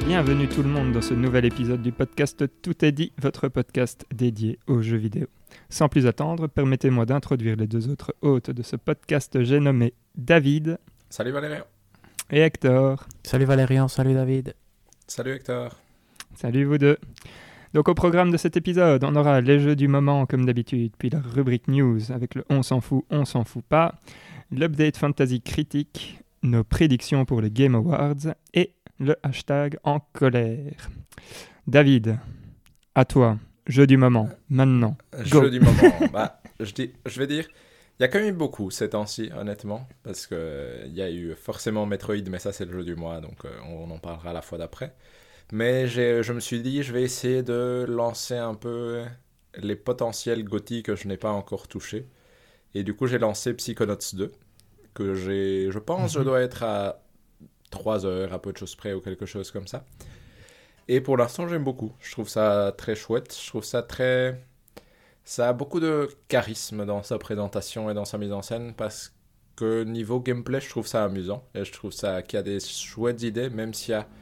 Bienvenue tout le monde dans ce nouvel épisode du podcast Tout est dit, votre podcast dédié aux jeux vidéo. Sans plus attendre, permettez-moi d'introduire les deux autres hôtes de ce podcast. J'ai nommé David. Salut Valérian. Et Hector. Salut Valérian, salut David. Salut Hector. Salut vous deux. Donc au programme de cet épisode, on aura les jeux du moment comme d'habitude, puis la rubrique news avec le on s'en fout pas, l'update fantasy critique, nos prédictions pour les Game Awards et le hashtag en colère. David, à toi, jeu du moment, maintenant. Go. Jeu du moment, je vais dire, il y a quand même eu beaucoup ces temps-ci, honnêtement, parce qu'il y a eu forcément Metroid, mais ça c'est le jeu du mois, donc on en parlera à la fois d'après. Mais je me suis dit, je vais essayer de lancer un peu les potentiels GOTY que je n'ai pas encore touchés. Et du coup, j'ai lancé Psychonauts 2, que je pense, je dois être à 3 heures, à peu de choses près, ou quelque chose comme ça. Et pour l'instant, j'aime beaucoup. Je trouve ça très chouette. Je trouve ça très... Ça a beaucoup de charisme dans sa présentation et dans sa mise en scène, parce que niveau gameplay, je trouve ça amusant. Et je trouve ça qu'il y a des chouettes idées, même s'il y a...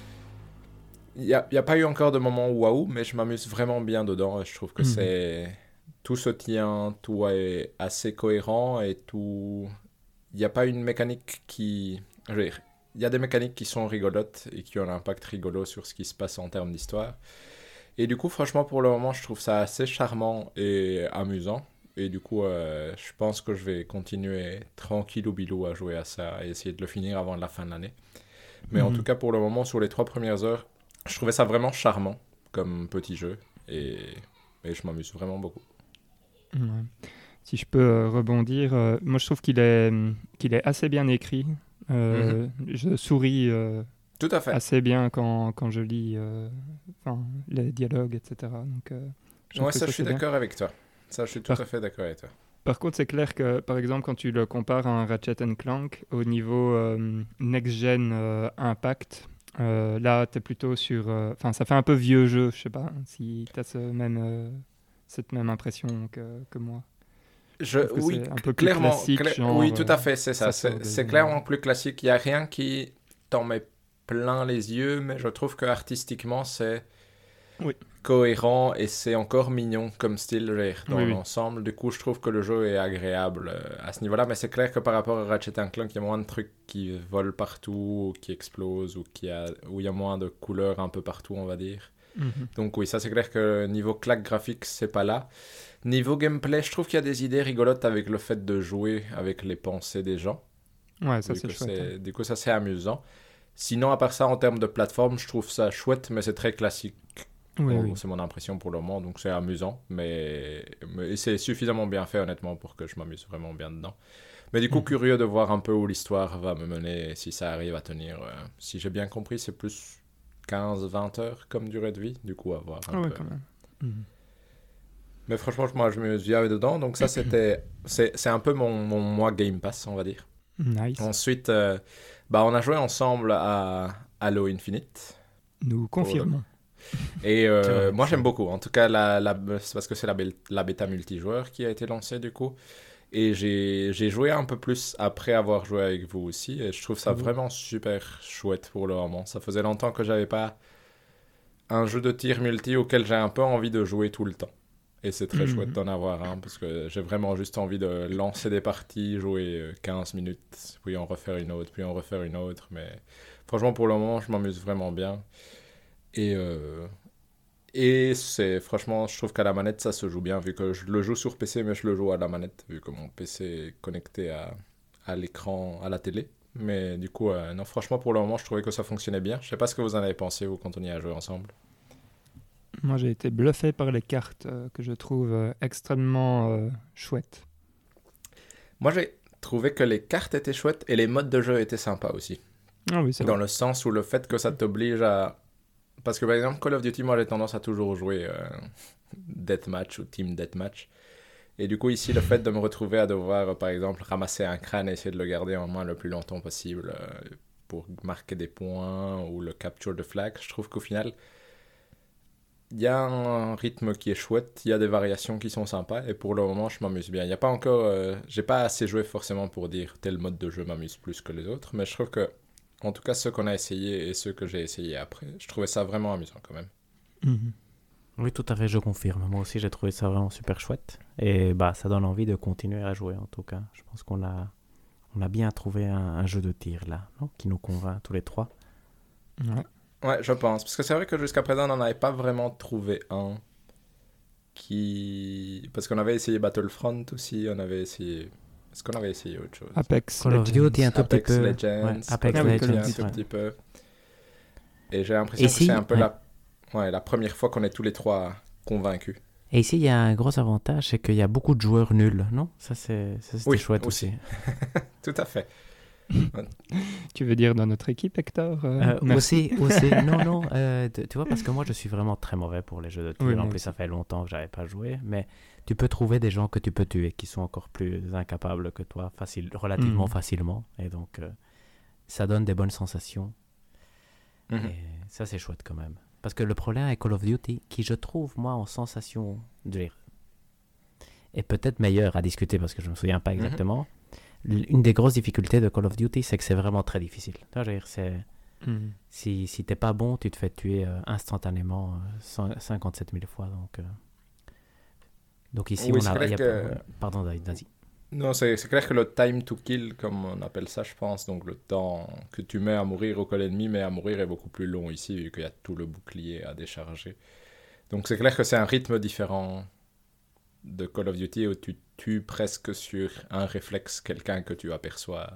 Il n'y a pas eu encore de moment waouh, mais je m'amuse vraiment bien dedans. Et je trouve que tout se tient, tout est assez cohérent et tout... Il n'y a pas une mécanique qui... Je veux dire, il y a des mécaniques qui sont rigolotes et qui ont un impact rigolo sur ce qui se passe en termes d'histoire. Et du coup, franchement, pour le moment, je trouve ça assez charmant et amusant. Et du coup, je pense que je vais continuer tranquillou bilou à jouer à ça et essayer de le finir avant la fin de l'année. Mais en tout cas, pour le moment, sur les 3 premières heures, je trouvais ça vraiment charmant comme petit jeu et je m'amuse vraiment beaucoup. Ouais. Si je peux rebondir, moi je trouve qu'il est assez bien écrit. Je souris Tout à fait. assez bien quand je lis les dialogues, etc. Donc, ouais, ça je suis d'accord avec toi. Ça je suis tout à fait d'accord avec toi. Par contre, c'est clair que, par exemple, quand tu le compares à un Ratchet & Clank, au niveau next-gen impact, là, tu es plutôt sur... ça fait un peu vieux jeu, je sais pas si tu as cette même impression que moi. Oui, c'est un peu plus clairement. classique, genre, oui, tout à fait, c'est ça. ça C'est clairement plus classique. Il n'y a rien qui t'en met plein les yeux, mais je trouve que artistiquement, c'est cohérent et c'est encore mignon comme style dans l'ensemble. Du coup, je trouve que le jeu est agréable à ce niveau-là, mais c'est clair que par rapport à Ratchet & Clank, il y a moins de trucs qui volent partout, ou qui explosent, ou où il y a moins de couleurs un peu partout, on va dire. Donc oui, ça c'est clair que niveau claque graphique, c'est pas là. Niveau gameplay, je trouve qu'il y a des idées rigolotes avec le fait de jouer avec les pensées des gens. Ouais, ça c'est chouette. Du coup, ça c'est amusant. Sinon, à part ça, en termes de plateforme, je trouve ça chouette, mais c'est très classique. Oui. C'est mon impression pour le moment, donc c'est amusant, mais c'est suffisamment bien fait honnêtement pour que je m'amuse vraiment bien dedans. Mais du coup, curieux de voir un peu où l'histoire va me mener, si ça arrive à tenir. Si j'ai bien compris, c'est plus 15-20 heures comme durée de vie, du coup à voir un peu. Quand même. Mais franchement, moi je me suis dedans, donc ça c'est un peu mon mois Game Pass, on va dire. Nice. Ensuite, on a joué ensemble à Halo Infinite. Nous confirmons. Et moi j'aime beaucoup, en tout cas c'est parce que c'est la bêta multijoueur qui a été lancée du coup. Et j'ai joué un peu plus après avoir joué avec vous aussi. Et je trouve ça vraiment super chouette pour le moment. Ça faisait longtemps que j'avais pas un jeu de tir multi auquel j'ai un peu envie de jouer tout le temps. Et c'est très chouette d'en avoir un. Parce que j'ai vraiment juste envie de lancer des parties, jouer 15 minutes, puis en refaire une autre, puis en refaire une autre. Mais franchement, pour le moment, je m'amuse vraiment bien. Et franchement, je trouve qu'à la manette, ça se joue bien, vu que je le joue sur PC, mais je le joue à la manette, vu que mon PC est connecté à l'écran, à la télé. Mais du coup, non, franchement, pour le moment, je trouvais que ça fonctionnait bien. Je sais pas ce que vous en avez pensé, vous, quand on y a joué ensemble. Moi, j'ai été bluffé par les cartes que je trouve extrêmement chouettes. Moi, j'ai trouvé que les cartes étaient chouettes et les modes de jeu étaient sympas aussi. Ah oui, c'est Dans vrai. le sens où le fait que ça t'oblige à... Parce que par exemple, Call of Duty, moi j'ai tendance à toujours jouer Deathmatch ou Team Deathmatch. Et du coup, ici, le fait de me retrouver à devoir, par exemple, ramasser un crâne et essayer de le garder en main le plus longtemps possible pour marquer des points ou le capture de flag, je trouve qu'au final, il y a un rythme qui est chouette, il y a des variations qui sont sympas et pour le moment, je m'amuse bien. Il y a pas encore, j'ai pas assez joué forcément pour dire tel mode de jeu m'amuse plus que les autres, mais je trouve que En tout cas, ceux qu'on a essayés et ceux que j'ai essayés après, je trouvais ça vraiment amusant quand même. Mhm. Oui, tout à fait, je confirme. Moi aussi, j'ai trouvé ça vraiment super chouette. Et bah, ça donne envie de continuer à jouer en tout cas. Je pense qu'on a bien trouvé un jeu de tir là, non, qui nous convainc tous les trois. Ouais. Ouais, je pense. Parce que c'est vrai que jusqu'à présent, on n'en avait pas vraiment trouvé un qui... Parce qu'on avait essayé Battlefront aussi, on avait essayé... Est-ce qu'on avait essayé autre chose? Apex Call of Legends. Duty un tout petit Apex peu. Legends, Ouais, Apex Call of Duty Legends, un tout ouais. petit peu. Et j'ai l'impression que Ici, c'est un peu ouais. la première fois qu'on est tous les trois convaincus. Et ici, il y a un gros avantage, c'est qu'il y a beaucoup de joueurs nuls, non? C'était Oui, chouette aussi. Tout à fait. Tu veux dire dans notre équipe, Hector? Merci. Aussi. Non. Tu vois, parce que moi, je suis vraiment très mauvais pour les jeux de tir. Oui, En moi plus, aussi. ça fait longtemps que j'avais pas joué. Mais tu peux trouver des gens que tu peux tuer, qui sont encore plus incapables que toi, relativement facilement. Et donc, ça donne des bonnes sensations. Mhm. Et ça, c'est chouette quand même. Parce que le problème avec Call of Duty, qui je trouve, moi, en sensation, est peut-être meilleur à discuter parce que je me souviens pas exactement. Une des grosses difficultés de Call of Duty, c'est que c'est vraiment très difficile. Tu vois, je veux dire, Mhm. si t'es pas bon, tu te fais tuer instantanément 57 000 fois. Donc ici, Oui, on c'est a... clair il y a que... Pardon, David, vas-y. Non, c'est clair que le time to kill, comme on appelle ça, je pense, donc le temps que tu mets à mourir ou que l'ennemi met à mourir est beaucoup plus long ici, vu qu'il y a tout le bouclier à décharger. Donc c'est clair que c'est un rythme différent de Call of Duty où tu tues presque sur un réflexe quelqu'un que tu aperçois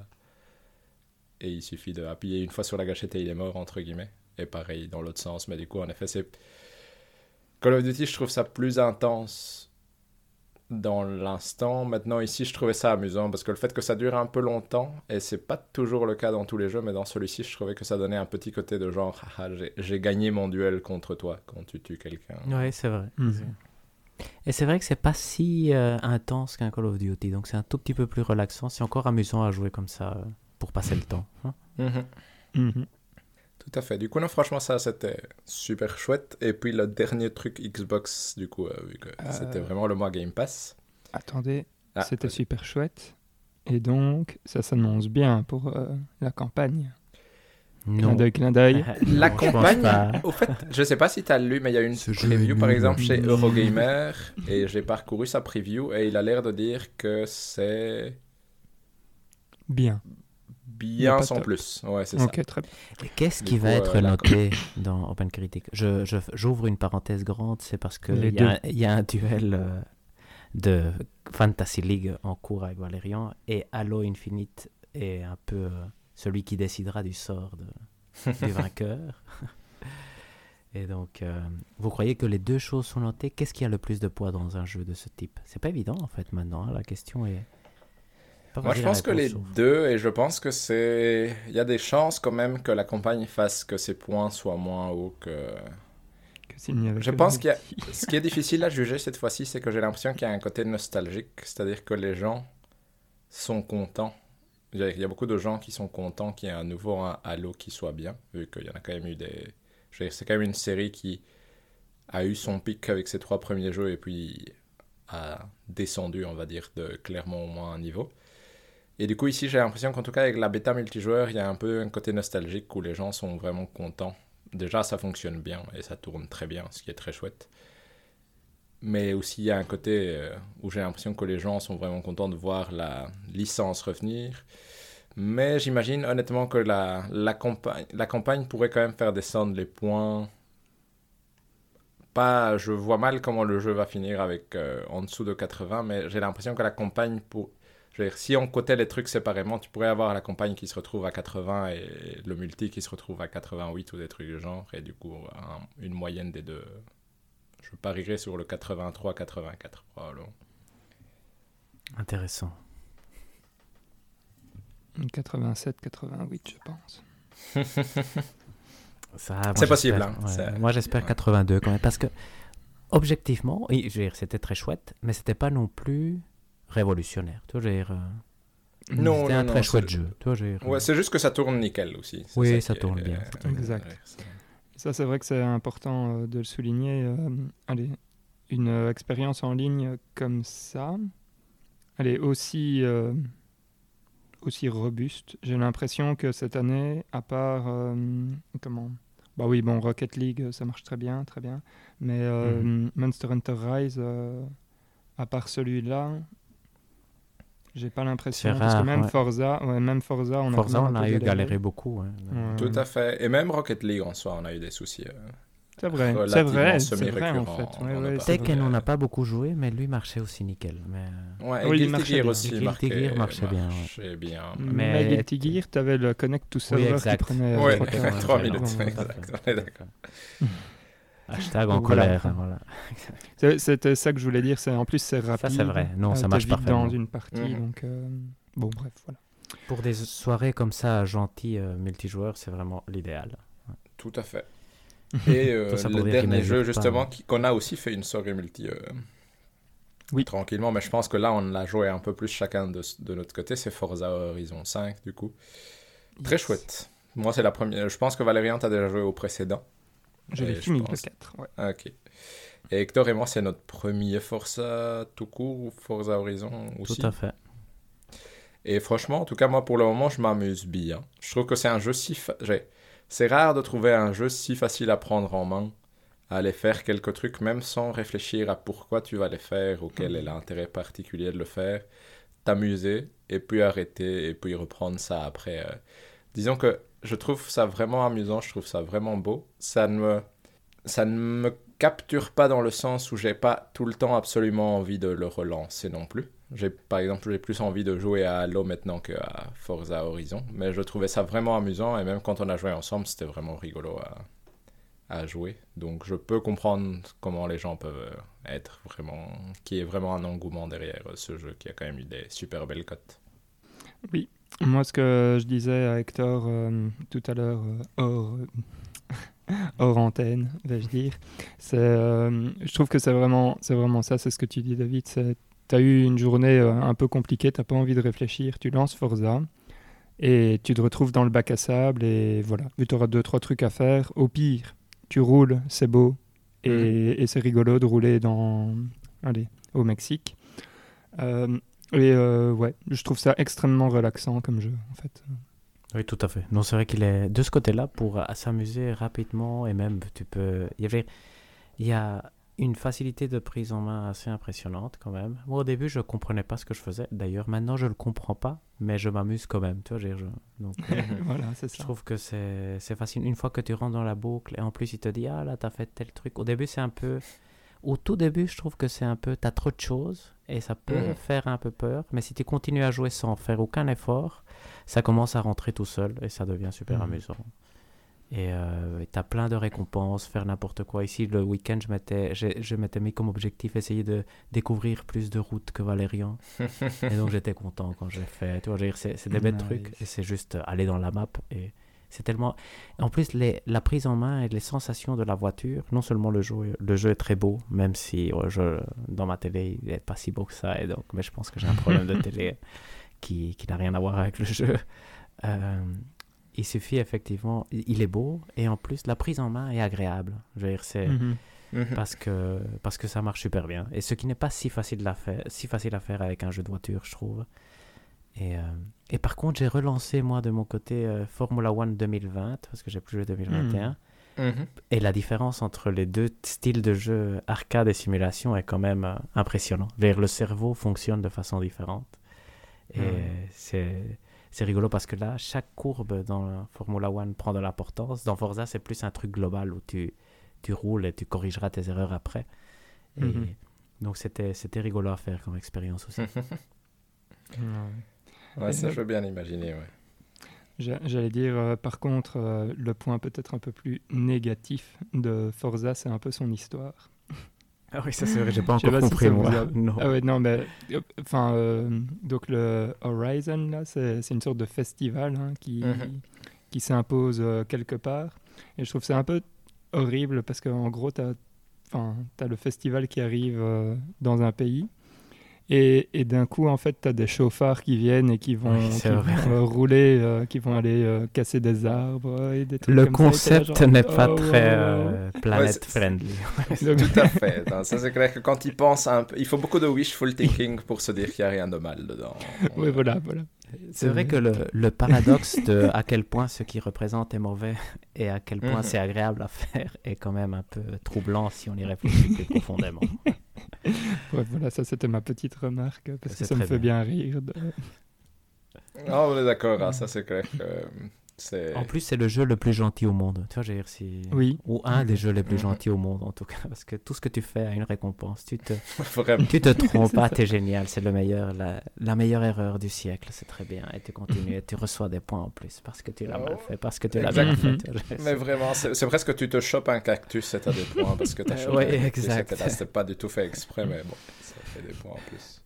et il suffit d'appuyer une fois sur la gâchette et il est mort, entre guillemets. Et pareil dans l'autre sens, mais du coup, en effet, c'est... Call of Duty, je trouve ça plus intense dans l'instant. Maintenant, ici, je trouvais ça amusant parce que le fait que ça dure un peu longtemps, et c'est pas toujours le cas dans tous les jeux, mais dans celui-ci, je trouvais que ça donnait un petit côté de genre, ah, j'ai gagné mon duel contre toi quand tu tues quelqu'un. Oui, c'est vrai. Mhm. Et c'est vrai que c'est pas si intense qu'un Call of Duty, donc c'est un tout petit peu plus relaxant. C'est encore amusant à jouer comme ça pour passer le temps. Hein. Mhm. Mhm. Tout à fait. Du coup, non, franchement, ça, c'était super chouette. Et puis, le dernier truc Xbox, du coup, vu que c'était vraiment le mois Game Pass. Attendez, Ah, c'était vas-y. super chouette. Et donc, ça s'annonce bien pour la campagne. Non. Clin d'œil. La Non, je pense campagne, pas. au fait, je sais pas si tu as lu, mais il y a une Ce jeu preview, est par nul. exemple, chez Eurogamer. Et j'ai parcouru sa preview et il a l'air de dire que c'est Bien. bien pas sans top. plus. Ouais, c'est Ok, très bien. Et qu'est-ce Du qui coup, va être la noté dans Open Critic? J'ouvre une parenthèse grande, c'est parce que Les il y a un duel de Fantasy League en cours avec Valérian et Halo Infinite est un peu celui qui décidera du sort du vainqueur. Et donc, vous croyez que les deux choses sont notées? Qu'est-ce qui a le plus de poids dans un jeu de ce type? C'est pas évident en fait maintenant, hein, la question est... pas Moi, je facile à pense que les répondre, sauf- deux, et je pense que c'est... Il y a des chances quand même que la campagne fasse que ses points soient moins hauts que... Que s'il n'y avait Je que pense le qu'il y a... multi. Ce qui est difficile à juger cette fois-ci, c'est que j'ai l'impression qu'il y a un côté nostalgique, c'est-à-dire que les gens sont contents. Il y a beaucoup de gens qui sont contents qu'il y ait à nouveau un Halo qui soit bien, vu qu'il y en a quand même eu des... Je veux dire, c'est quand même une série qui a eu son pic avec ses 3 premiers jeux et puis a descendu, on va dire, de clairement au moins un niveau. Et du coup, ici, j'ai l'impression qu'en tout cas, avec la bêta multijoueur, il y a un peu un côté nostalgique où les gens sont vraiment contents. Déjà, ça fonctionne bien et ça tourne très bien, ce qui est très chouette. Mais aussi, il y a un côté où j'ai l'impression que les gens sont vraiment contents de voir la licence revenir. Mais j'imagine honnêtement que la campagne pourrait quand même faire descendre les points. Pas, je vois mal comment le jeu va finir avec en dessous de 80, mais j'ai l'impression que la campagne, je veux dire, si on cotait les trucs séparément, tu pourrais avoir la campagne qui se retrouve à 80 et le multi qui se retrouve à 88 ou des trucs du genre, et du coup, une moyenne des deux. Je parierais sur le 83-84 probablement. Intéressant. 87-88, je pense. Ça, moi, C'est possible, j'espère- hein, ouais. c'est- Moi, j'espère ouais. 82 quand même. Parce que, objectivement, je veux dire, c'était très chouette, mais c'était pas non plus révolutionnaire. Tu vois, je veux dire, Non, c'était non, un non, très c'est- chouette jeu. Tu vois, je veux dire, Ouais, c'est juste que ça tourne nickel aussi. C'est Oui, qui ça est- tourne bien, ça tourne bien. Exact. Ça, c'est vrai que c'est important de le souligner. Allez, une expérience en ligne comme ça, allez, aussi aussi robuste. J'ai l'impression que cette année, à part bah oui, bon, Rocket League, ça marche très bien, mais Monster Hunter Rise, à part celui-là, j'ai pas l'impression. C'est Parce que rare, même ouais. Forza, on Forza, a on a eu galéré beaucoup. Ouais. Tout à fait. Et même Rocket League en soi, on a eu des soucis. C'est vrai, Relativement c'est vrai en semi-récurrents. fait. Ouais, On a ouais, pas c'est fait- Tekken, on n'a pas beaucoup joué, mais lui marchait aussi nickel. Mais... Ouais, Oui, et il Guilty marchait Gear bien. aussi Guilty Gear marchait bien, bien. Mais Mais- Guilty Gear, t'avais le Connect to Oui, Server qui exact. prenait Ouais, 3 quarts. 3 ouais, minutes, non, exact, on est d'accord. Hashtag en Donc voilà. colère. Voilà. C'était ça que je voulais dire. En plus, c'est rapide. c'est vrai. Non, ça t'es marche vite parfaitement. dans une partie. Mhm. Donc, bon, bref, voilà. Pour des soirées comme ça, gentilles, multijoueurs, c'est vraiment l'idéal. Tout à fait. Et Tout ça pour le dire qu'il dernier ne jeu, joue pas, justement, hein. qu'on a aussi fait une soirée multi Oui. tranquillement, mais je pense que là, on l'a joué un peu plus chacun de notre côté. C'est Forza Horizon 5, du coup. Très Yes. chouette. Moi, c'est la première. Je pense que Valérian, t'as déjà joué au précédent. Je l'ai je fini, le pense. 4. Ouais. Ok. Et Hector et moi, c'est notre premier Forza tout court, ou Forza Horizon aussi. Tout à fait. Et franchement, en tout cas, moi, pour le moment, je m'amuse bien. Je trouve que c'est un jeu c'est rare de trouver un jeu si facile à prendre en main, à aller faire quelques trucs, même sans réfléchir à pourquoi tu vas les faire, ou quel est l'intérêt particulier de le faire. T'amuser, et puis arrêter, et puis reprendre ça après. Disons que je trouve ça vraiment amusant, je trouve ça vraiment beau. Ça ne me capture pas dans le sens où j'ai pas tout le temps absolument envie de le relancer non plus. Par exemple, j'ai plus envie de jouer à Halo maintenant qu'à Forza Horizon, mais je trouvais ça vraiment amusant, et même quand on a joué ensemble, c'était vraiment rigolo à jouer. Donc je peux comprendre comment les gens peuvent être vraiment... qu'il y ait vraiment un engouement derrière ce jeu qui a quand même eu des super belles cotes. Oui, moi, ce que je disais à Hector tout à l'heure, hors antenne, vais-je dire, c'est, je trouve que c'est vraiment ça, c'est ce que tu dis, David. Tu as eu une journée un peu compliquée, tu n'as pas envie de réfléchir, tu lances Forza et tu te retrouves dans le bac à sable et voilà, tu auras 2-3 trucs à faire. Au pire, tu roules, c'est beau et c'est rigolo de rouler au Mexique. Ouais, je trouve ça extrêmement relaxant comme jeu, en fait. Oui, tout à fait. Non, c'est vrai qu'il est de ce côté-là pour s'amuser rapidement et même tu peux... Il y a une facilité de prise en main assez impressionnante quand même. Moi, au début, je comprenais pas ce que je faisais. D'ailleurs, maintenant, je le comprends pas, mais je m'amuse quand même. Tu vois, donc, Voilà, c'est je ça. trouve que c'est facile. Une fois que tu rentres dans la boucle et en plus, il te dit « Ah là, t'as fait tel truc ». Au début, c'est un peu... Au tout début, je trouve que c'est un peu... T'as trop de choses et ça peut faire un peu peur. Mais si tu continues à jouer sans faire aucun effort, ça commence à rentrer tout seul et ça devient super amusant. Et t'as plein de récompenses, faire n'importe quoi. Ici, le week-end, je m'étais mis comme objectif essayer de découvrir plus de routes que Valérian. Et donc, j'étais content quand j'ai fait. Tu vois, je veux dire, c'est des bêtes trucs et c'est juste aller dans la map. Et c'est tellement... En plus, la prise en main et les sensations de la voiture, non seulement le jeu est très beau, même si dans ma télé, il n'est pas si beau que ça. Et donc, mais je pense que j'ai un problème de télé qui n'a rien à voir avec le jeu. Il suffit effectivement, il est beau et en plus la prise en main est agréable. Je veux dire, c'est parce que ça marche super bien. Et ce qui n'est pas si facile à faire avec un jeu de voiture, je trouve. Et par contre, j'ai relancé moi de mon côté Formula One 2020 parce que j'ai plus joué 2021. Et la différence entre les deux styles de jeu arcade et simulation est quand même impressionnante. Le cerveau fonctionne de façon différente. Et c'est rigolo parce que là, chaque courbe dans Formula One prend de l'importance. Dans Forza, c'est plus un truc global où tu roules et tu corrigeras tes erreurs après. Et donc, c'était rigolo à faire comme expérience aussi. Ouais, ça, je veux bien l'imaginer, ouais. J'allais dire, par contre, le point peut-être un peu plus négatif de Forza, c'est un peu son histoire. Ah oui, ça c'est vrai, j'ai pas Je sais encore pas si compris ça moi. vous a- Non. Ah ouais, non, mais donc le Horizon, là, c'est une sorte de festival qui s'impose quelque part. Et je trouve ça un peu horrible parce qu'en gros, t'as le festival qui arrive dans un pays. Et d'un coup, en fait, tu as des chauffards qui viennent et qui vont, rouler, qui vont aller casser des arbres et des trucs Le comme ça. Et t'es là, concept genre, n'est pas oh, très wow. planet friendly. Tout à fait. Non, ça, c'est clair que quand il pense un peu... Il faut beaucoup de wishful thinking pour se dire qu'il n'y a rien de mal dedans. Oui, voilà. C'est vrai que le paradoxe de à quel point ce qui représente est mauvais et à quel point c'est agréable à faire est quand même un peu troublant si on y réfléchit plus profondément. Ouais, voilà, ça c'était ma petite remarque, parce que C'est ça me très fait bien. bien rire. Ah, on est d'accord, hein, ça c'est clair que c'est... En plus, c'est le jeu le plus gentil au monde. Tu vois, j'ai si... Oui. Ou un des jeux les plus gentils au monde, en tout cas. Parce que tout ce que tu fais a une récompense. Vraiment. Tu te trompes pas, t'es génial. C'est le meilleur, la meilleure erreur du siècle. C'est très bien. Et tu continues et tu reçois des points en plus. Parce que tu l'as mal fait, parce que tu l'as bien fait. Mais vraiment, c'est presque que tu te chopes un cactus et t'as des points parce que t'as chopé Ouais, un cactus exact. et que là, c'était pas du tout fait exprès, mais bon, ça fait des points en plus.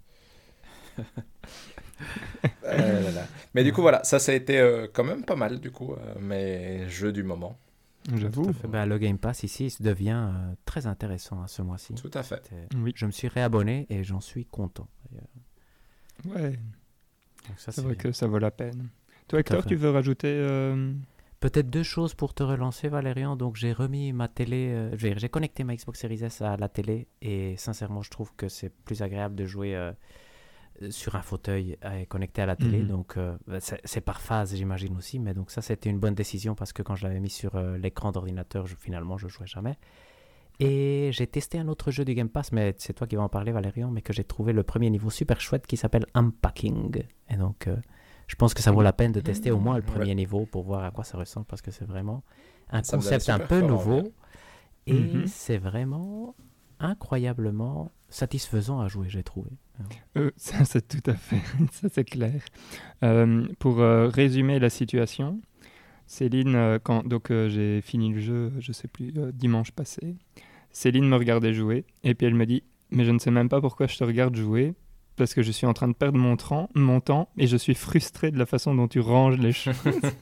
Là. Mais du coup, voilà, ça a été quand même pas mal, du coup, mes jeux du moment. J'avoue. Le Game Pass ici devient très intéressant ce mois-ci. Tout à fait. Oui. Je me suis réabonné et j'en suis content. Ouais, Donc ça, c'est vrai bien. que ça vaut la peine. Toi, à Hector, fait. tu veux rajouter Peut-être deux choses pour te relancer, Valérian. Donc, j'ai remis ma télé, j'ai connecté ma Xbox Series S à la télé et sincèrement, je trouve que c'est plus agréable de jouer sur un fauteuil connecté à la télé. Donc, c'est par phase, j'imagine aussi. Mais donc, ça, c'était une bonne décision parce que quand je l'avais mis sur l'écran d'ordinateur, finalement, je jouais jamais. Et j'ai testé un autre jeu du Game Pass, mais c'est toi qui vas en parler, Valérian, mais que j'ai trouvé le premier niveau super chouette qui s'appelle Unpacking. Et donc, je pense que ça vaut la peine de tester au moins le premier niveau pour voir à quoi ça ressemble parce que c'est vraiment un Ça me concept donne un super peu fort nouveau envie. et c'est vraiment incroyablement satisfaisant à jouer, j'ai trouvé. Ça, c'est tout à fait, ça c'est clair. Pour résumer la situation, Céline, quand j'ai fini le jeu, je sais plus, dimanche passé, Céline me regardait jouer et puis elle me dit « Mais je ne sais même pas pourquoi je te regarde jouer, parce que je suis en train de perdre mon temps et je suis frustré de la façon dont tu ranges les choses. »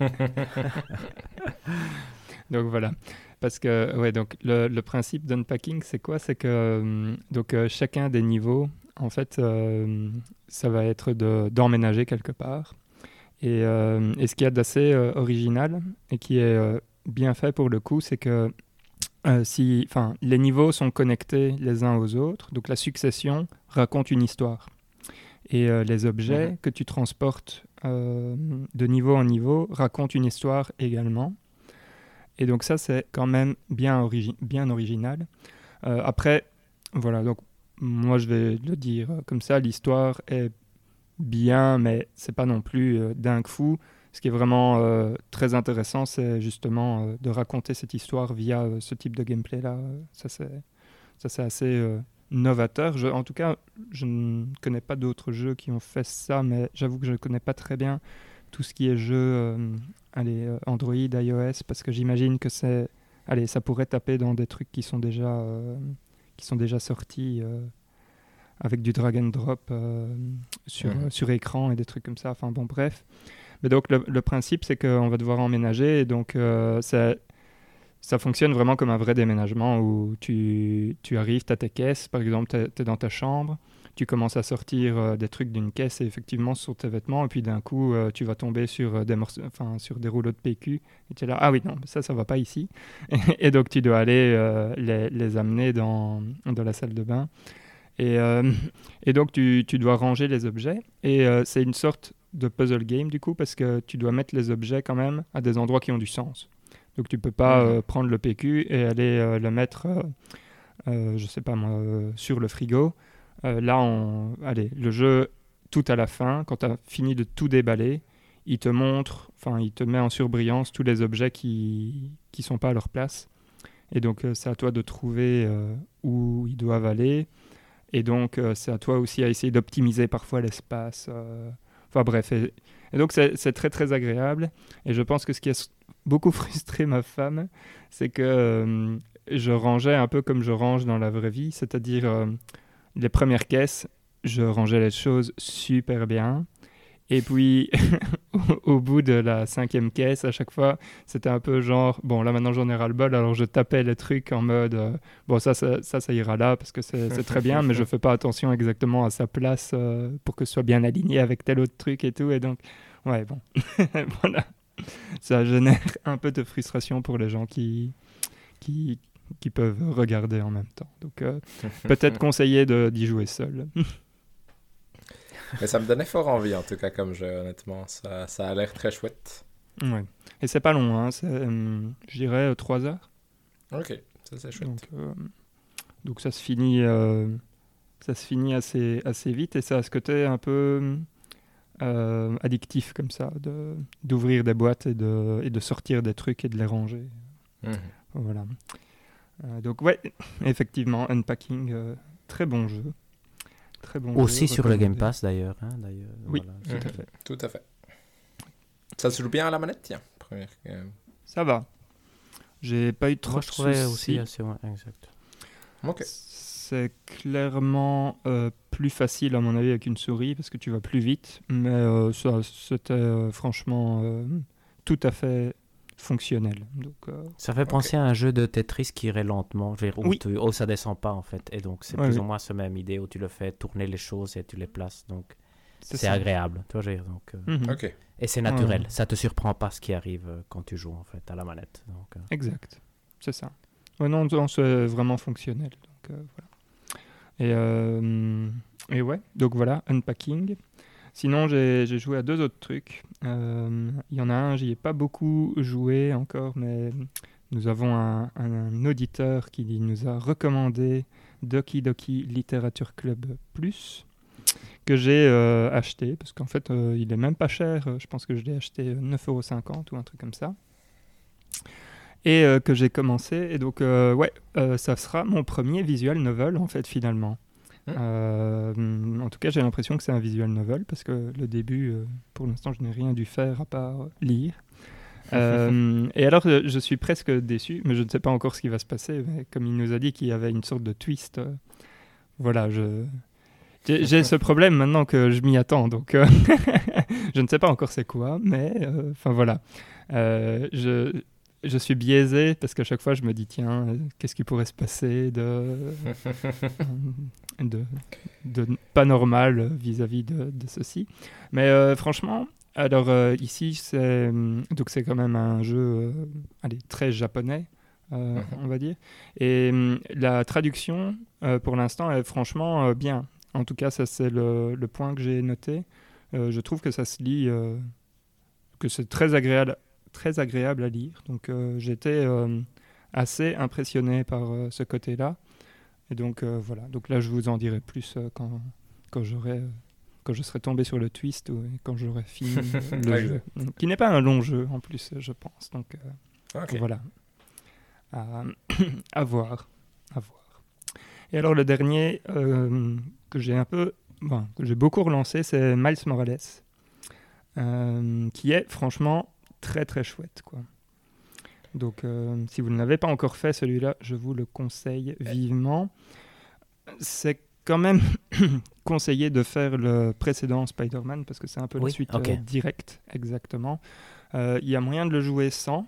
Donc voilà. Parce que ouais, donc le principe d'unpacking, c'est quoi? C'est que chacun des niveaux, en fait, ça va être d'emménager quelque part. Et ce qu'il y a d'assez original et qui est bien fait pour le coup, c'est que les niveaux sont connectés les uns aux autres, donc la succession raconte une histoire. Et les objets que tu transportes de niveau en niveau racontent une histoire également. Et donc ça, c'est quand même bien original. Après, voilà, donc moi je vais le dire comme ça, l'histoire est bien, mais c'est pas non plus dingue fou. Ce qui est vraiment très intéressant, c'est justement de raconter cette histoire via ce type de gameplay-là. Ça, c'est assez novateur. En tout cas, je ne connais pas d'autres jeux qui ont fait ça, mais j'avoue que je ne connais pas très bien tout ce qui est jeu Android, iOS, parce que j'imagine que ça pourrait taper dans des trucs qui sont déjà sortis avec du drag and drop sur écran et des trucs comme ça. Enfin bon, bref. Mais donc le principe, c'est qu'on va devoir emménager, et donc ça fonctionne vraiment comme un vrai déménagement où tu arrives, tu as tes caisses, par exemple, tu es dans ta chambre, tu commences à sortir des trucs d'une caisse et effectivement sur tes vêtements, et puis d'un coup, tu vas tomber sur sur des rouleaux de PQ, et tu es là, ah oui, non, ça va pas ici. Et donc tu dois aller les amener dans la salle de bain. Et donc tu dois ranger les objets, et c'est une sorte de puzzle game du coup, parce que tu dois mettre les objets quand même à des endroits qui ont du sens. Donc tu peux pas prendre le PQ et aller le mettre, je sais pas moi, sur le frigo. Le jeu, tout à la fin, quand tu as fini de tout déballer, il te met en surbrillance tous les objets qui sont pas à leur place. Et donc c'est à toi de trouver où ils doivent aller. Et donc c'est à toi aussi à essayer d'optimiser parfois l'espace. Enfin bref, et donc c'est très très agréable. Et je pense que ce qui a beaucoup frustré ma femme, c'est que je rangeais un peu comme je range dans la vraie vie, c'est-à-dire les premières caisses, je rangeais les choses super bien. Et puis, au bout de la 5e caisse, à chaque fois, c'était un peu genre, bon, là maintenant j'en ai ras-le-bol, alors je tapais les trucs en mode, bon, ça ira là, parce que c'est très bien, mais je fais pas attention exactement à sa place pour que ce soit bien aligné avec tel autre truc et tout. Et donc, ouais, bon, voilà. Ça génère un peu de frustration pour les gens qui qui peuvent regarder en même temps. Donc peut-être conseiller d'y jouer seul. Mais ça me donnait fort envie, en tout cas, comme jeu, honnêtement. Ça a l'air très chouette. Ouais. Et c'est pas long, hein. C'est, je dirais, 3 heures. Ok, ça c'est chouette. Donc ça se finit assez vite, et ça a ce côté un peu addictif comme ça, d'ouvrir des boîtes et de sortir des trucs et de les ranger. Voilà. Donc ouais, effectivement, Unpacking, très bon jeu. Très bon Aussi jeu, sur le Game recommandé. Pass d'ailleurs. Oui, voilà. tout à fait. Tout à fait. Ça se joue bien à la manette, tiens. Ça va. J'ai pas eu trop Moi de je trouvais soucis. aussi assez exact. Ok. C'est clairement plus facile à mon avis avec une souris parce que tu vas plus vite, mais ça c'était franchement tout à fait fonctionnel. Donc, Ça fait penser à un jeu de Tetris qui irait lentement, où ça descend pas en fait, et donc c'est plus ou moins cette même idée où tu le fais tourner les choses et tu les places, donc c'est agréable. Tu vois, je veux dire, donc, Ok. et c'est naturel, ça te surprend pas ce qui arrive quand tu joues en fait à la manette. Donc, Exact, c'est ça. Ouais, non, c'est vraiment fonctionnel. Donc, voilà. Et ouais, donc voilà, Unpacking. Sinon, j'ai joué à 2 autres trucs. Il y en a un, j'y ai pas beaucoup joué encore, mais nous avons un auditeur qui nous a recommandé Doki Doki Literature Club Plus, que j'ai acheté, parce qu'en fait, il est même pas cher. Je pense que je l'ai acheté 9,50€ ou un truc comme ça. Et que j'ai commencé. Et donc, ça sera mon premier visual novel, en fait, finalement. En tout cas, j'ai l'impression que c'est un visual novel parce que le début, pour l'instant, je n'ai rien dû faire à part lire. Et alors, je suis presque déçu, mais je ne sais pas encore ce qui va se passer. Mais comme il nous a dit qu'il y avait une sorte de twist, voilà, j'ai ce problème maintenant que je m'y attends. Donc, je ne sais pas encore c'est quoi, mais enfin voilà. Je suis biaisé parce qu'à chaque fois, je me dis, tiens, qu'est-ce qui pourrait se passer de pas normal vis-à-vis de ceci. Mais franchement, alors ici, c'est quand même un jeu très japonais, on va dire. Et la traduction, pour l'instant, est franchement bien. En tout cas, ça, c'est le point que j'ai noté. Je trouve que ça se lit, que c'est très agréable à lire. Donc j'étais assez impressionné par ce côté-là. Et donc voilà. Donc là, je vous en dirai plus quand je serai tombé sur le twist ou quand j'aurai fini le jeu. Qui n'est pas un long jeu en plus, je pense. Donc voilà. À voir. Et alors le dernier que j'ai beaucoup relancé, c'est Miles Morales. Qui est franchement très très chouette, quoi. Donc si vous ne l'avez pas encore fait celui-là, je vous le conseille vivement. C'est quand même conseillé de faire le précédent Spider-Man parce que c'est un peu la suite directe, exactement. Il y a moyen de le jouer sans,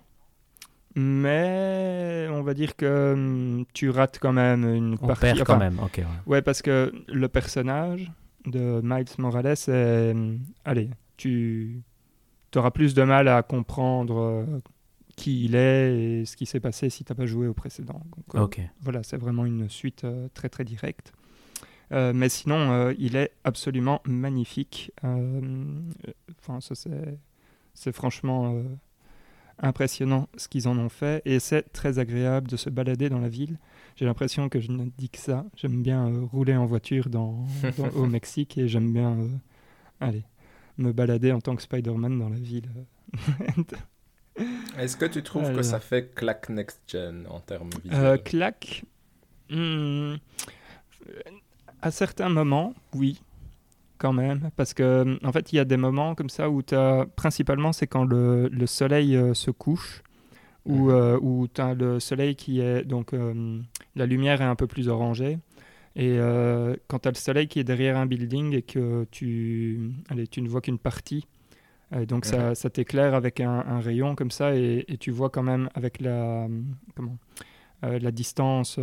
mais on va dire que tu rates quand même une partie. On perd quand même, ok. Ouais, parce que le personnage de Miles Morales est... allez, tu auras plus de mal à comprendre qui il est et ce qui s'est passé si tu n'as pas joué au précédent. Donc, voilà, c'est vraiment une suite très très directe. Mais sinon, il est absolument magnifique. Ça, c'est franchement impressionnant ce qu'ils en ont fait. Et c'est très agréable de se balader dans la ville. J'ai l'impression que je ne dis que ça. J'aime bien rouler en voiture au Mexique et j'aime bien me balader en tant que Spider-Man dans la ville. Est-ce que tu trouves que ça fait claque next-gen en termes visuels? Claque à certains moments, oui, quand même. Parce que en fait, il y a des moments comme ça où principalement, c'est quand le soleil se couche, où tu as le soleil qui est... Donc, la lumière est un peu plus orangée. Et quand tu as le soleil qui est derrière un building et que tu ne vois qu'une partie, donc ça t'éclaire avec un rayon comme ça et tu vois quand même avec la distance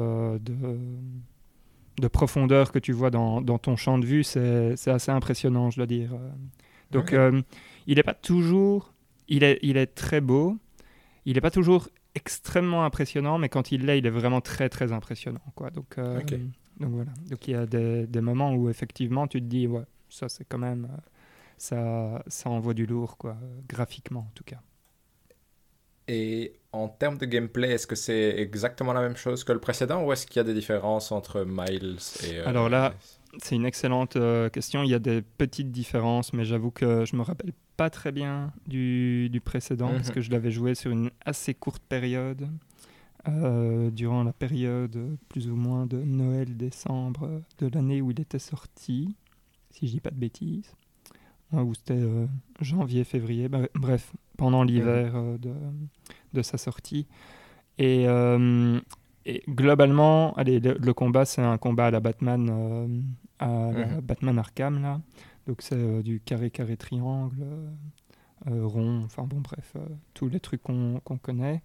de profondeur que tu vois dans ton champ de vue, c'est assez impressionnant, je dois dire. Donc il est pas toujours... Il est très beau. Il n'est pas toujours extrêmement impressionnant, mais quand il est vraiment très très impressionnant, quoi. Donc voilà. Donc il y a des moments où effectivement tu te dis ouais, ça c'est quand même ça envoie du lourd, quoi, graphiquement en tout cas. Et en termes de gameplay, est-ce que c'est exactement la même chose que le précédent ou est-ce qu'il y a des différences entre Miles et... Alors là, c'est une excellente question. Il y a des petites différences, mais j'avoue que je me rappelle pas très bien du précédent parce que je l'avais joué sur une assez courte période, durant la période plus ou moins de Noël-décembre de l'année où il était sorti, si je dis pas de bêtises, ou c'était janvier-février, bref, pendant l'hiver de sa sortie. Et globalement, allez, le combat, c'est un combat à la Batman, la Batman Arkham, là. Donc c'est du carré-triangle, rond, enfin bon, bref, tous les trucs qu'on connaît.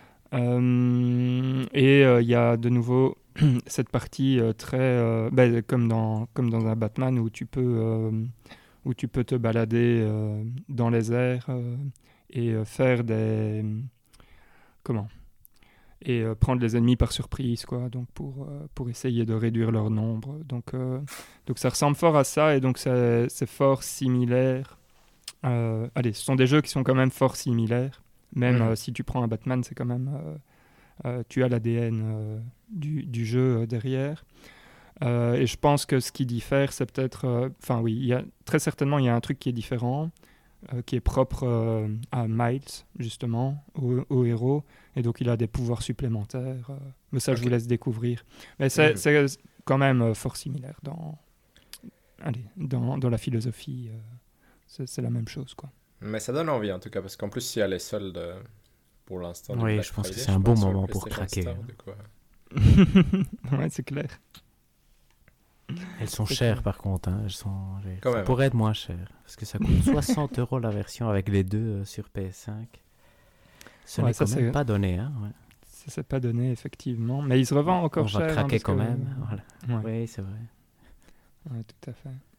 Et il y a de nouveau cette partie très... comme dans un Batman où tu peux te balader dans les airs et faire des... et prendre les ennemis par surprise, quoi, donc pour essayer de réduire leur nombre. Donc ça ressemble fort à ça, et donc c'est fort similaire. Allez, ce sont des jeux qui sont quand même fort similaires, même si tu prends un Batman, c'est quand même... tu as l'ADN du jeu derrière. Et je pense que ce qui diffère, c'est peut-être... Enfin oui, très certainement, il y a un truc qui est différent, qui est propre à Miles, justement, au héros. Et donc, il a des pouvoirs supplémentaires. Mais ça, je vous laisse découvrir. Mais c'est quand même fort similaire dans la philosophie. C'est la même chose, quoi. Mais ça donne envie, en tout cas, parce qu'en plus, il y a les soldes pour l'instant. Oui, je pense que c'est un bon moment pour craquer. Ouais, c'est clair. Elles sont chères par contre, hein. Ça pourrait être moins cher parce que ça coûte 60 € la version avec les deux sur PS5. Ce n'est quand même pas donné, hein. Ouais. Ça s'est pas donné effectivement, mais il se revend encore cher. On va craquer quand même. Voilà. Oui, c'est vrai. Ouais, tout à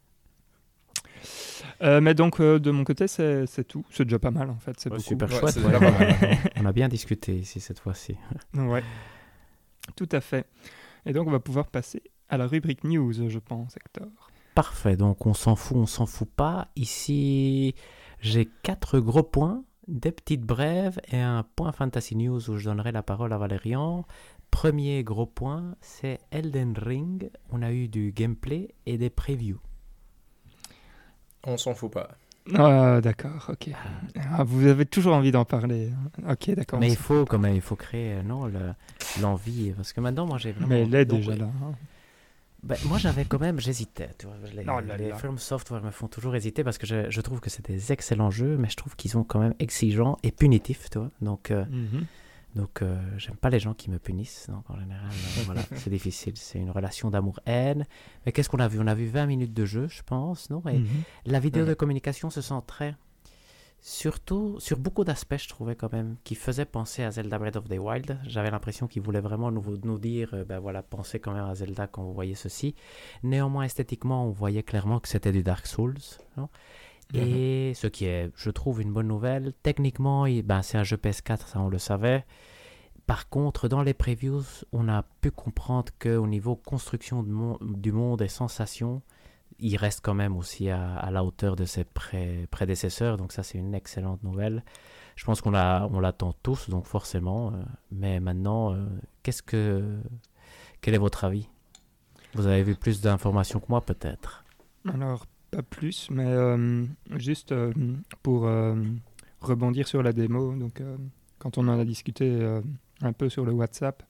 fait. Mais donc de mon côté c'est tout, c'est déjà pas mal en fait, c'est beaucoup. Super chouette. On a bien discuté ici cette fois-ci. Ouais, tout à fait. Et donc on va pouvoir passer à la rubrique news, je pense, Hector. Parfait, donc on s'en fout pas. Ici, j'ai 4 gros points, des petites brèves et un point Fantasy News où je donnerai la parole à Valérian. Premier gros point, c'est Elden Ring. On a eu du gameplay et des previews. On s'en fout pas. Ah, d'accord, ok. Vous avez toujours envie d'en parler. Ok, d'accord. Mais il faut créer l'envie, parce que maintenant, moi, j'ai vraiment... Mais elle est déjà là. Hein. Moi, j'hésitais. Tu vois, les From Software me font toujours hésiter parce que je trouve que c'est des excellents jeux, mais je trouve qu'ils sont quand même exigeants et punitifs, tu vois. Donc, j'aime pas les gens qui me punissent. Donc, en général, voilà, c'est difficile. C'est une relation d'amour-haine. Mais qu'est-ce qu'on a vu ? On a vu 20 minutes de jeu, je pense, non ? Et la vidéo de communication se centrait surtout sur beaucoup d'aspects, je trouvais quand même, qui faisaient penser à Zelda Breath of the Wild. J'avais l'impression qu'ils voulaient vraiment nous dire, pensez quand même à Zelda quand vous voyez ceci. Néanmoins, esthétiquement, on voyait clairement que c'était du Dark Souls, non ? Et ce qui est, je trouve, une bonne nouvelle. Techniquement, c'est un jeu PS4, ça on le savait. Par contre, dans les previews, on a pu comprendre qu'au niveau construction du monde et sensations, il reste quand même aussi à la hauteur de ses prédécesseurs. Donc ça, c'est une excellente nouvelle. Je pense qu'on l'attend tous, donc forcément. Mais maintenant, quel est votre avis ? Vous avez vu plus d'informations que moi, peut-être ? Alors, pas plus, mais juste pour rebondir sur la démo. Donc, quand on en a discuté un peu sur le WhatsApp,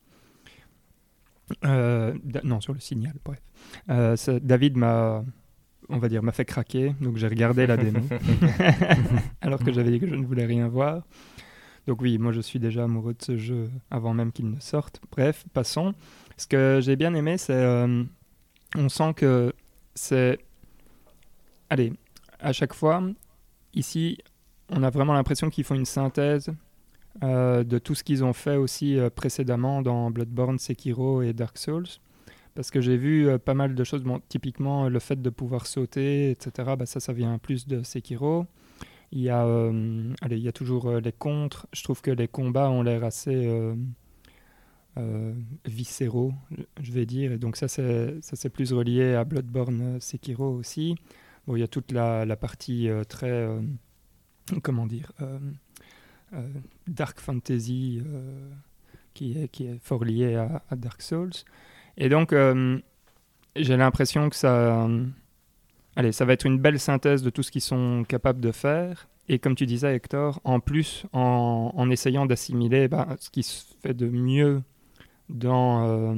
sur le signal, bref. David m'a fait craquer, donc j'ai regardé la démo, alors que j'avais dit que je ne voulais rien voir. Donc oui, moi je suis déjà amoureux de ce jeu avant même qu'il ne sorte. Bref, passons. Ce que j'ai bien aimé, c'est... on sent que c'est... Allez, à chaque fois, ici, on a vraiment l'impression qu'ils font une synthèse de tout ce qu'ils ont fait aussi précédemment dans Bloodborne, Sekiro et Dark Souls. Parce que j'ai vu pas mal de choses, typiquement le fait de pouvoir sauter, etc. Ça vient plus de Sekiro. Il y a, il y a toujours les contres. Je trouve que les combats ont l'air assez viscéraux, je vais dire. Et donc ça, c'est plus relié à Bloodborne, Sekiro aussi. Bon, il y a toute la partie très, comment dire, dark fantasy qui est fort liée à Dark Souls. Et donc, j'ai l'impression que ça va être une belle synthèse de tout ce qu'ils sont capables de faire. Et comme tu disais, Hector, en plus, en essayant d'assimiler ce qui se fait de mieux dans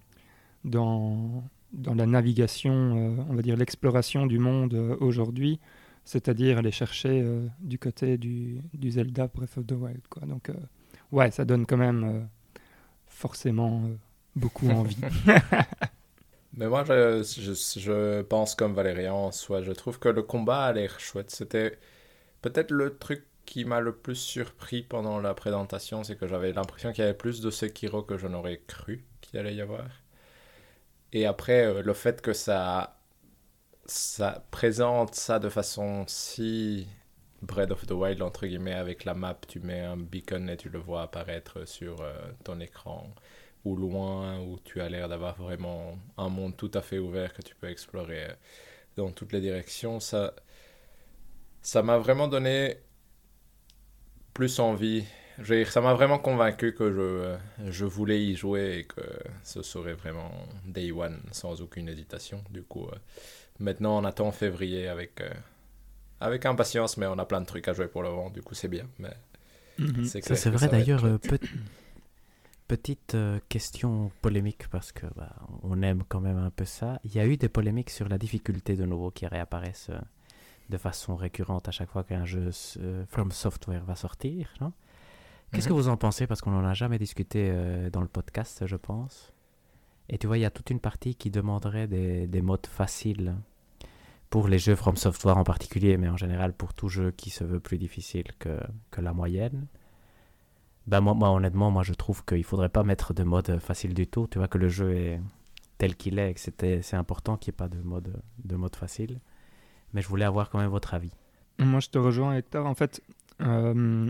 la navigation, on va dire l'exploration du monde aujourd'hui, c'est-à-dire aller chercher du côté du Zelda Breath of the Wild, quoi. Donc, ouais, ça donne quand même forcément beaucoup envie. Mais moi, je pense comme Valérian en soi. Je trouve que le combat a l'air chouette. C'était peut-être le truc qui m'a le plus surpris pendant la présentation, c'est que j'avais l'impression qu'il y avait plus de Sekiro que je n'aurais cru qu'il allait y avoir. Et après, le fait que ça présente ça de façon si Breath of the Wild, entre guillemets, avec la map, tu mets un beacon et tu le vois apparaître sur ton écran, ou loin, où tu as l'air d'avoir vraiment un monde tout à fait ouvert que tu peux explorer dans toutes les directions. Ça m'a vraiment donné plus envie. Je veux dire, ça m'a vraiment convaincu que je voulais y jouer et que ce serait vraiment Day One sans aucune hésitation. Du coup, maintenant on attend février avec impatience, mais on a plein de trucs à jouer pour le moment. Du coup, c'est bien. Mais c'est clair. Ça, c'est vrai d'ailleurs. Petite question polémique parce que on aime quand même un peu ça. Il y a eu des polémiques sur la difficulté de nouveau qui réapparaissent de façon récurrente à chaque fois qu'un jeu From Software va sortir, non? Qu'est-ce que vous en pensez? Parce qu'on n'en a jamais discuté dans le podcast, je pense. Et tu vois, il y a toute une partie qui demanderait des modes faciles pour les jeux From Software en particulier, mais en général pour tout jeu qui se veut plus difficile que la moyenne. Moi, honnêtement, je trouve qu'il ne faudrait pas mettre de mode facile du tout. Tu vois, que le jeu est tel qu'il est et que c'est important qu'il n'y ait pas de mode facile. Mais je voulais avoir quand même votre avis. Moi, je te rejoins, Hector. En fait, je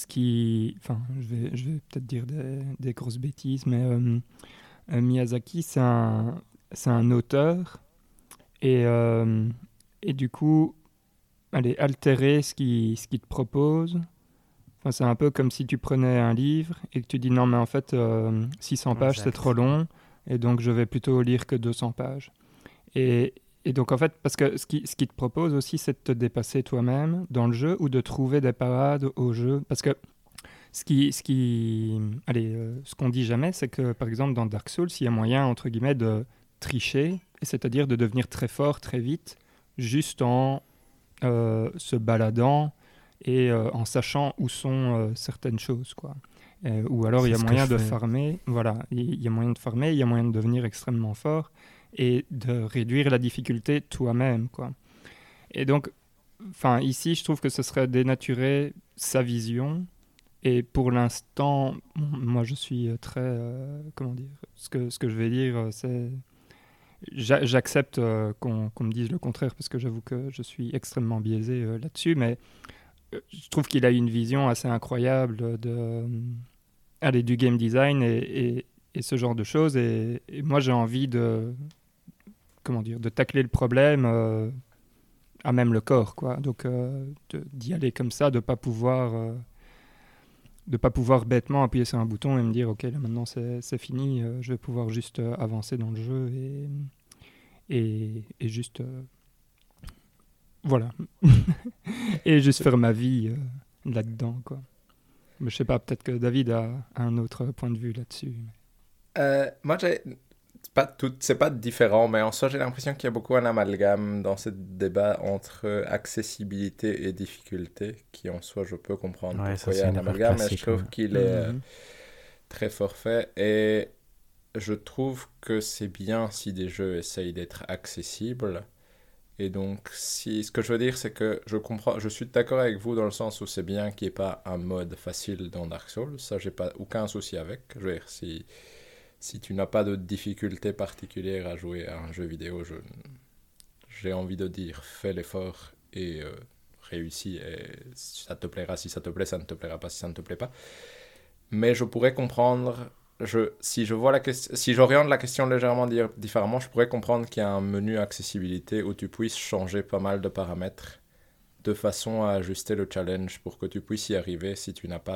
vais peut-être dire des grosses bêtises, mais Miyazaki, c'est un auteur. Et du coup, altérer ce qu'il te propose. Enfin, c'est un peu comme si tu prenais un livre et que tu dis non, mais en fait, 600 pages, c'est trop long. Et donc, je vais plutôt lire que 200 pages. Et donc, en fait, parce que ce qui te propose aussi, c'est de te dépasser toi-même dans le jeu ou de trouver des parades au jeu. Parce que ce qu'on dit jamais, c'est que, par exemple, dans Dark Souls, il y a moyen, entre guillemets, de tricher, et c'est-à-dire de devenir très fort, très vite, juste en se baladant et en sachant où sont certaines choses, quoi. Ou alors, il y a moyen de farmer. Voilà, il y a moyen de farmer, il y a moyen de devenir extrêmement fort et de réduire la difficulté toi-même, quoi. Et donc, ici, je trouve que ce serait dénaturer sa vision. Et pour l'instant, moi, je suis très... comment dire? Ce que je vais dire, c'est... J'accepte qu'on me dise le contraire, parce que j'avoue que je suis extrêmement biaisé là-dessus, mais je trouve qu'il a une vision assez incroyable du game design et ce genre de choses. Et moi, j'ai envie de tacler le problème à même le corps, quoi. Donc, d'y aller comme ça, de pas pouvoir bêtement appuyer sur un bouton et me dire ok, là maintenant c'est fini, je vais pouvoir juste avancer dans le jeu et juste voilà et juste faire ma vie là-dedans, quoi. Mais je sais pas, peut-être que David a un autre point de vue là-dessus. Moi, c'est pas différent, mais en soi, j'ai l'impression qu'il y a beaucoup un amalgame dans ce débat entre accessibilité et difficulté, qui en soi, je peux comprendre pourquoi il y a un amalgame, mais je trouve qu'il est très fort fait. Et je trouve que c'est bien si des jeux essayent d'être accessibles. Et donc, ce que je veux dire, c'est que je suis d'accord avec vous dans le sens où c'est bien qu'il n'y ait pas un mode facile dans Dark Souls. Ça, j'ai pas aucun souci avec. Je veux dire, si tu n'as pas de difficulté particulière à jouer à un jeu vidéo, j'ai envie de dire, fais l'effort et réussi et ça te plaira si ça te plaît, ça ne te plaira pas si ça ne te plaît pas. Mais je pourrais comprendre, si j'oriente la question légèrement différemment, je pourrais comprendre qu'il y a un menu accessibilité où tu puisses changer pas mal de paramètres de façon à ajuster le challenge pour que tu puisses y arriver si tu n'as pas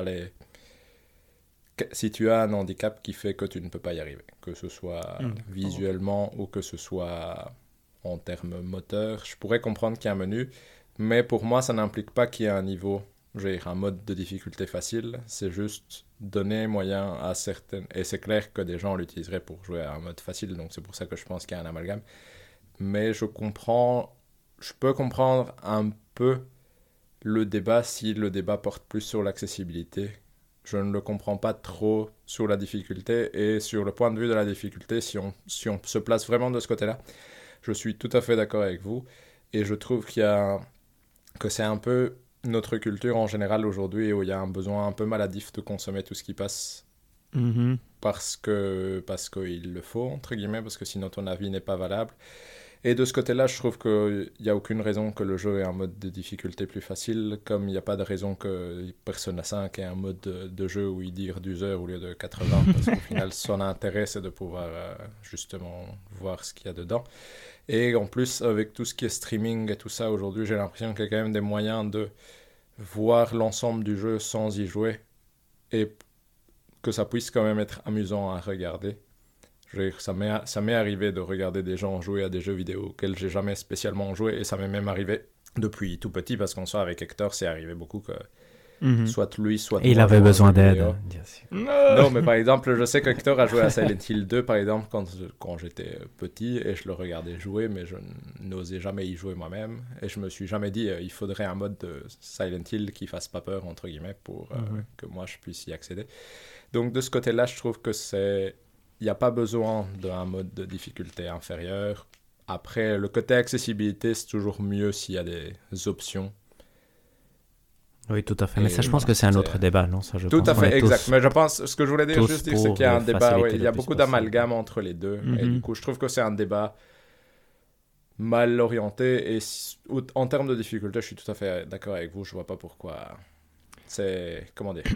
si tu as un handicap qui fait que tu ne peux pas y arriver, que ce soit visuellement ou que ce soit en termes moteurs. Je pourrais comprendre qu'il y a un menu, mais pour moi, ça n'implique pas qu'il y ait un niveau, un mode de difficulté facile. C'est juste donner moyen à certaines... Et c'est clair que des gens l'utiliseraient pour jouer à un mode facile, donc c'est pour ça que je pense qu'il y a un amalgame. Mais je peux comprendre un peu le débat si le débat porte plus sur l'accessibilité. Je ne le comprends pas trop sur la difficulté, et sur le point de vue de la difficulté, si on se place vraiment de ce côté-là, je suis tout à fait d'accord avec vous, et je trouve que c'est un peu notre culture en général aujourd'hui, où il y a un besoin un peu maladif de consommer tout ce qui passe parce qu'il le faut, entre guillemets, parce que sinon ton avis n'est pas valable. Et de ce côté-là, je trouve qu'il n'y a aucune raison que le jeu ait un mode de difficulté plus facile, comme il n'y a pas de raison que Persona 5 ait un mode de jeu où il dure 12 heures au lieu de 80, parce qu'au final, son intérêt, c'est de pouvoir justement voir ce qu'il y a dedans. Et en plus, avec tout ce qui est streaming et tout ça, aujourd'hui, j'ai l'impression qu'il y a quand même des moyens de voir l'ensemble du jeu sans y jouer, et que ça puisse quand même être amusant à regarder. Ça m'est arrivé de regarder des gens jouer à des jeux vidéo auxquels j'ai jamais spécialement joué, et ça m'est même arrivé depuis tout petit, parce qu'en soi avec Hector c'est arrivé beaucoup que soit lui soit et moi, il avait besoin d'aide, bien sûr. Non, mais par exemple je sais qu'Hector a joué à Silent Hill 2 par exemple quand j'étais petit, et je le regardais jouer, mais je n'osais jamais y jouer moi-même, et je me suis jamais dit il faudrait un mode de Silent Hill qui fasse pas peur entre guillemets pour que moi je puisse y accéder. Donc de ce côté-là, je trouve que il n'y a pas besoin d'un mode de difficulté inférieur. Après, le côté accessibilité, c'est toujours mieux s'il y a des options. Oui, tout à fait. Mais ça, je pense que c'est un autre débat, non? Ça, tout à fait, exact. Mais je pense, ce que je voulais dire, c'est qu'il y a un débat, il y a beaucoup d'amalgame entre les deux. Et du coup, je trouve que c'est un débat mal orienté. Et en termes de difficulté, je suis tout à fait d'accord avec vous. Je ne vois pas pourquoi. Comment dire,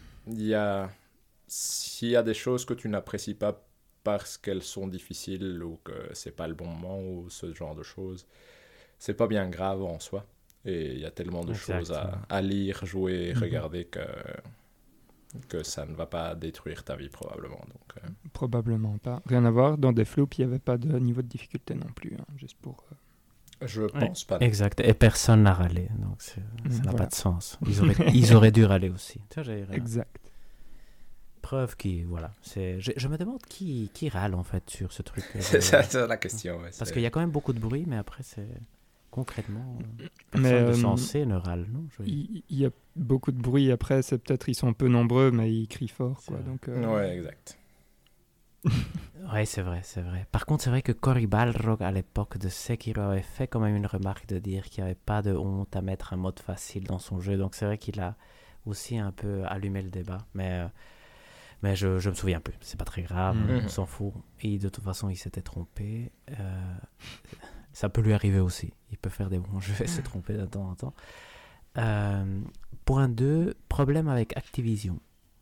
s'il y a des choses que tu n'apprécies pas parce qu'elles sont difficiles, ou que c'est pas le bon moment, ou ce genre de choses, c'est pas bien grave en soi. Et il y a tellement de choses à lire, jouer, regarder que ça ne va pas détruire ta vie probablement. Donc, Probablement pas. Rien à voir. Dans Deathloop, il n'y avait pas de niveau de difficulté non plus, juste pour... Je pense pas. Exact. Et personne n'a râlé, donc ça n'a pas de sens. Ils auraient dû râler aussi. Exact. Preuve qui, voilà. Je me demande qui râle en fait sur ce truc. C'est la question. Ouais, parce qu'il y a quand même beaucoup de bruit, mais après c'est concrètement personne de sensé ne râle, non? Il y a beaucoup de bruit. Après, c'est peut-être ils sont peu nombreux, mais ils crient fort, quoi. Donc. Ouais, exact. Ouais, c'est vrai. Par contre, c'est vrai que Cory Balrog, à l'époque de Sekiro, avait fait quand même une remarque de dire qu'il n'y avait pas de honte à mettre un mode facile dans son jeu. Donc c'est vrai qu'il a aussi un peu allumé le débat. Mais je me souviens plus. C'est pas très grave, on s'en fout. Et de toute façon, il s'était trompé. Ça peut lui arriver aussi. Il peut faire des bons jeux et se tromper de temps en temps. Point 2, problème avec Activision.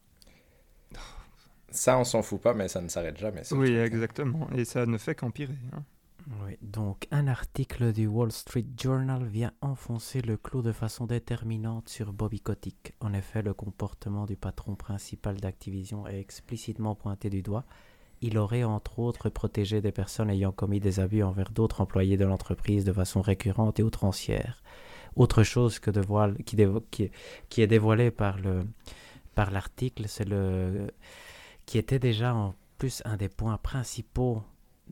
Ça, on s'en fout pas, mais ça ne s'arrête jamais. Oui, exactement. Et ça ne fait qu'empirer. Oui, donc un article du Wall Street Journal vient enfoncer le clou de façon déterminante sur Bobby Kotick. En effet, le comportement du patron principal d'Activision est explicitement pointé du doigt. Il aurait entre autres protégé des personnes ayant commis des abus envers d'autres employés de l'entreprise de façon récurrente et outrancière. Autre chose qui est dévoilée par l'article, c'est qui était déjà en plus un des points principaux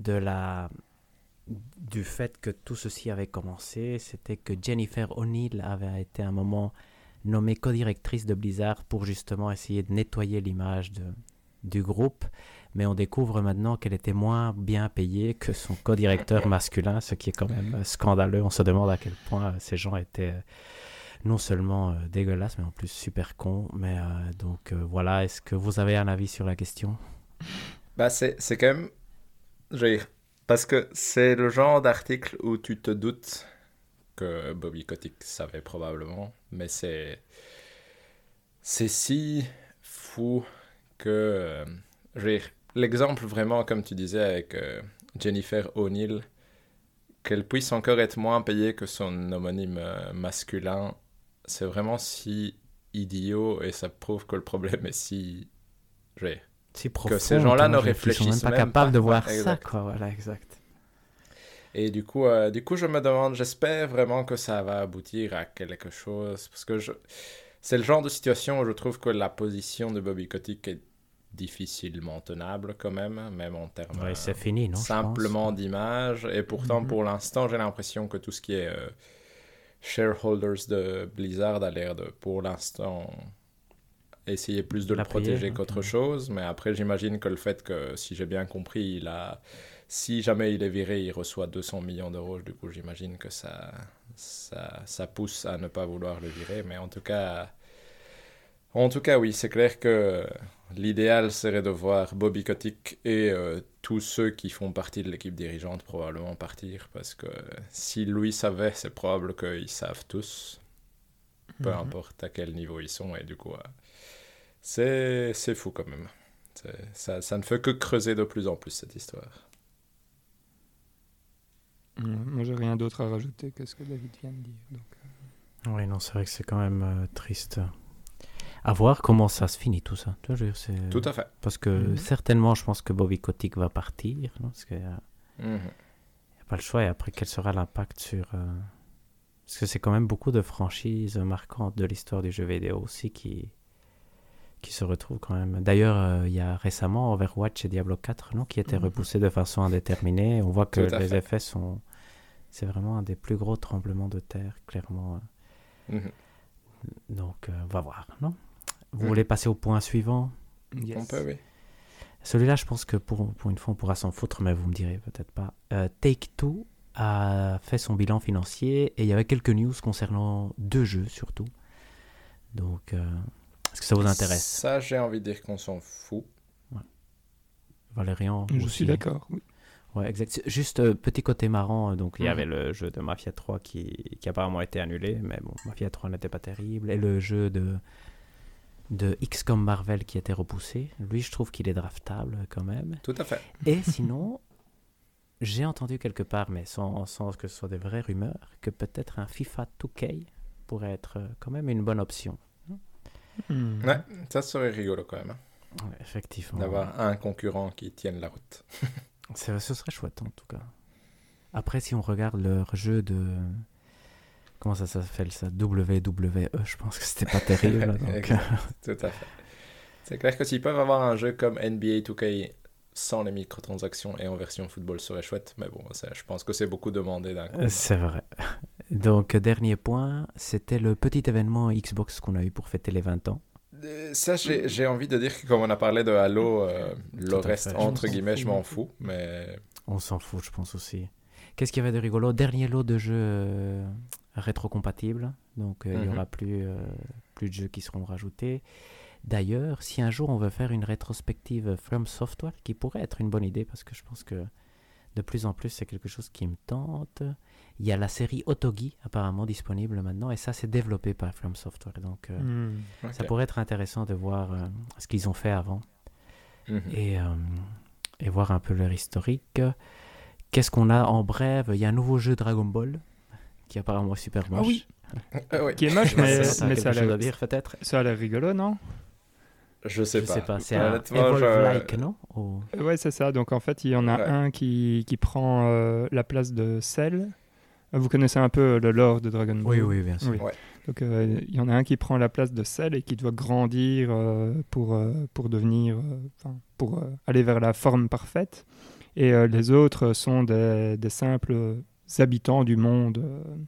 du fait que tout ceci avait commencé, c'était que Jennifer O'Neill avait été à un moment nommée co-directrice de Blizzard pour justement essayer de nettoyer l'image du groupe, mais on découvre maintenant qu'elle était moins bien payée que son co-directeur masculin, ce qui est quand même scandaleux. On se demande à quel point ces gens étaient non seulement dégueulasses, mais en plus super cons. Mais donc voilà, est-ce que vous avez un avis sur la question? C'est quand même... parce que c'est le genre d'article où tu te doutes que Bobby Kotick savait probablement. Mais c'est si fou que... je veux dire, l'exemple vraiment, comme tu disais, avec Jennifer O'Neill, qu'elle puisse encore être moins payée que son homonyme masculin, c'est vraiment si idiot et ça prouve que le problème est si... je veux dire, Si profond, que ces gens-là ne ils sont réfléchissent même pas même capables pas. de voir Exact. ça, quoi. Voilà, exact. Et du coup, je me demande, j'espère vraiment que ça va aboutir à quelque chose, parce que c'est le genre de situation où je trouve que la position de Bobby Kotick est difficilement tenable quand même en termes Ouais, c'est fini, non, je simplement pense. d'image. Et pourtant, pour l'instant, j'ai l'impression que tout ce qui est shareholders de Blizzard a l'air de, pour l'instant, essayer plus de le L'appuyer, protéger ok. qu'autre chose. Mais après, j'imagine que le fait que, si j'ai bien compris, si jamais il est viré, il reçoit 200 millions d'euros. Du coup, j'imagine que ça pousse à ne pas vouloir le virer. Mais en tout cas, oui, c'est clair que l'idéal serait de voir Bobby Kotick et tous ceux qui font partie de l'équipe dirigeante probablement partir. Parce que si Louis savait, c'est probable qu'ils savent tous, peu importe à quel niveau ils sont. Et du coup, c'est fou quand même. Ça ne fait que creuser de plus en plus cette histoire. Moi, j'ai rien d'autre à rajouter que ce que David vient de dire. Donc, Oui, non, c'est vrai que c'est quand même triste. À voir comment ça se finit tout ça. Tu vois, je veux dire, c'est... Tout à fait. Parce que certainement, je pense que Bobby Kotick va partir, non, parce qu'il n'y a pas le choix. Et après, quel sera l'impact sur... Parce que c'est quand même beaucoup de franchises marquantes de l'histoire du jeu vidéo aussi qui se retrouvent quand même. D'ailleurs, il y a récemment Overwatch et Diablo 4 non, qui étaient repoussés de façon indéterminée. On voit que Tout à les fait. effets sont... C'est vraiment un des plus gros tremblements de terre, clairement. Donc, on va voir, non? Vous voulez passer au point suivant? yes. On peut, oui. Celui-là, je pense que pour une fois, on pourra s'en foutre, mais vous me direz peut-être pas. Take-Two a fait son bilan financier et il y avait quelques news concernant 2 jeux surtout. Donc, est-ce que ça vous intéresse? Ça, j'ai envie de dire qu'on s'en fout. Valérian Je aussi. suis d'accord. Oui. Ouais, exact. Juste petit côté marrant, donc il y avait le jeu de Mafia 3 qui apparemment a été annulé, mais bon, Mafia 3 n'était pas terrible. Et le jeu de XCOM Marvel qui a été repoussé. Lui, je trouve qu'il est draftable quand même. Tout à fait. Et sinon, j'ai entendu quelque part, mais sans que ce soit des vraies rumeurs, que peut-être un FIFA 2K pourrait être quand même une bonne option. Ouais, ça serait rigolo quand même. Ouais, effectivement. D'avoir un concurrent qui tienne la route. Ce serait chouette en tout cas. Après, si on regarde leur jeu de... Comment ça s'appelle ça? WWE, je pense que c'était pas terrible. Donc... Tout à fait. C'est clair que s'ils peuvent avoir un jeu comme NBA 2K sans les microtransactions et en version football, serait chouette. Mais bon, je pense que c'est beaucoup demandé d'un coup. C'est vrai. Donc, dernier point, c'était le petit événement Xbox qu'on a eu pour fêter les 20 ans. Ça, j'ai envie de dire que comme on a parlé de Halo, le reste, fait. entre guillemets, je m'en fous. Mais... On s'en fout, je pense aussi. Qu'est-ce qu'il y avait de rigolo? Dernier lot de jeux rétrocompatibles. Donc, il n'y aura plus de jeux qui seront rajoutés. D'ailleurs, si un jour on veut faire une rétrospective From Software, qui pourrait être une bonne idée, parce que je pense que de plus en plus c'est quelque chose qui me tente. Il y a la série Otogi apparemment disponible maintenant, et ça c'est développé par From Software. Donc ça pourrait être intéressant de voir ce qu'ils ont fait avant et voir un peu leur historique. Qu'est-ce qu'on a en bref? Il y a un nouveau jeu Dragon Ball qui apparemment est super moche. Ah oui. Oui. Qui est moche, mais ça a ça quelque a chose à l'air dire peut-être. ça a l'air rigolo, non? Je sais sais pas. pas, c'est un Honnêtement, Evolve-like, non? Ou... Ouais, c'est ça. Donc en fait, il y en a un qui prend la place de Cell. Vous connaissez un peu le lore de Dragon Ball? Oui, bien sûr. Oui. Ouais. Donc il y en a un qui prend la place de Cell et qui doit grandir pour devenir, pour aller vers la forme parfaite. Et les autres sont des simples habitants du monde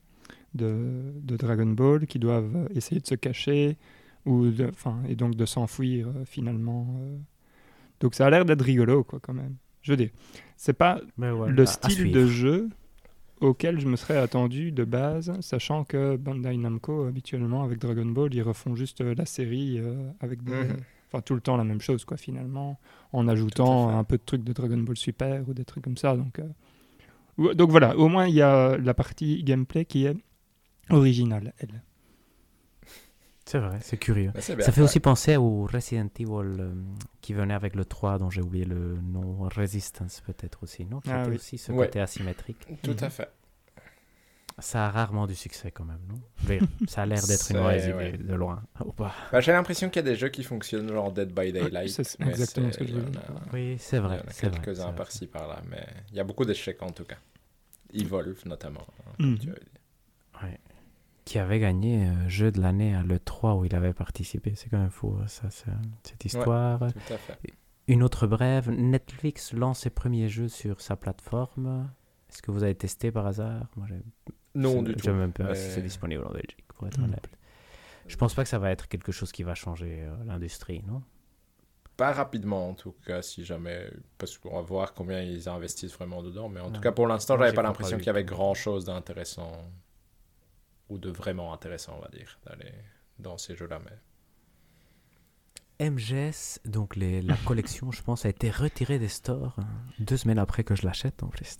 de Dragon Ball qui doivent essayer de se cacher et donc de s'enfuir finalement. Donc ça a l'air d'être rigolo, quoi, quand même. Je veux dire, c'est pas le style de jeu auquel je me serais attendu de base, sachant que Bandai Namco, habituellement, avec Dragon Ball, ils refont juste la série avec tout le temps la même chose, quoi, finalement, en ajoutant un peu de trucs de Dragon Ball Super ou des trucs comme ça. Donc voilà, au moins, il y a la partie gameplay qui est originale, elle. C'est vrai, c'est curieux. Mais c'est bien, Ça fait ouais. aussi penser au Resident Evil qui venait avec le 3, dont j'ai oublié le nom, Resistance peut-être aussi, non? Qui Ah était oui. aussi ce Ouais. côté asymétrique. Tout à fait. Ça a rarement du succès quand même, non? Mais ça a l'air d'être une C'est- mauvaise idée ouais. de loin. Ou pas? Bah, j'ai l'impression qu'il y a des jeux qui fonctionnent, genre Dead by Daylight. c'est mais exactement ce que je il y en voulais a- dire. Oui, c'est il y vrai. en a c'est vrai, quelques-uns c'est vrai. par-ci par-là, mais il y a beaucoup d'échecs en tout cas. Evolve notamment, hein, Mhm. comme tu avais dit. Ouais. Qui avait gagné jeu de l'année à l'E3 où il avait participé. C'est quand même fou, ça, cette histoire. Tout à fait. Une autre brève, Netflix lance ses premiers jeux sur sa plateforme. Est-ce que vous avez testé par hasard? Moi, Non, du je tout. sais même pas mais- si c'est disponible en Belgique, pour être Mm. honnête. Je pense pas que ça va être quelque chose qui va changer l'industrie, non? Pas rapidement en tout cas, si jamais, parce qu'on va voir combien ils investissent vraiment dedans. Mais en tout Non. cas, pour l'instant, Moi, j'avais j'y pas crois l'impression pas qu'il y avait du tout. grand-chose d'intéressant ou de vraiment intéressant, on va dire, dans ces jeux-là. Mais MGS, donc la collection, je pense, a été retirée des stores 2 semaines après que je l'achète en plus.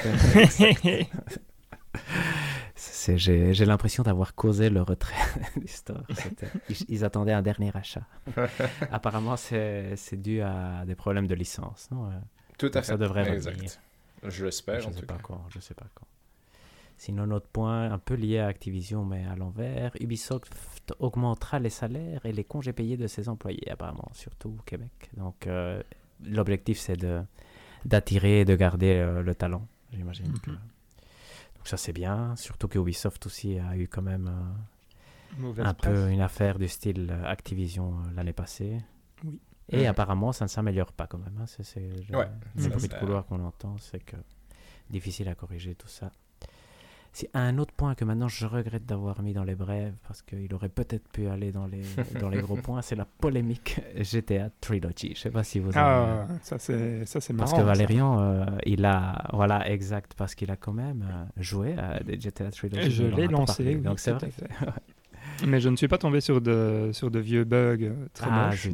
J'ai l'impression d'avoir causé le retrait des stores. Ils attendaient un dernier achat. Apparemment, c'est dû à des problèmes de licence, non? tout à Donc fait. ça devrait exact. revenir. Je l'espère Je en ne sais tout pas cas. quand, je sais pas quand. Sinon, notre point, un peu lié à Activision, mais à l'envers, Ubisoft augmentera les salaires et les congés payés de ses employés, apparemment, surtout au Québec. Donc, l'objectif, c'est d'attirer et de garder le talent, j'imagine. Mhm. Donc ça, c'est bien, surtout que Ubisoft aussi a eu quand même Mauvaise un presse. peu une affaire du style Activision l'année passée. Oui. Et Mhm. apparemment, ça ne s'améliore pas quand même. Hein. Ouais, Les ça, bruits de c'est- couloir qu'on entend, c'est que difficile à corriger tout ça. C'est un autre point que maintenant je regrette d'avoir mis dans les brèves parce qu'il aurait peut-être pu aller dans les gros points, c'est la polémique GTA Trilogy. Je ne sais pas si vous avez... Ah, ça c'est Parce marrant. que Valérian, il a... Voilà, exact, parce qu'il a quand même joué à des GTA Trilogy. Je il en l'ai a pas lancé, parlé, oui, donc c'est tout à vrai. fait. Mais je ne suis pas tombé sur de vieux bugs très Ah, moches. zut.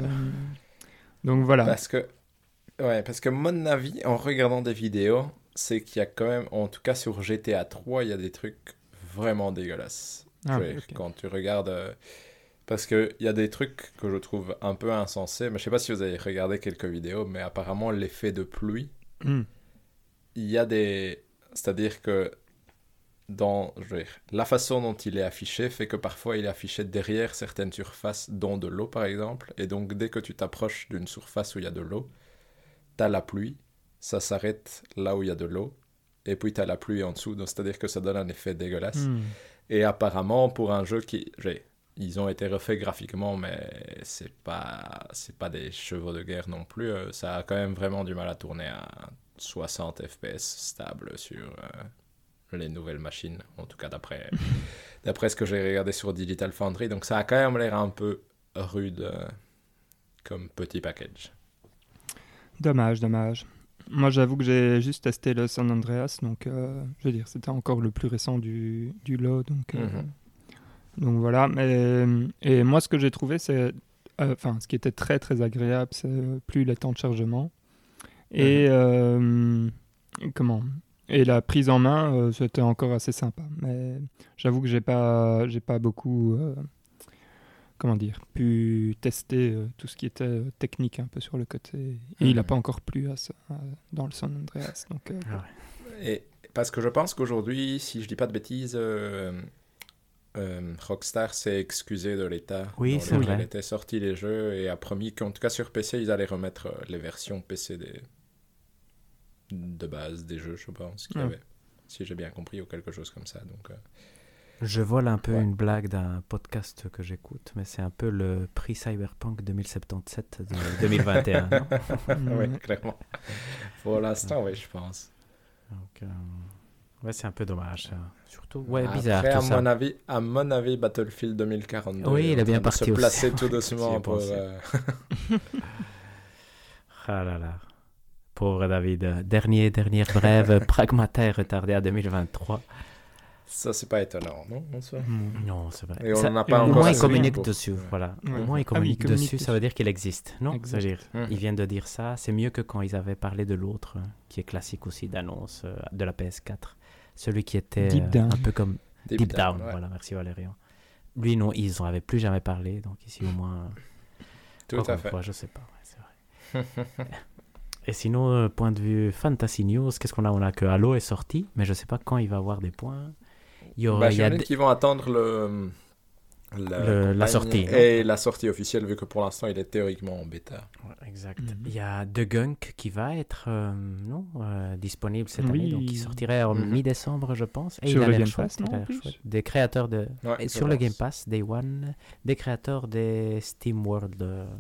Donc voilà. Parce que mon avis, en regardant des vidéos, c'est qu'il y a quand même, en tout cas sur GTA 3, il y a des trucs vraiment dégueulasses. Ah, Je veux dire, ok. quand tu regardes... parce qu'il y a des trucs que je trouve un peu insensés, mais je sais pas si vous avez regardé quelques vidéos, mais apparemment l'effet de pluie, Hmm. il y a des... C'est-à-dire que je veux dire, la façon dont il est affiché fait que parfois il est affiché derrière certaines surfaces, dont de l'eau par exemple, et donc dès que tu t'approches d'une surface où il y a de l'eau, t'as la pluie, ça s'arrête là où il y a de l'eau, et puis t'as la pluie en dessous, donc c'est-à-dire que ça donne un effet dégueulasse. Hmm. Et apparemment, pour un jeu ils ont été refaits graphiquement, mais c'est pas des chevaux de guerre non plus. Ça a quand même vraiment du mal à tourner à 60 FPS stable sur les nouvelles machines, en tout cas d'après ce que j'ai regardé sur Digital Foundry. Donc ça a quand même l'air un peu rude comme petit package. Dommage. Moi, j'avoue que j'ai juste testé le San Andreas, donc je veux dire, c'était encore le plus récent du lot, donc voilà. Et moi, ce que j'ai trouvé, c'est, ce qui était très très agréable, c'est plus les temps de chargement et et la prise en main, c'était encore assez sympa. Mais j'avoue que j'ai pas beaucoup pu tester tout ce qui était technique un peu sur le côté. Et il n'a pas encore plu à ça dans le San Andreas. Donc, Et parce que je pense qu'aujourd'hui, si je dis pas de bêtises, Rockstar s'est excusé de l'état Oui, dans c'est lequel vrai. étaient sortis les jeux et a promis qu'en tout cas sur PC, ils allaient remettre les versions PC de base des jeux, je pense qu'il y avait. Si j'ai bien compris, ou quelque chose comme ça. Donc, Je vole un peu Ouais. une blague d'un podcast que j'écoute, mais c'est un peu le prix Cyberpunk 2077 de 2021. non oui, clairement. Pour l'instant, oui, je pense. Donc, ouais, c'est un peu dommage. Ça. Surtout, ouais, bizarre Après, tout ça. à mon avis, Battlefield 2042 Oui, il est en bien train de parti se aussi. placer tout J'y ai doucement pour... pensé. Ah là là. Pauvre David. Dernière brève, Pragmata est retardé à 2023. Ça, c'est pas étonnant, non, en soi? Non, c'est vrai. Et on Ça- n'en a pas au Au encore moins, il assez communique pour- dessus. Ouais. Voilà. Ouais. Au moins, il Ah oui, il communique communique dessus, ça veut dire qu'il existe. Non, Exact. ça veut dire, Mhm. ils viennent de dire ça. C'est mieux que quand ils avaient parlé de l'autre, qui est classique aussi d'annonce de la PS4. Celui qui était Deep Down. un peu comme Deep Down, ouais. voilà, merci Valérian. Lui, non, ils n'en avaient plus jamais parlé, donc ici au moins... Tout à fait. Fois, je sais pas, ouais, c'est vrai. Et sinon, point de vue Fantasy News, qu'est-ce qu'on a? On a que Halo est sorti, mais je sais pas quand il va avoir des points. J'imagine qu'ils vont attendre la sortie. Et la sortie officielle, vu que pour l'instant, il est théoriquement en bêta. Ouais, exact. Il y a The Gunk qui va être disponible cette année, donc il sortirait en mi-décembre, je pense. Et sur il a le l'air Game chouette, Pass, non, en plus des créateurs de... Ouais, sur le Game Pass, Day One, des créateurs des Steam World,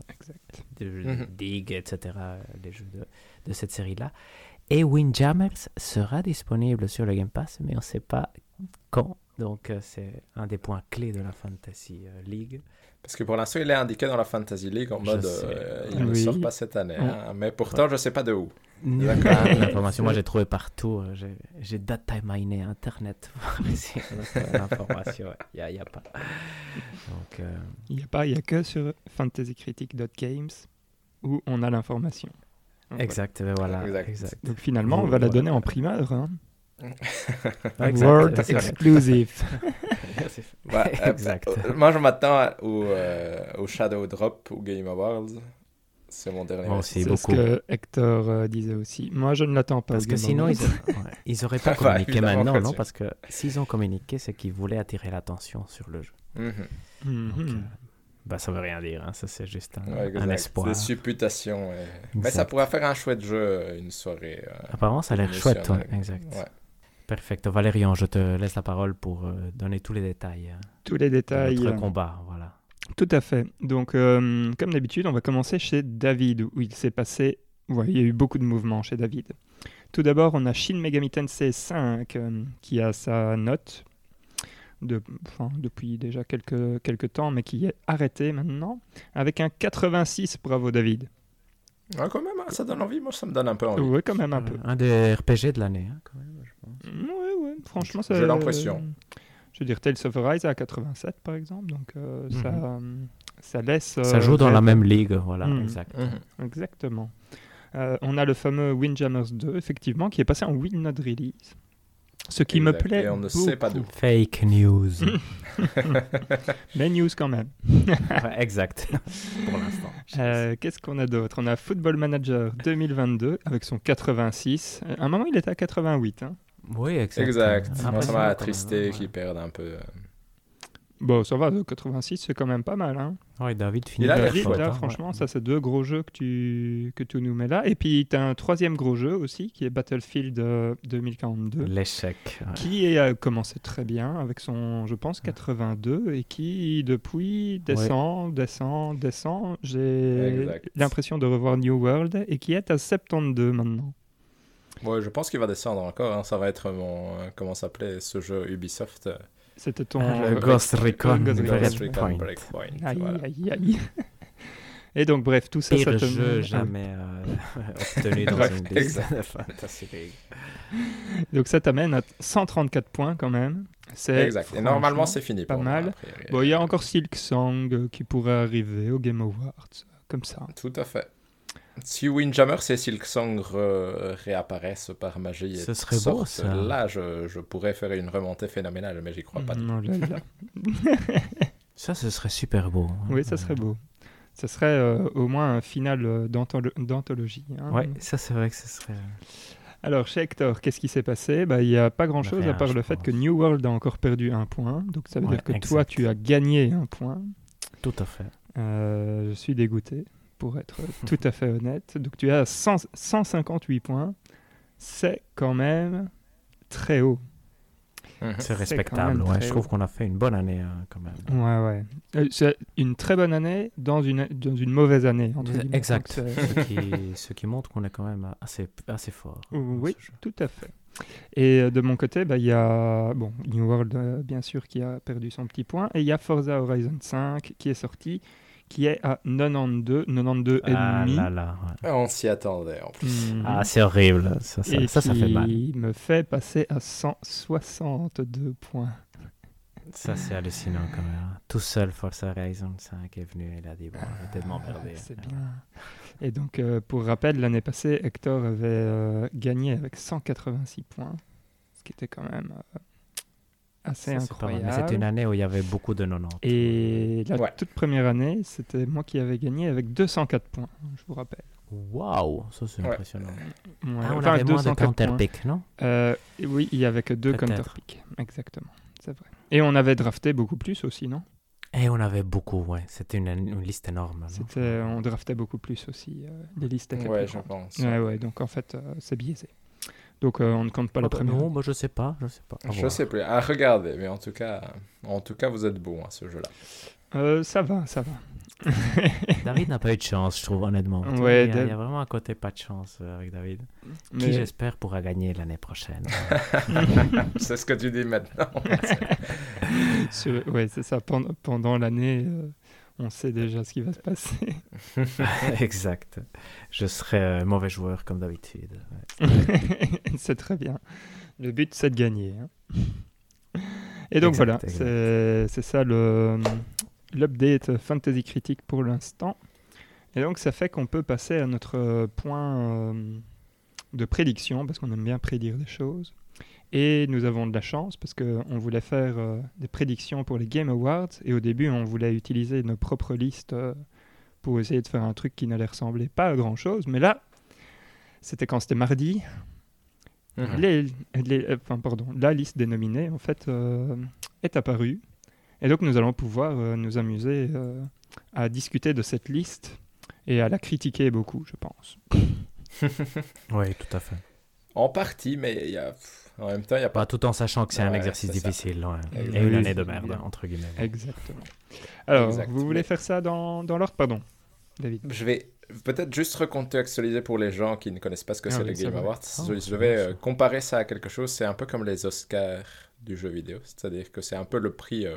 de Dig, etc., les jeux de cette série-là. Et Windjammers sera disponible sur le Game Pass, mais on ne sait pas quand. Donc, c'est un des points clés de la Fantasy League. Parce que pour l'instant, il est indiqué dans la Fantasy League en mode il ne sort pas cette année. Hein, mais pourtant, je ne sais pas de où. L'information, moi, j'ai trouvé partout. J'ai data miné Internet pour essayer l'information. Il n'y a pas. Donc, il n'y a que sur fantasycritic.games où on a l'information. Donc, exact, voilà. Exact. Donc finalement, on va la donner en primeur. Hein. World exclusive. Exact. Moi, je m'attends au Shadow Drop ou Game Awards. C'est mon dernier. C'est ce que Hector disait aussi. Moi, je ne l'attends pas. Parce que sinon, ils n'auraient pas communiqué maintenant, non? Parce que s'ils ont communiqué, c'est qu'ils voulaient attirer l'attention sur le jeu. Donc, ça veut rien dire, hein. Ça c'est juste un espoir. Des supputations. Mais ça pourrait faire un chouette jeu, une soirée. Apparemment, ça a l'air chouette, exact. Ouais. Perfect. Valérian, je te laisse la parole pour donner tous les détails. Tous les détails. De notre combat, voilà. Tout à fait. Donc, comme d'habitude, on va commencer chez David, où il s'est passé... Ouais, il y a eu beaucoup de mouvements chez David. Tout d'abord, on a Shin Megami Tensei 5 qui a sa note depuis déjà quelques temps, mais qui est arrêté maintenant, avec un 86. Bravo David. Ah, quand même, ça donne envie. Moi, ça me donne un peu envie. Oui, quand même un peu. Un des RPG de l'année, hein, quand même, je pense. Oui, franchement, j'ai l'impression. Je veux dire, Tales of Arise à 87, par exemple, donc ça laisse... ça joue dans la même ligue, voilà, exact. Exactement. On a le fameux Windjammers 2, effectivement, qui est passé en Will Not Release. Ce qui me plaît et on ne sait pas d'où. Fake news. Mais news quand même. Ouais, exact. Pour l'instant. Qu'est-ce qu'on a d'autre? On a Football Manager 2022 avec son 86. À un moment, il était à 88. Hein. Oui, exact. Moi, ça m'a attristé qu'ils perdent un peu. Bon, ça va, 86, c'est quand même pas mal. Hein. Oui, David finit. David, là, franchement, ça, c'est 2 gros jeux que tu nous mets là. Et puis, tu as un 3e gros jeu aussi, qui est Battlefield 2042. L'échec. Ouais. Qui a commencé très bien, avec son, je pense, 82, et qui, depuis, descend. J'ai l'impression de revoir New World, et qui est à 72 maintenant. Ouais, je pense qu'il va descendre encore. Hein. Ça va être mon... comment s'appelait ce jeu Ubisoft C'était ton... Ghost Recon Breakpoint. Aïe. Et donc, bref, tout ça, pire ça te jeu jamais obtenu dans une liste de Fantasy League. Donc, ça t'amène à 134 points quand même. C'est exact. Et normalement, c'est fini. Pas mal. Bon, il y a encore Silk Song qui pourrait arriver au Game Awards, comme ça. Tout à fait. Si Windjammers et Silksong réapparaissent par magie, ce serait beau, ça. Là, je pourrais faire une remontée phénoménale, mais j'y crois pas. Ça, ce serait super beau. Oui, ça serait beau. Ça serait au moins un final d'anthologie. Hein. Oui, ça, c'est vrai que ce serait... Alors, chez Hector, qu'est-ce qui s'est passé? Il n'y a pas grand-chose à part le fait que New World a encore perdu 1 point. Donc, ça veut dire que toi, tu as gagné 1 point. Tout à fait. Je suis dégoûté, pour être tout à fait honnête. Donc, tu as 158 points. C'est quand même très haut. C'est respectable, je trouve qu'on a fait une bonne année quand même. Ouais. C'est une très bonne année dans une mauvaise année. Exact. Ce qui montre qu'on est quand même assez fort. Oui, tout à fait. Et de mon côté, il y a New World, bien sûr, qui a perdu son petit point. Et il y a Forza Horizon 5 qui est sorti, qui est à 92 et demi. On s'y attendait en plus. C'est horrible. Ça fait mal. Il me fait passer à 162 points. Ça, c'est hallucinant quand même. Tout seul, Forza Horizon 5 est venu et il a dit, arrêtez de m'emmerder. C'est bien. Et donc, pour rappel, l'année passée, Hector avait gagné avec 186 points, ce qui était quand même assez Ça, c'est pas mal. incroyable. Mais c'était une année où il y avait beaucoup de 90. Et la Ouais. toute première année, c'était moi qui avais gagné avec 204 points, je vous rappelle. Waouh, ça c'est Ouais. impressionnant. Ouais, Ah, on enfin, avait moins de 204 points. counterpick, non? Oui, il y avait que 2 Peut-être. counterpicks, exactement, c'est vrai. Et on avait drafté beaucoup plus aussi, non? Et on avait beaucoup, ouais. C'était une liste énorme. non? On draftait beaucoup plus aussi, les listes étaient Ouais, plus je grandes. pense. Ouais, donc en fait, c'est biaisé. Donc on ne compte pas la première. Non, bah, je sais pas. À Je voir. sais plus. À regarder, mais en tout cas, vous êtes bon à ce jeu-là. Ça va. David n'a pas eu de chance, je trouve, honnêtement. Tu Ouais, vois, il y Dave- a vraiment un côté pas de chance avec David. Mais- Qui, j'espère, pourra gagner l'année prochaine. C'est ce que tu dis maintenant. Ouais, c'est ça. Pendant l'année, on sait déjà ce qui va se passer. Exact. Je serai mauvais joueur comme d'habitude. C'est très bien. Le but, c'est de gagner. Hein. Et donc Exact, voilà, exact. c'est ça l'update Fantasy Critique pour l'instant. Et donc ça fait qu'on peut passer à notre point de prédiction, parce qu'on aime bien prédire des choses. Et nous avons de la chance, parce qu'on voulait faire des prédictions pour les Game Awards, et au début on voulait utiliser nos propres listes pour essayer de faire un truc qui n'allait ressembler pas à grand-chose. Mais là, c'était quand c'était mardi. Mhm. La liste des nominés, en fait, est apparue. Et donc, nous allons pouvoir nous amuser à discuter de cette liste et à la critiquer beaucoup, je pense. Oui, tout à fait. En partie, mais en même temps, il n'y a pas. Pas tout en sachant que c'est un Ouais, exercice c'est ça. difficile. Ouais. Exact. Et une Oui, année de c'est merde, bien. entre guillemets. Exactement. Alors, Exact. vous voulez Mais- faire ça dans l'ordre? Pardon, David. Je vais peut-être juste recontextualiser pour les gens qui ne connaissent pas ce que Ah c'est oui, les c'est Game vrai. Awards. Oh, Je c'est vais bon, ça. comparer ça à quelque chose. C'est un peu comme les Oscars du jeu vidéo. C'est-à-dire que c'est un peu le prix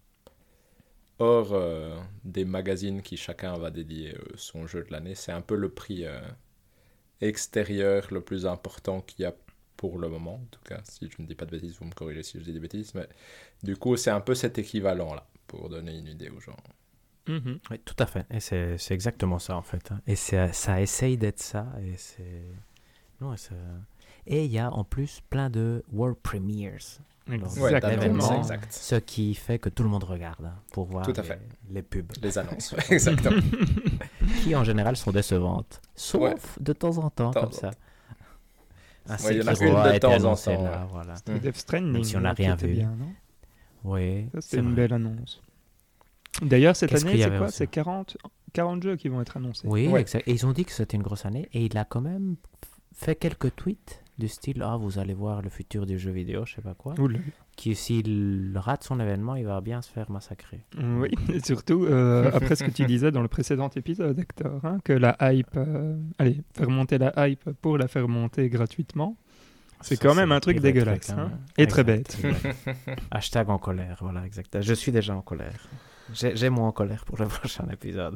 hors des magazines qui chacun va dédier son jeu de l'année. C'est un peu le prix extérieur le plus important qu'il y a pour le moment. En tout cas, si je ne dis pas de bêtises, vous me corrigez si je dis des bêtises. Mais du coup, c'est un peu cet équivalent-là pour donner une idée aux gens. Mhm. Oui, tout à fait. Et c'est exactement ça, en fait. Et ça essaye d'être ça. Et c'est... Non, et il y a en plus plein de World Premiers. Ouais, Exactement. L'événement. exact. Ce qui fait que tout le monde regarde pour voir Tout à fait. les pubs. Les annonces, ouais, exactement. Qui en général sont décevantes. Sauf de temps en temps, Temps comme en ça. Un Ouais, il y en a Sekiro une de a été temps en annoncé temps, là, ouais. voilà. C'était Death Stranding, Même si on n'a qui rien était vu. bien, non? Oui, Ça, c'est c'était une vrai. belle annonce. D'ailleurs, cette Qu'est-ce année, qu'il y c'est avait quoi? aussi C'est 40 jeux qui vont être annoncés. Oui, Ouais. exact. Et ils ont dit que c'était une grosse année. Et il a quand même fait quelques tweets du style « Ah, vous allez voir le futur du jeu vidéo, je sais pas quoi. Oula. » Qui, s'il rate son événement, il va bien se faire massacrer. Oui, et surtout, après ce que tu disais dans le précédent épisode, Hector, hein, que la hype, faire monter la hype pour la faire monter gratuitement, c'est Ça, quand même le un truc pire des dégueulasse. trucs, Hein, hein. et très Exact, bête. exact. Hashtag en colère, voilà, exact. Je suis déjà en colère. J'ai moi en colère pour le prochain épisode.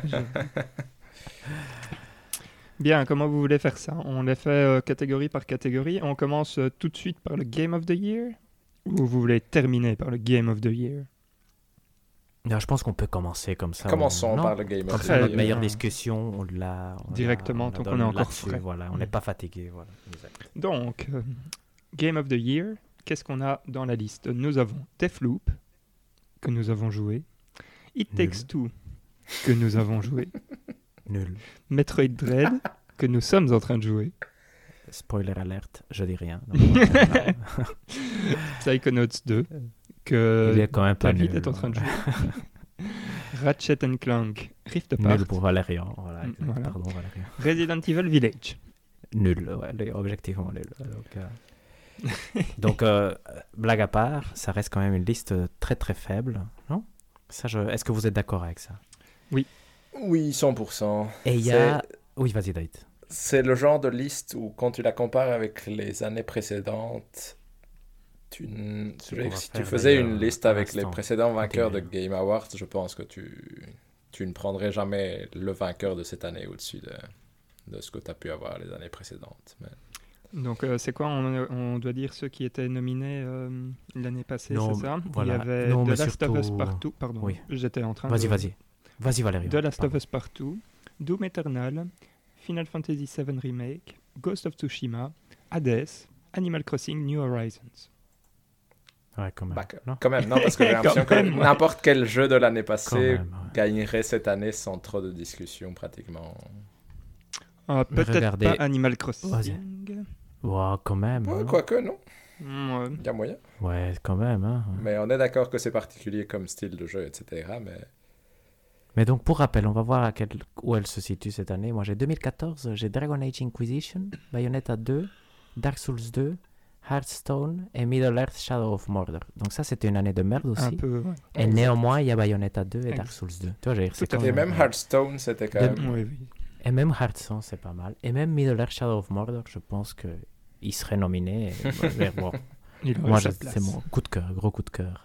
Bien, comment vous voulez faire ça? On les fait catégorie par catégorie. On commence tout de suite par le Game of the Year? Ou vous voulez terminer par le Game of the Year? Non, je pense qu'on peut commencer comme ça. Commençons Non, par le Game Comme of the ça, Très notre Year. meilleure bien. discussion, on l'a Directement, la tant qu'on donne est encore là-dessus, frais. Voilà, on n'est pas fatigué. Voilà. Exact. Donc, Game of the Year, qu'est-ce qu'on a dans la liste? Nous avons Deathloop, que nous avons joué. It Nul. Takes Two, que nous avons joué. Nul. Metroid Dread, que nous sommes en train de jouer. Spoiler alerte, je dis rien. Donc, Psychonauts 2, il que est quand même pas David nul. est en train de jouer. Ratchet Clank Rift Apart. Nul pour Valérian. Voilà, exact. Voilà. Pardon, Valérian. Resident Evil Village. Nul, ouais, objectivement nul. Donc, blague à part, ça reste quand même une liste très très faible, non? Est-ce que vous êtes d'accord avec ça? Oui, 100%. Et il y a... Oui, vas-y, David. C'est le genre de liste où, quand tu la compares avec les années précédentes, si tu faisais une liste avec les précédents vainqueurs de Game Awards, je pense que tu ne prendrais jamais le vainqueur de cette année au-dessus de ce que tu as pu avoir les années précédentes. Mais... Donc, c'est quoi? On doit dire ceux qui étaient nominés l'année passée, Non, c'est ça? voilà. Il y avait Non, The mais Last of Us surtout- Partout. Pardon, Oui. j'étais en train Vas-y, de... vas-y. Vas-y, Valérian. The Last of Pardon. Us Partout, Doom Eternal, Final Fantasy VII Remake, Ghost of Tsushima, Hades, Animal Crossing New Horizons. Ouais, quand même. Bah, non quand même, non, parce que j'ai l'impression que même, ouais. n'importe quel jeu de l'année Quand passée même, ouais. gagnerait cette année sans trop de discussion, pratiquement. Ah, Mais peut-être regardez- pas Animal Crossing. Ouais, quand même. Ouais, hein. quoique, non, Ouais. il y a moyen. Ouais, quand même. Hein. Mais on est d'accord que c'est particulier comme style de jeu, etc. Mais donc, pour rappel, on va voir où elle se situe cette année. Moi, j'ai 2014, j'ai Dragon Age Inquisition, Bayonetta 2, Dark Souls 2, Hearthstone et Middle-earth Shadow of Mordor. Donc ça, c'était une année de merde aussi. Un peu, ouais. Et néanmoins, il y a Bayonetta 2 et Exact. Dark Souls 2. Tu vois, c'est Tout à quand fait. Et même Hearthstone, c'était quand De- même... Oui, oui. Et même Hearthstone, c'est pas mal. Et même Middle-earth Shadow of Mordor, je pense qu'il serait nominé. Mais bon, Il aurait moi, sa place. c'est mon coup de cœur, gros coup de cœur.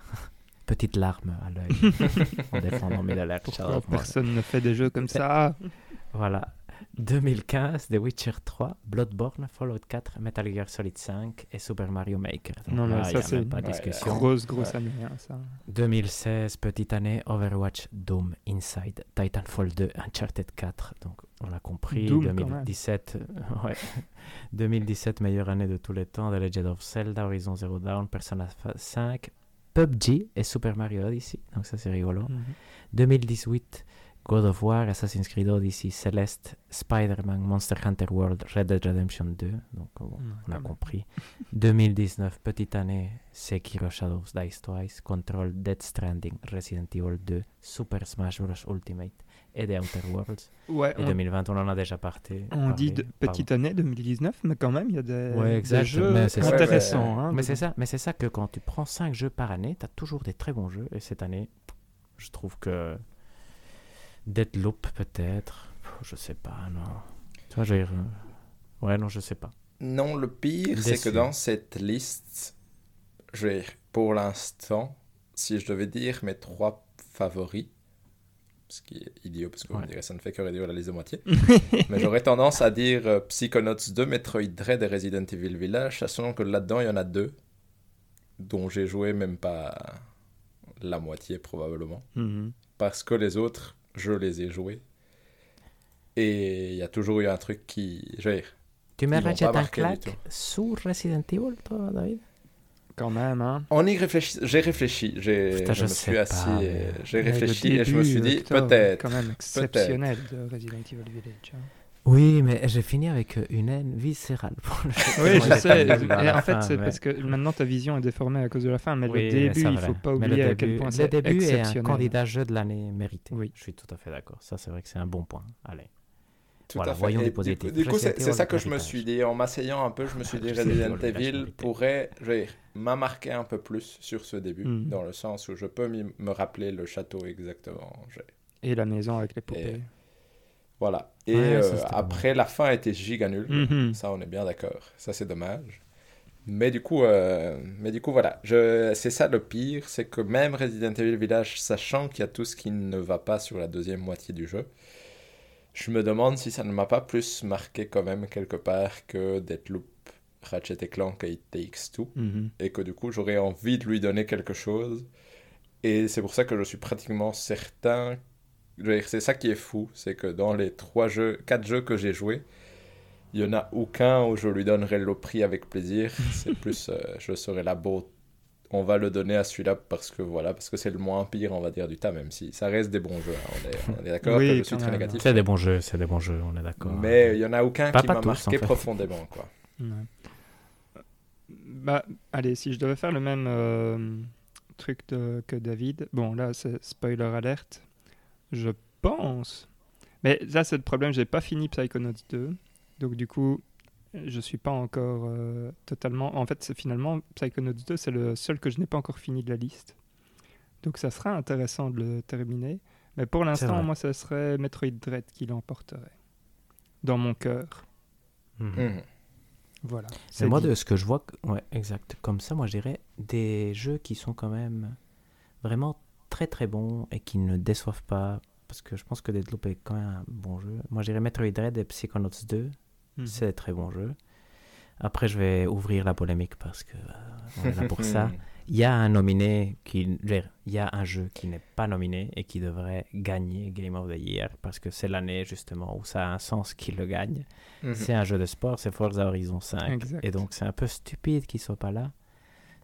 Petite larme à l'œil en défendant Middle-earth Shadow Pourquoi of Mordor. personne ne fait des jeux comme ça? Voilà. 2015, The Witcher 3, Bloodborne, Fallout 4, Metal Gear Solid 5 et Super Mario Maker. Donc Non, mais là, ça, il y a c'est même pas de Ouais, discussion. Grosse année, hein, ça. 2016, petite année, Overwatch, Doom, Inside, Titanfall 2, Uncharted 4. Donc, on l'a compris. Doom, quand même. 2017, ouais. 2017, meilleure année de tous les temps, The Legend of Zelda, Horizon Zero Dawn, Persona 5, PUBG et Super Mario Odyssey. Donc, ça, c'est rigolo. Mhm. 2018, God of War, Assassin's Creed Odyssey, Celeste, Spider-Man, Monster Hunter World, Red Dead Redemption 2. Donc, bon, on a quand même. compris. 2019, petite année, Sekiro Shadows Dice Twice, Control, Death Stranding, Resident Evil 2, Super Smash Bros. Ultimate et The Outer Worlds. Ouais, Et 2020, on en a déjà parlé. on dit petite année 2019, mais quand même, il y a des, Ouais, exact, des jeux mais c'est ça. intéressants. hein, Mais dedans. c'est ça que quand tu prends 5 jeux par année, tu as toujours des très bons jeux. Et cette année, je trouve que Deathloop, peut-être. Je sais pas, non. Tu vois, ouais, non, je sais pas. Non, le pire, c'est que Déçu. dans cette liste, pour l'instant, si je devais dire mes 3 favoris, ce qui est idiot parce que vous me Ouais. direz ça ne fait que réduire la liste de moitié, mais j'aurais tendance à dire Psychonauts 2, Metroid Dread et Resident Evil Village, sachant que là-dedans il y en a 2 dont j'ai joué même pas la moitié probablement, Mhm. parce que les autres, je les ai joués. Et il y a toujours eu un truc qui... Tu mets Ils m'ont Ratchet pas and marqué du Clank tout. sous Resident Evil, toi, David? Quand même, hein. J'ai réfléchi, Putain, je me sais suis pas, assis, et mais- j'ai Mais le réfléchi et je me début, suis dit, octobre, peut-être. quand même exceptionnel de Resident Evil Village. hein. Oui, mais j'ai fini avec une haine viscérale pour le jeu. Oui, Tellement je il était sais. nul à Et la en fait, fin, c'est mais- parce que maintenant ta vision est déformée à cause de la fin, mais Oui, le début, c'est il vrai. faut pas Mais le oublier à quel début- point le c'est début est un exceptionnel. candidat jeu de l'année mérité. Oui. Je suis tout à fait d'accord. Ça, c'est vrai que c'est un bon point. Allez. Tout Voilà, à fait. voyons Et du positif. Du coup, Resident c'est Evil ça que je me Héritage. suis dit. En m'asseyant un peu, je me suis dit Resident Resident Evil Héritage Evil mérité. pourrait m'a marqué un peu plus sur ce début, Mhm. dans le sens où je peux me rappeler le château exactement. Et la maison avec les poupées. Voilà. Et Ouais, ça, c'était pas après, la fin était giga nulle. Mhm. Ça, on est bien d'accord. Ça, c'est dommage. Mais du coup, voilà. C'est ça le pire, c'est que même Resident Evil Village, sachant qu'il y a tout ce qui ne va pas sur la deuxième moitié du jeu, je me demande si ça ne m'a pas plus marqué quand même quelque part que Deathloop, Ratchet & Clank et It Takes Two, Mhm. et que du coup, j'aurais envie de lui donner quelque chose. Et c'est pour ça que je suis pratiquement certain... C'est ça qui est fou, c'est que dans les 4 jeux que j'ai joués, il n'y en a aucun où je lui donnerais le prix avec plaisir. C'est plus, je serais là, bon, on va le donner à celui-là parce que c'est le moins pire, on va dire, du tas, même si ça reste des bons jeux. hein. On est d'accord Oui, que je suis quand très même. négatif. C'est des bons jeux, on est d'accord. Mais il n'y en a aucun Pas qui m'a tous, marqué en fait. profondément, quoi. Ouais. Bah, allez, si je devais faire le même truc que David, bon, là, c'est spoiler alerte, je pense. Mais là, c'est le problème, j'ai pas fini Psychonauts 2, donc du coup, je suis pas encore totalement... En fait, finalement, Psychonauts 2, c'est le seul que je n'ai pas encore fini de la liste. Donc ça sera intéressant de le terminer. Mais pour l'instant, vrai. moi, ça serait Metroid Dread qui l'emporterait. Dans mon cœur. Mhm. Mhm. Voilà. Mais C'est moi, dit. de ce que je vois, ouais, exact. Comme ça, moi, je dirais des jeux qui sont quand même vraiment très très bons et qui ne déçoivent pas. Parce que je pense que Deathloop est quand même un bon jeu. Moi, je dirais Metroid Dread et Psychonauts 2. Mhm. C'est des très bons jeux. Après, je vais ouvrir la polémique parce que on est là pour ça. Il y a un nominé il y a un jeu qui n'est pas nominé et qui devrait gagner Game of the Year parce que c'est l'année justement où ça a un sens qu'il le gagne. Mhm. C'est un jeu de sport, c'est Forza Horizon 5. Exact. Et donc c'est un peu stupide qu'il soit pas là.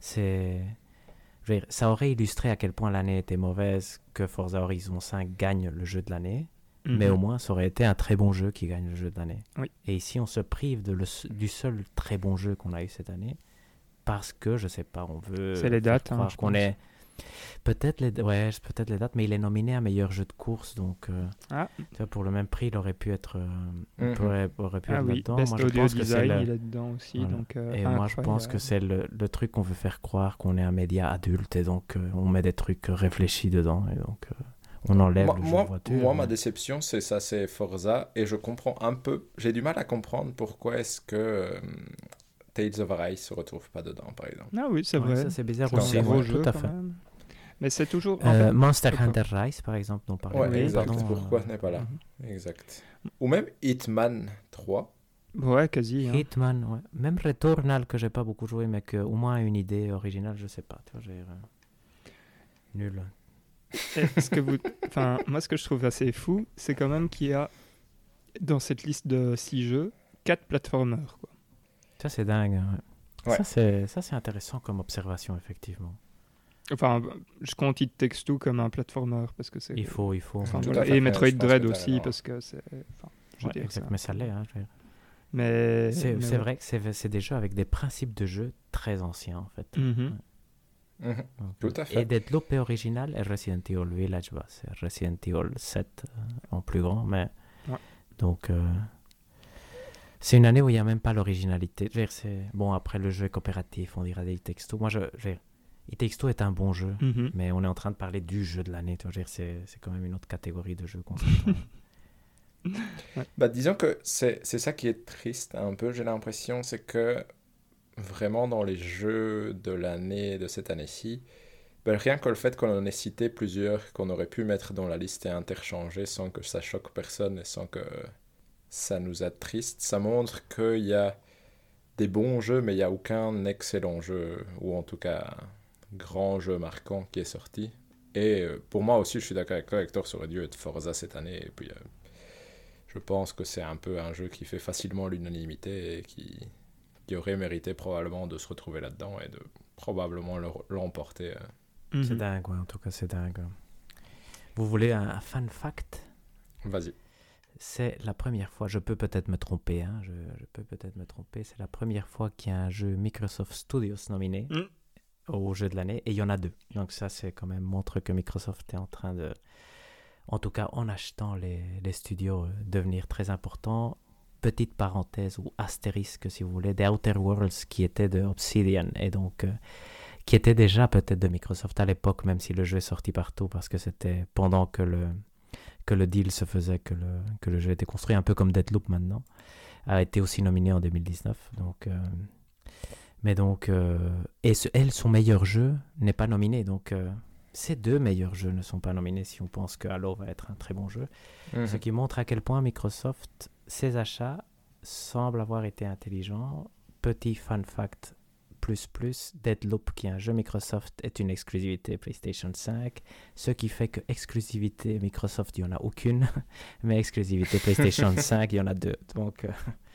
je veux dire, ça aurait illustré à quel point l'année était mauvaise que Forza Horizon 5 gagne le jeu de l'année. Mais au moins, ça aurait été un très bon jeu qui gagne le jeu de l'année. Oui. Et ici, on se prive du seul très bon jeu qu'on a eu cette année parce que, je sais pas, on veut C'est les dates, croire je qu'on pense. est... peut-être les dates, mais il est nominé à meilleur jeu de course, donc tu vois, pour le même prix, il aurait pu être, aurait pu être là-dedans. Best Moi, je Audio pense que c'est Design, il est dedans aussi. voilà. Donc, et moi, je pense que c'est le truc qu'on veut faire croire qu'on est un média adulte et donc on met des trucs réfléchis dedans et donc on enlève le jeu de voiture. Moi, ma déception, c'est ça, c'est Forza, et je comprends un peu, j'ai du mal à comprendre pourquoi est-ce que Tales of Arise se retrouve pas dedans, par exemple. Ah oui, c'est vrai. Ça, c'est bizarre C'est aussi. un gros Ouais, jeu tout à quand fait. même. Mais c'est toujours... en fait, Monster pourquoi Hunter Rise, par exemple, dont on parlait. Ouais, Oui, exact. pardon, Pourquoi n'est pas là? Exact. Ou même Hitman 3. Ouais, quasi. Hein. Hitman, ouais. Même Returnal, que j'ai pas beaucoup joué, mais que au moins une idée originale, je sais pas. Tu vois, nul. Est-ce que vous... Enfin, moi, ce que je trouve assez fou, c'est quand même qu'il y a, dans cette liste de 6 jeux, 4 platformers, quoi. Ça, c'est dingue. Ouais. Ça, c'est intéressant comme observation, effectivement. Enfin, je compte It Takes Two comme un platformer, parce que c'est... Il faut. Enfin, Tout voilà. à fait, Et Metroid je pense Dread que t'as aussi, raison. parce que c'est... Enfin, je veux Ouais, dire, exact, c'est mais ça l'est. Hein, je veux dire. Mais C'est ouais. vrai que c'est des jeux avec des principes de jeu très anciens, en fait. Mhm. Mhm. Donc, Tout à fait. Et Deathloop est original, et Resident Evil Village, c'est Resident Evil 7 en plus grand, mais... Ouais. Donc, c'est une année où il n'y a même pas l'originalité. Je veux dire, bon, après, le jeu est coopératif, on dira des It Takes Two. Moi, je veux dire, It Takes Two est un bon jeu, Mhm. mais on est en train de parler du jeu de l'année. Tu vois, je veux dire, c'est quand même une autre catégorie de jeu qu'on s'entend. Bah, disons que c'est ça qui est triste un peu, j'ai l'impression, c'est que vraiment dans les jeux de l'année, de cette année-ci, ben, rien que le fait qu'on en ait cité plusieurs qu'on aurait pu mettre dans la liste et interchanger sans que ça choque personne et sans que ça nous attriste, ça montre qu'il y a des bons jeux, mais il n'y a aucun excellent jeu, ou en tout cas grand jeu marquant qui est sorti. Et pour moi aussi, je suis d'accord avec toi, Hector, ça aurait dû être Forza cette année, et puis je pense que c'est un peu un jeu qui fait facilement l'unanimité et qui aurait mérité probablement de se retrouver là-dedans et de probablement l'emporter. Mhm. C'est dingue, ouais, en tout cas, c'est dingue. Vous voulez un fun fact? Vas-y. C'est la première fois, je peux peut-être me tromper, hein, je peux peut-être me tromper, c'est la première fois qu'il y a un jeu Microsoft Studios nominé au jeu de l'année, et il y en a 2. Donc ça, c'est quand même montre que Microsoft est en train de, en tout cas en achetant les studios, devenir très important. Petite parenthèse ou astérisque si vous voulez, The Outer Worlds qui était de Obsidian et donc qui était déjà peut-être de Microsoft à l'époque, même si le jeu est sorti partout parce que c'était pendant que le deal se faisait que le jeu était construit, un peu comme Deathloop maintenant, a été aussi nominé en 2019. Donc, mais donc, son meilleur jeu n'est pas nominé, donc ces 2 meilleurs jeux ne sont pas nominés si on pense que Halo va être un très bon jeu. Ce qui montre à quel point Microsoft, ses achats semblent avoir été intelligents. Petit fun fact plus, Deathloop, qui est un jeu Microsoft, est une exclusivité PlayStation 5, ce qui fait que exclusivité Microsoft, il n'y en a aucune, mais exclusivité PlayStation 5, il y en a 2. Donc,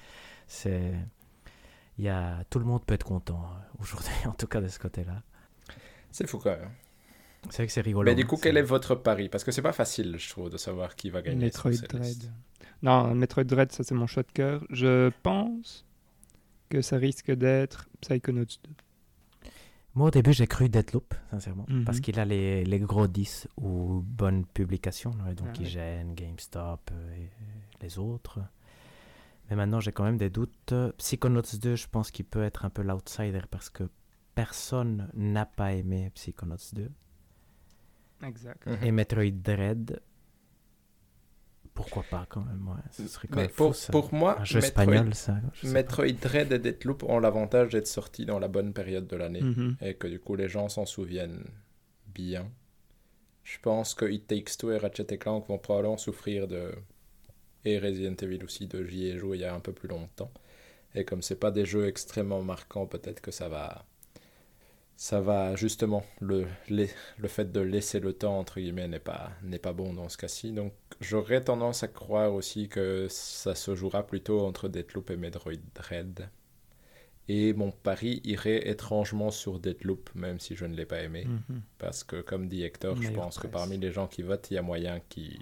tout le monde peut être content aujourd'hui, en tout cas de ce côté-là. C'est fou quand même. C'est vrai que c'est rigolo. Mais du coup, quel est votre pari? Parce que c'est pas facile, je trouve, de savoir qui va gagner. Metroid sur cette Dread. liste. Non, Metroid Dread, ça c'est mon choix de cœur. Je pense que ça risque d'être Psychonauts 2. Moi, au début, j'ai cru Deathloop, sincèrement, Mhm. parce qu'il a les gros 10 ou bonnes publications, ouais, donc Ah ouais. IGN, GameStop et les autres. Mais maintenant, j'ai quand même des doutes. Psychonauts 2, je pense qu'il peut être un peu l'outsider parce que personne n'a pas aimé Psychonauts 2. Exact. Et Metroid Dread, pourquoi pas quand même, ouais. Ce serait quand Mais même fou, ça. pour moi, Un jeu espagnol, ça. je sais pas. Metroid Dread et Deathloop ont l'avantage d'être sortis dans la bonne période de l'année Mhm. et que du coup les gens s'en souviennent bien. Je pense que It Takes Two et Ratchet & Clank vont probablement souffrir et Resident Evil aussi, j'y ai joué il y a un peu plus longtemps. Et comme c'est pas des jeux extrêmement marquants, peut-être que ça va justement, le fait de laisser le temps, entre guillemets, n'est pas bon dans ce cas-ci. Donc j'aurais tendance à croire aussi que ça se jouera plutôt entre Deathloop et Metroid Dread. Et mon pari irait étrangement sur Deathloop, même si je ne l'ai pas aimé. Mhm. Parce que, comme dit Hector, je Meilleure pense que presse. parmi les gens qui votent, il y a moyen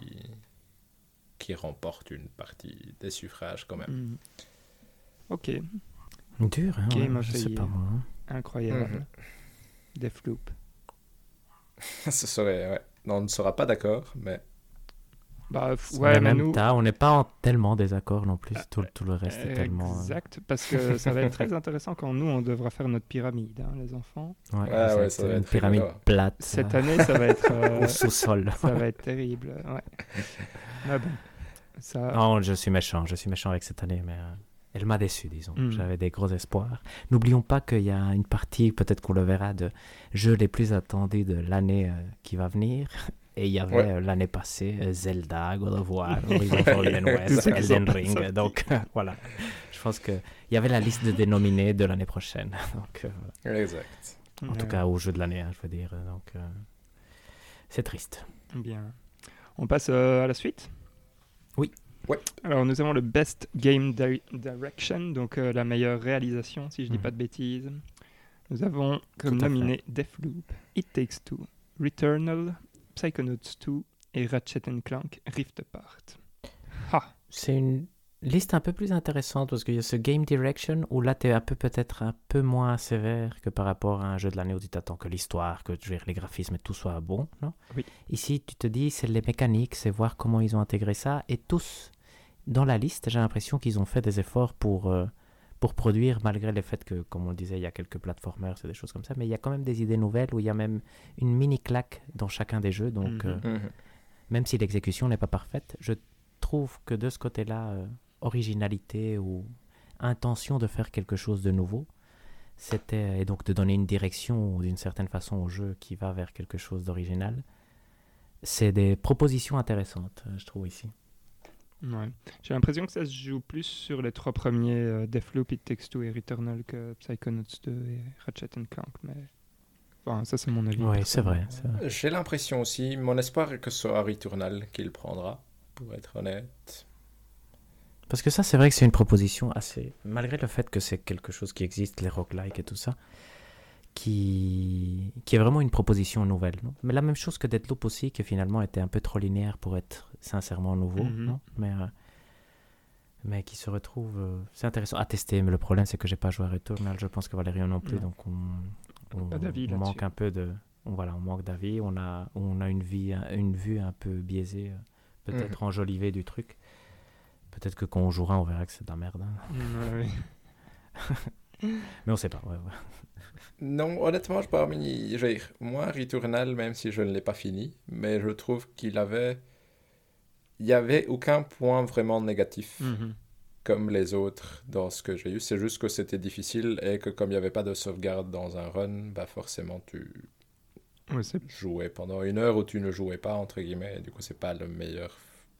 qui remporte une partie des suffrages quand même. Mhm. Ok, Dur, hein, Game of je the sais Year. pas moi. incroyable. Deathloop. Ce serait, ouais. On ne sera pas d'accord, mais Bah, Mais mais même nous... on n'est pas en tellement désaccord non plus. Tout le reste est tellement. Exact, parce que ça va être très intéressant quand nous, on devra faire notre pyramide, hein, les enfants. Ouais, Ouais, exact. ça va Une être pyramide rigolo. plate. Cette année, ça va être... Au sous-sol. ça va être terrible, ouais. Mais bon, ça... Non, je suis méchant avec cette année, mais elle m'a déçu, disons. J'avais des gros espoirs. N'oublions pas qu'il y a une partie, peut-être qu'on le verra, de jeux les plus attendus de l'année qui va venir. Et il y avait l'année passée Zelda, God of War, Horizon Forbidden West, Elden Ring. Donc voilà, je pense qu'il y avait la liste de dénominés de l'année prochaine. Donc, exact. en tout cas, au jeu de l'année, hein, je veux dire. Donc c'est triste. Bien. On passe à la suite. Oui. Ouais. Alors, nous avons le Best Game Direction, donc la meilleure réalisation, si je dis pas de bêtises. Nous avons comme Tout à nominé Deathloop, It Takes Two, Returnal, Psychonauts 2 et Ratchet & Clank Rift Apart. C'est une liste un peu plus intéressante parce qu'il y a ce Game Direction où là, tu es peut-être un peu moins sévère que par rapport à un jeu de l'année où tu t'attends que l'histoire, que je veux dire, les graphismes et tout soit bon. Non? Oui. Ici, tu te dis, c'est les mécaniques, c'est voir comment ils ont intégré ça. Et tous, dans la liste, j'ai l'impression qu'ils ont fait des efforts pour produire, malgré le fait que, comme on le disait, il y a quelques platformers et des choses comme ça, mais il y a quand même des idées nouvelles où il y a même une mini claque dans chacun des jeux. Donc, même si l'exécution n'est pas parfaite, je trouve que de ce côté-là, originalité ou intention de faire quelque chose de nouveau, et donc de donner une direction d'une certaine façon au jeu qui va vers quelque chose d'original, c'est des propositions intéressantes, je trouve ici. Ouais. J'ai l'impression que ça se joue plus sur les trois premiers, Deathloop, It Takes Two et Returnal, que Psychonauts 2 et Ratchet & Clank, mais enfin, ça c'est mon avis. Oui, c'est vrai. J'ai l'impression aussi, mon espoir est que ce soit Returnal qu'il prendra, pour être honnête. Parce que ça, c'est vrai que c'est une proposition assez... Malgré le fait que c'est quelque chose qui existe, les roguelikes et tout ça, qui est vraiment une proposition nouvelle. Non? Mais la même chose que Deathloop aussi, qui finalement était un peu trop linéaire pour être sincèrement nouveau. Non? Mais qui se retrouve... c'est intéressant à tester, mais le problème, c'est que j'ai pas joué à Returnal. Je pense que Valérian non plus, donc on manque un peu de... On manque d'avis. On a une vue un peu biaisée, peut-être enjolivée du truc. Peut-être que quand on jouera, on verra que c'est de la merde. Hein. Mais on sait pas. Ouais. Non, honnêtement, moi, Returnal, même si je ne l'ai pas fini, mais je trouve il y avait aucun point vraiment négatif comme les autres dans ce que j'ai eu. C'est juste que c'était difficile et que comme il n'y avait pas de sauvegarde dans un run, bah forcément tu jouais pendant 1 heure ou tu ne jouais pas, entre guillemets, et du coup c'est pas le meilleur...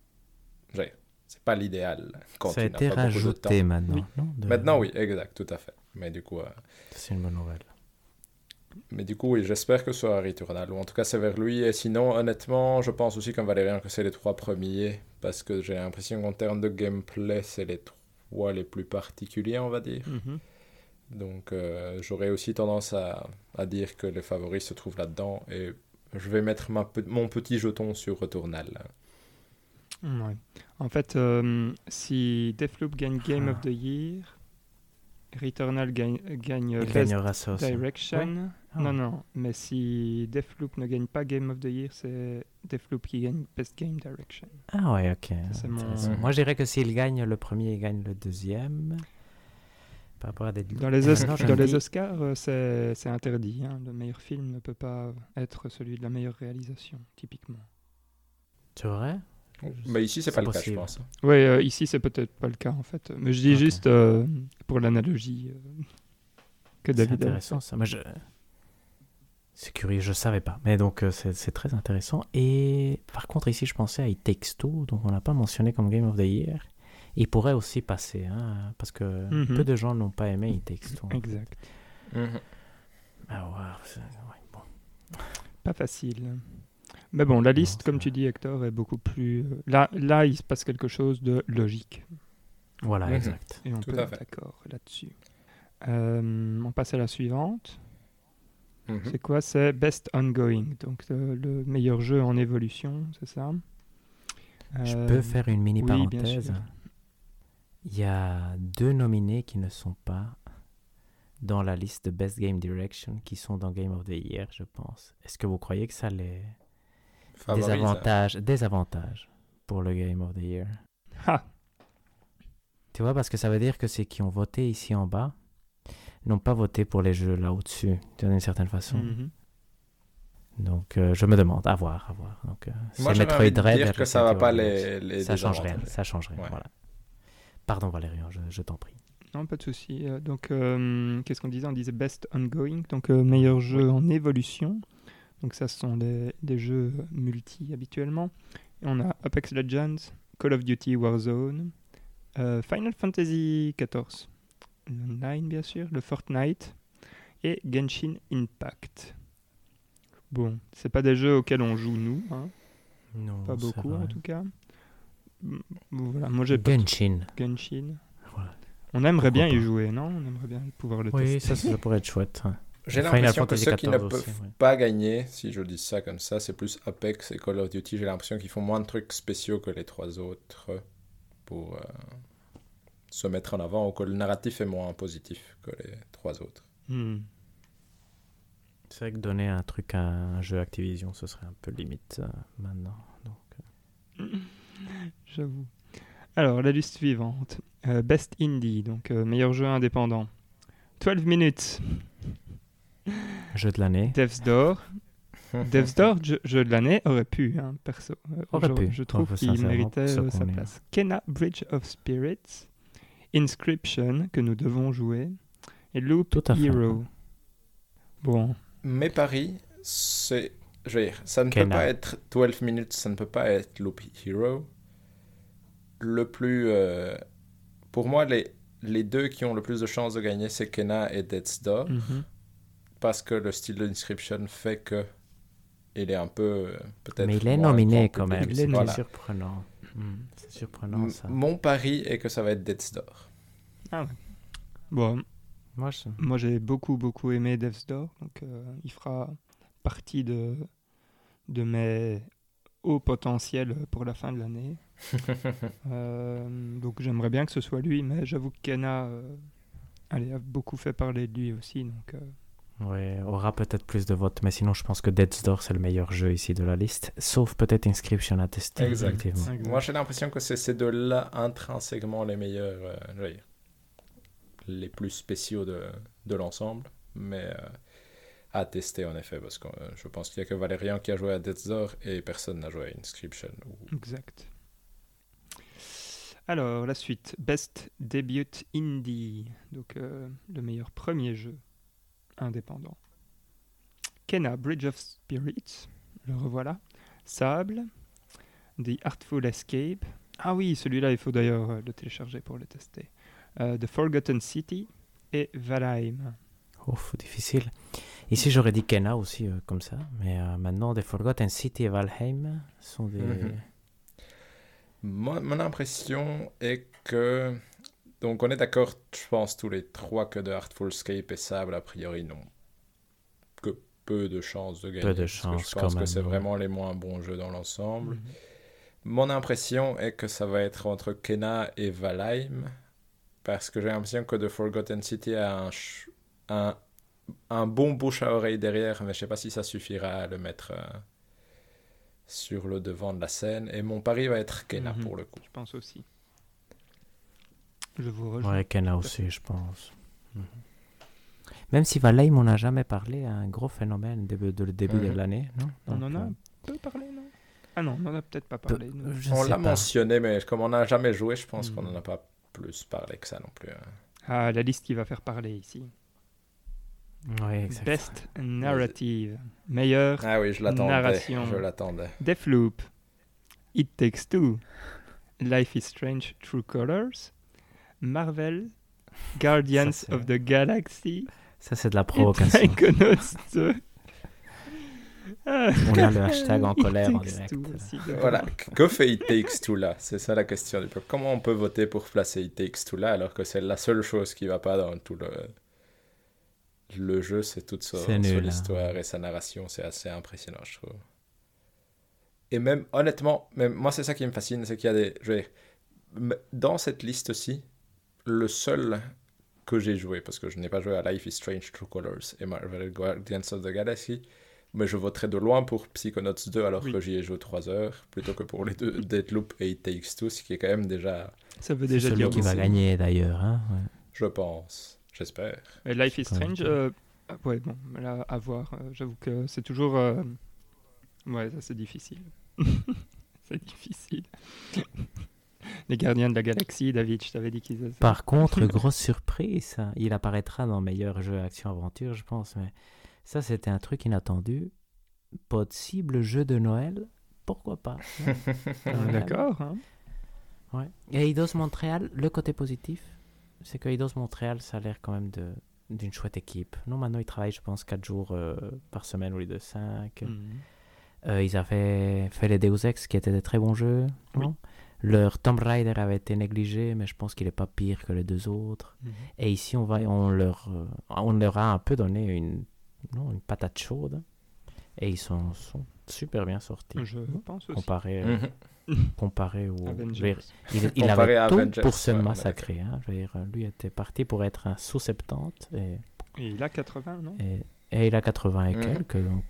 C'est pas l'idéal quand ça a tu n'as été pas beaucoup de temps. rajouté maintenant. Oui. Non, Maintenant, oui, exact, tout à fait. Mais du coup... c'est une bonne nouvelle. Mais du coup, oui, j'espère que ce soit Returnal, ou en tout cas c'est vers lui. Et sinon, honnêtement, je pense aussi comme Valérian que c'est les 3 premiers, parce que j'ai l'impression qu'en termes de gameplay, c'est les 3 les plus particuliers, on va dire. Donc j'aurais aussi tendance à dire que les favoris se trouvent là-dedans, et je vais mettre mon petit jeton sur Returnal. Ouais. En fait, si Deathloop gagne Game of the Year, Returnal gagne Best Direction. Ouais. Non, mais si Deathloop ne gagne pas Game of the Year, c'est Deathloop qui gagne Best Game Direction. Ah ouais, ok. Moi, je dirais que s'il gagne le premier, il gagne le deuxième. Par rapport à dans les Oscars, c'est interdit. Hein. Le meilleur film ne peut pas être celui de la meilleure réalisation, typiquement. C'est vrai ? Mais ici, c'est pas possible. Le cas, je pense. Oui, ici, c'est peut-être pas le cas, en fait. Mais je dis juste pour l'analogie que David a. C'est intéressant, ça. C'est curieux, je savais pas. Mais donc, c'est très intéressant. Et par contre, ici, je pensais à It Takes Two, donc on l'a pas mentionné comme Game of the Year. Il pourrait aussi passer, hein, parce que peu de gens n'ont pas aimé It Takes Two. Exact. Ah ouais, bon. Pas facile. Mais bon, la liste, comme tu dis, Hector, est beaucoup plus... Là, il se passe quelque chose de logique. Voilà, exact. Et on peut être d'accord là-dessus. On passe à la suivante. Mhm. C'est quoi? C'est Best Ongoing, donc le meilleur jeu en évolution, c'est ça? Je peux faire une mini oui, bien parenthèse. sûr. Il y a 2 nominés qui ne sont pas dans la liste de Best Game Direction, qui sont dans Game of the Year, je pense. Est-ce que vous croyez que ça les Favorise. désavantages pour le Game of the Year? Ah, Tu vois, parce que ça veut dire que ceux qui ont voté ici en bas n'ont pas voté pour les jeux là au-dessus, d'une certaine façon. mhm. Donc, je me demande, à voir. Donc, Moi, c'est j'aurais envie de Metroid Dread dire que ça va pas les ça change rien, désavantager. ça change rien, Ouais. voilà. Pardon Valérian, je t'en prie. Non, pas de souci. Donc, qu'est-ce qu'on disait? On disait Best Ongoing, donc meilleur jeu en évolution. Donc ça, ce sont des jeux multi habituellement. Et on a Apex Legends, Call of Duty Warzone, Final Fantasy XIV, l'online bien sûr, le Fortnite et Genshin Impact. Bon, c'est pas des jeux auxquels on joue nous, hein, Non, pas c'est beaucoup vrai. en tout cas. Voilà, moi j'ai pas Genshin. Genshin. Voilà. On aimerait Pourquoi bien y pas. jouer, non? On aimerait bien pouvoir le Oui, tester. ça pourrait être chouette. Ouais. J'ai Final l'impression que Fantasy ceux qui ne XIV peuvent aussi, ouais. pas gagner, si je dis ça comme ça, c'est plus Apex et Call of Duty. J'ai l'impression qu'ils font moins de trucs spéciaux que les 3 autres pour se mettre en avant, ou que le narratif est moins positif que les 3 autres. Hmm. C'est vrai que donner un truc à un jeu Activision, ce serait un peu limite maintenant. Donc, J'avoue. Alors, la liste suivante. Best Indie, donc meilleur jeu indépendant. 12 Minutes, jeu de l'année. Death's Door. Death's Door, jeu de l'année, aurait pu, hein, perso. Aurait pu. Je trouve Enfin, qu'il sincèrement, méritait pour ceux sa qu'on est. place. Kena Bridge of Spirits, Inscription, que nous devons jouer, et Loop Tout à fait. Hero. Bon, Mes paris, c'est... Je veux dire, ça ne peut Kena. pas être 12 minutes, ça ne peut pas être Loop Hero. Le plus... pour moi, les deux qui ont le plus de chances de gagner, c'est Kena et Death's Door. mhm. Parce que le style d'Inscription fait que il est un peu peut-être Mais il est moins nominé grand quand même. public. Il est C'est nommé. surprenant. C'est surprenant ça. Mon pari est que ça va être Death's Door. Bon, Moi, moi j'ai beaucoup aimé Death's Door, donc il fera partie de mes hauts potentiels pour la fin de l'année. Donc j'aimerais bien que ce soit lui, mais j'avoue que Kena a beaucoup fait parler de lui aussi. Donc, ouais, aura peut-être plus de votes, mais sinon je pense que Death's Door c'est le meilleur jeu ici de la liste, sauf peut-être Inscription à tester. Exact. Effectivement. Exact. Moi j'ai l'impression que c'est ces deux-là intrinsèquement les meilleurs, je veux dire, les plus spéciaux de l'ensemble, mais à tester en effet, parce que je pense qu'il n'y a que Valérian qui a joué à Death's Door et personne n'a joué à Inscription. Exact. Alors, la suite. Best Debut Indie. Donc, le meilleur premier jeu indépendant. Kena, Bridge of Spirits. Le revoilà. Sable. The Artful Escape. Ah oui, celui-là, il faut d'ailleurs le télécharger pour le tester. The Forgotten City. Et Valheim. Ouf, difficile. Ici j'aurais dit Kena aussi comme ça, mais maintenant The Forgotten City et Valheim sont des... Mon impression est que... Donc on est d'accord, je pense, tous les trois que The Artful Escape et Sable, a priori, n'ont que peu de chances de gagner. Peu de parce que chances, je quand pense que même, c'est ouais. vraiment les moins bons jeux dans l'ensemble. Mhm. Mon impression est que ça va être entre Kena et Valheim, parce que j'ai l'impression que The Forgotten City a un bon bouche à oreille derrière, mais je sais pas si ça suffira à le mettre sur le devant de la scène. Et mon pari va être Kena Mhm. pour le coup. Je pense aussi. Je vous rejoins. Ouais, Kena aussi, je pense. Même si Valheim, on n'a jamais parlé, un gros phénomène le début de l'année, non? On Donc, en a un peu parlé, non? Ah non, on n'en a peut-être pas parlé. nous. je On sais l'a pas. mentionné, mais comme on n'a jamais joué, je pense qu'on Mhm. n'en a pas plus parlé que ça non plus. Ah, la liste qui va faire parler ici. Oui, exact. Best Narrative. Meilleur Ah oui, je l'attendais. Narration. Je l'attendais. Deathloop. It Takes Two. Life is Strange True Colors. Marvel. Guardians Ça, c'est- of the Galaxy. Ça, c'est de la Et provocation. Psychonauts 2. Ah. On a le hashtag en It colère en Takes direct. Two aussi, de Voilà. voir. Que fait It Takes Two là? C'est ça la question du peuple. Comment on peut voter pour placer It Takes Two là alors que c'est la seule chose qui va pas dans tout le le jeu, c'est toute C'est son nul, histoire et sa narration. C'est assez impressionnant, je trouve. Et même, honnêtement, même moi, c'est ça qui me fascine, c'est qu'il y a des... Je veux dire, dans cette liste-ci, le seul que j'ai joué, parce que je n'ai pas joué à Life is Strange True Colors et Marvel Guardians of the Galaxy, mais je voterai de loin pour Psychonauts 2 alors que j'y ai joué 3 heures, plutôt que pour les deux Deathloop et It Takes Two, ce qui est quand même déjà... Ça veut C'est déjà celui dire qui va beaucoup. gagner d'ailleurs. Hein, ouais. Je pense, j'espère. Et Life is Quand même. Strange, ouais, bon, là, à voir. J'avoue que c'est toujours... ouais, ça c'est difficile. C'est difficile. Les Gardiens de la Galaxie, David, je t'avais dit qu'ils faisaient ça. Par contre, grosse surprise, hein, il apparaîtra dans meilleur jeu action-aventure, je pense. Mais ça, c'était un truc inattendu. Possible jeu de Noël, pourquoi pas. D'accord. Hein. Ouais. Et Eidos Montréal, le côté positif, c'est que Eidos Montréal, ça a l'air quand même d'une chouette équipe. Non, maintenant, ils travaillent, je pense, 4 jours par semaine au lieu de 5. Ils avaient fait les Deus Ex, qui étaient des très bons jeux. Oui. Non, leur Tomb Raider avait été négligé, mais je pense qu'il n'est pas pire que les deux autres. Et ici, on leur a un peu donné une patate chaude. Et ils sont super bien sortis. Je pense aussi. Comparé au... Avengers. Il Comparé avait à tout Avengers, pour se ouais, on est massacrer. Hein. Je veux dire, lui était parti pour être un sous 70 Et il a 80, non? et il a 80 et quelques, donc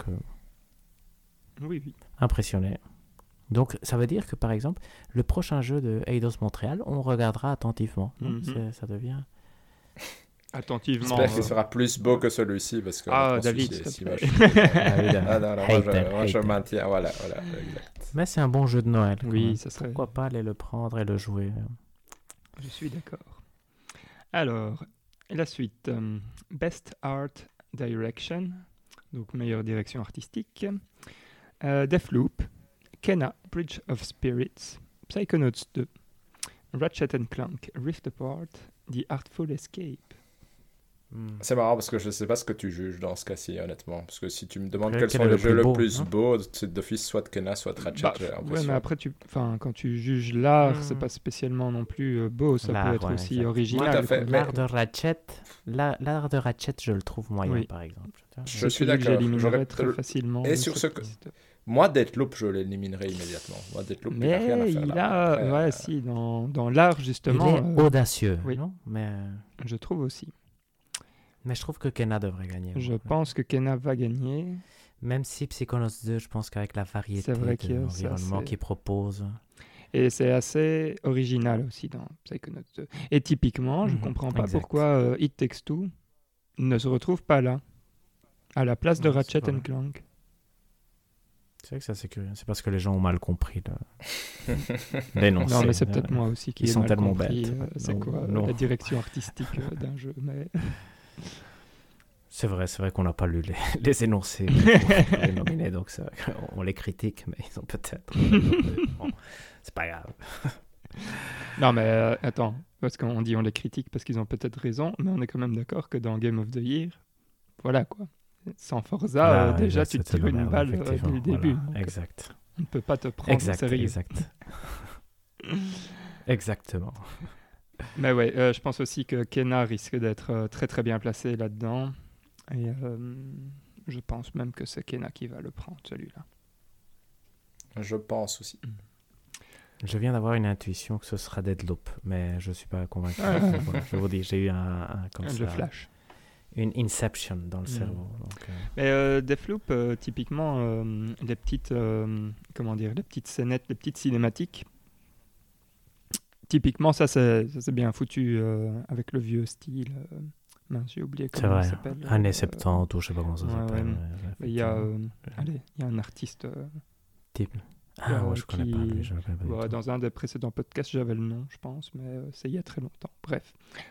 Oui. impressionné. Donc ça veut dire que par exemple, le prochain jeu de Eidos Montréal, on regardera attentivement. Ça devient... Attentivement. J'espère qu'il sera plus beau que celui-ci, parce que David, celui-ci est s'il si te plaît. moche. Moi je maintiens, voilà, exact. Mais c'est un bon jeu de Noël. quand Oui, même. ça serait... Pourquoi pas aller le prendre et le jouer. Je suis d'accord. Alors, la suite. Best Art Direction, donc meilleure direction artistique. Deathloop, Kena, Bridge of Spirits, Psychonauts 2, Ratchet & Clank, Rift Apart, The Artful Escape. C'est marrant parce que je sais pas ce que tu juges dans ce cas-ci, honnêtement. Parce que si tu me demandes Quel quels sont est les le jeux plus beau, le plus hein beaux, c'est d'office soit Kena, soit Ratchet, j'ai Ouais, l'impression. mais après, quand tu juges l'art, c'est pas spécialement non plus beau, ça L'art, peut être ouais, aussi exact. original. Tout à fait. quoi. L'art de Ratchet, l'art de Ratchet, je le trouve moyen, Oui. par exemple. Je C'est suis celui que d'accord. j'éliminerais très facilement. Et de sur cette ce liste. Moi, Deathloop, je l'éliminerai immédiatement. Moi, Deathloop, il n'a rien à Mais faire il là. a, Après, si, dans l'art Il justement, est audacieux, oui. non je trouve aussi. Mais je trouve que Kena devrait gagner. Je moi. pense que Kena va gagner. Même si Psychonauts 2, je pense qu'avec la variété C'est vrai de qu'il y a ça, l'environnement c'est- qu'il propose... Et c'est assez original aussi dans Psychonauts 2. Et typiquement, je ne comprends pas exact. pourquoi It Takes Two ne se retrouve pas là, à la place de Ouais, c'est Ratchet vrai. & Clank. C'est vrai que ça, c'est curieux. C'est parce que les gens ont mal compris l'énoncé. Non, mais c'est peut-être moi aussi qui Ils ai sont mal tellement compris, bêtes. c'est Non, quoi non. la direction artistique d'un jeu. Mais... C'est vrai qu'on n'a pas lu les énoncés pour les nominer, donc on les critique, mais ils ont peut-être... Bon, c'est pas grave. Non, mais attends, parce qu'on dit on les critique parce qu'ils ont peut-être raison, mais on est quand même d'accord que dans Game of the Year, voilà quoi. Sans Forza, Là, déjà là, tu te c'était tires la une merde, balle dès effectivement, le début. voilà. donc, Exact. on ne peut pas te prendre au sérieux. Exact. Exactement. Mais ouais, je pense aussi que Kena risque d'être très très bien placé là-dedans. Et je pense même que c'est Kena qui va le prendre, celui-là. Je pense aussi. Je viens d'avoir une intuition que ce sera Deathloop, mais je ne suis pas convaincu. Voilà, je vous dis, j'ai eu un comme Le ça, flash. une inception dans le cerveau. Donc, Mais Deathloop, typiquement, les petites, les petites scénettes, les petites cinématiques, typiquement ça c'est bien foutu avec le vieux style. Mince, j'ai oublié c'est comment vrai, il s'appelle. années 70 ou je sais pas comment ça ouais, s'appelle. ouais. Il y a, il y a un artiste. Type. Ah, moi je connais pas qui- lui, je le connais pas du tout. Dans un des précédents podcasts, j'avais le nom, je pense, mais c'est il y a très longtemps. Bref.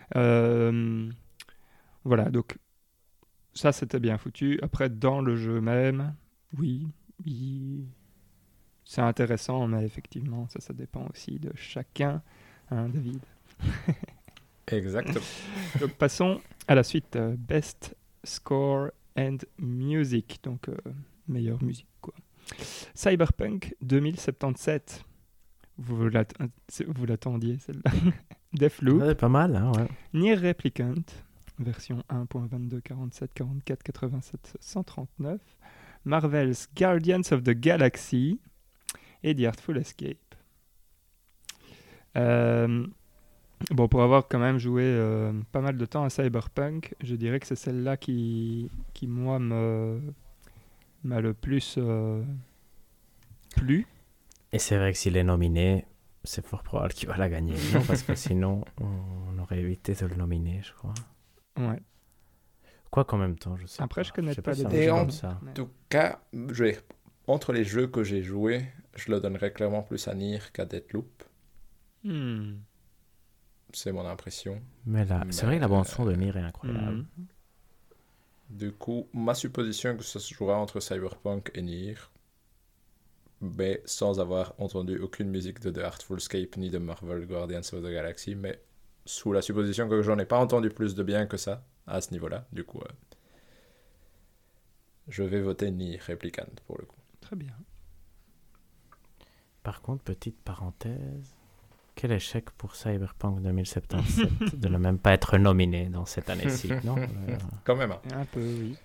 Voilà, donc ça, c'était bien foutu. Après, dans le jeu même, oui, c'est intéressant, mais effectivement, ça dépend aussi de chacun, hein, David. Exactement. Donc, passons à la suite. Best Score and Music, donc meilleure musique, quoi. Cyberpunk 2077. Vous l'attendiez, celle-là. Deathloop, Ouais, pas mal, hein, ouais. Nier Replicant, version 1.22, 47, 44, 87, 139, Marvel's Guardians of the Galaxy et The Artful Escape. Bon, pour avoir quand même joué pas mal de temps à Cyberpunk, je dirais que c'est celle-là qui moi, m'a le plus plu. Et c'est vrai que s'il est nominé, c'est fort probable qu'il va la gagner. Non, parce que sinon, on aurait évité de le nominer, je crois. Ouais. Quoi qu'en même temps, je sais Après, pas. je connais sais pas si les un deux jeu en comme ça. En tout cas, entre les jeux que j'ai joués, je le donnerais clairement plus à Nier qu'à Deathloop. C'est mon impression. Mais là, c'est vrai que la bande-son de Nier est incroyable. Du coup, ma supposition que ça se jouera entre Cyberpunk et Nier, mais sans avoir entendu aucune musique de The Artful Escape ni de Marvel Guardians of the Galaxy, mais sous la supposition que j'en ai pas entendu plus de bien que ça à ce niveau-là, du coup, je vais voter Nier Replicant pour le coup. Très bien. Par contre, petite parenthèse, quel échec pour Cyberpunk 2077 de ne même pas être nominé dans cette année-ci, non? Quand même, hein. Un peu, oui.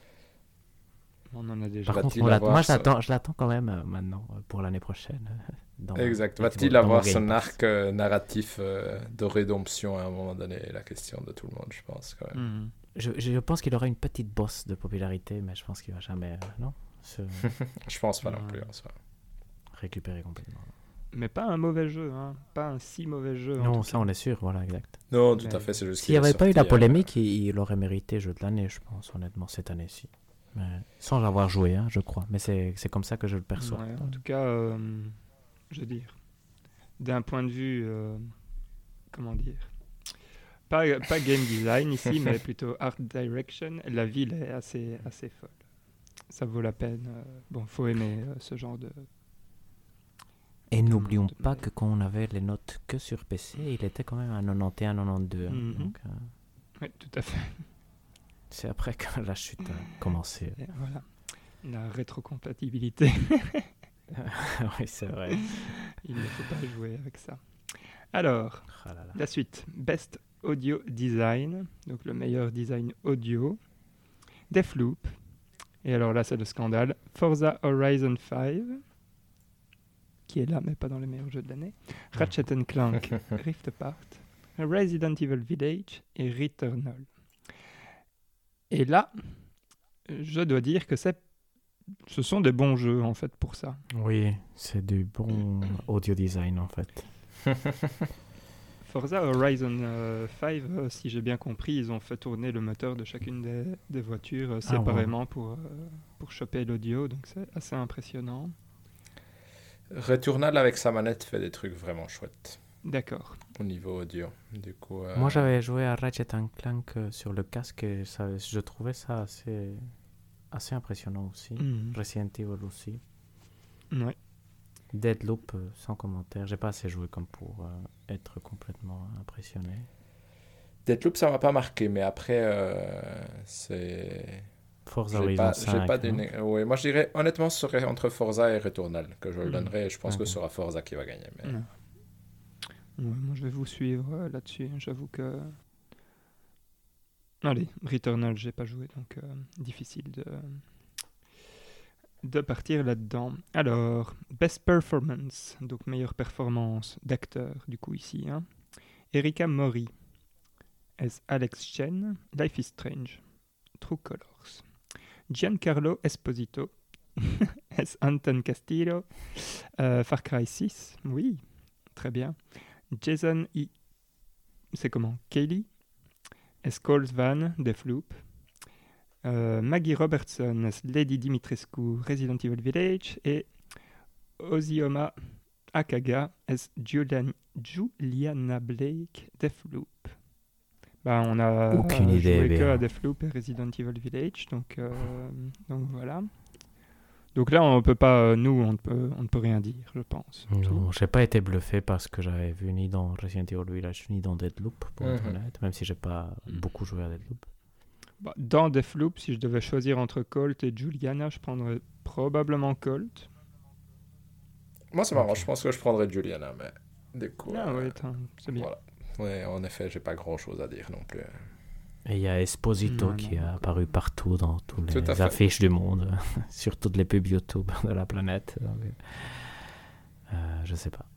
On en a déjà. Par contre, Va-t-il avoir moi, ce- je l'attends quand même maintenant pour l'année prochaine. Exact. dans Va-t-il mon avoir Game son Pass. arc narratif de rédemption à un moment donné? La question de tout le monde, je pense, quand même. Je pense qu'il aura une petite bosse de popularité, mais je pense qu'il va jamais se Je pense pas non Ouais. plus en soi. récupérer complètement. Mais pas un mauvais jeu, hein. Pas un si mauvais jeu. en Non, tout ça cas. on est sûr, voilà, exact. Non, tout Mais- à fait, c'est juste S'il n'y avait pas eu la sorti, polémique, il aurait mérité jeu de l'année, je pense, honnêtement, cette année-ci. Mais, sans l'avoir joué, hein, je crois. Mais c'est comme ça que je le perçois. Ouais, en tout cas, je veux dire, d'un point de vue, comment dire, pas game design ici, mais plutôt art direction, la ville est assez folle. Ça vaut la peine. Bon, faut aimer ce genre de... Et n'oublions de- pas que quand on avait les notes que sur PC, il était quand même à 91, 92. Hein. Mhm. Donc, Oui, tout à fait. c'est après que la chute a commencé. Et voilà. La rétrocompatibilité, Oui, c'est vrai. il ne faut pas jouer avec ça. Alors, Ah là là. la suite, Best Audio Design, donc le meilleur design audio, Deathloop, et alors là c'est le scandale, Forza Horizon 5, qui est là mais pas dans les meilleurs jeux de l'année, Ratchet & Clank Rift Apart, Resident Evil Village et Returnal. Et là, je dois dire que ce sont des bons jeux en fait pour ça. Oui, c'est du bon audio design en fait. Forza Horizon 5, si j'ai bien compris, ils ont fait tourner le moteur de chacune des voitures séparément pour choper l'audio, donc c'est assez impressionnant. Returnal avec sa manette fait des trucs vraiment chouettes D'accord. au niveau audio. Du coup, Moi j'avais joué à Ratchet & Clank sur le casque et ça, je trouvais ça assez impressionnant aussi. Mhm. Resident Evil aussi. Ouais. Deathloop, sans commentaire. J'ai pas assez joué comme pour être complètement impressionné. Deathloop, ça m'a pas marqué, mais après, c'est... Forza J'ai Horizon pas, 5. j'ai pas non des... ouais, moi, je dirais, honnêtement, ce serait entre Forza et Returnal que je le Mhm. donnerais. Et je pense que Ok. ce sera Forza qui va gagner. Mais... Ouais. Ouais, moi je vais vous suivre là-dessus. J'avoue que. Allez, Returnal, j'ai pas joué, donc difficile de partir là-dedans. Alors, Best Performance, donc meilleure performance d'acteur, du coup, ici. Hein. Erika Mori as Alex Chen, Life is Strange, True Colors. Giancarlo Esposito as Anton Castillo, Far Cry 6, oui, très bien. Jason E. C'est comment? Kaylee as Coles Van, Deathloop. Maggie Robertson as Lady Dimitrescu, Resident Evil Village. Et Ozioma Akaga as Juliana Blake, Deathloop. Bah, on a Aucune idée, joué que bien. à Deathloop et Resident Evil Village, donc voilà. Donc là, on peut pas, nous, on ne peut rien dire, je pense. Non, j'ai pas été bluffé parce que j'avais vu ni dans Resident Evil Village ni dans Deathloop, pour être Mhm. honnête, même si j'ai pas beaucoup joué à Deathloop. Bah, dans Deathloop, si je devais choisir entre Colt et Juliana, je prendrais probablement Colt. Moi, c'est marrant. Ok. Je pense que je prendrais Juliana, mais du coup... Ah ouais, c'est bien. Voilà. Ouais, en effet, j'ai pas grand-chose à dire non plus. Et il y a Esposito Non, qui non. a apparu partout dans toutes Tout à les fait. affiches du monde, sur toutes les pubs YouTube de la planète. Donc, je sais pas.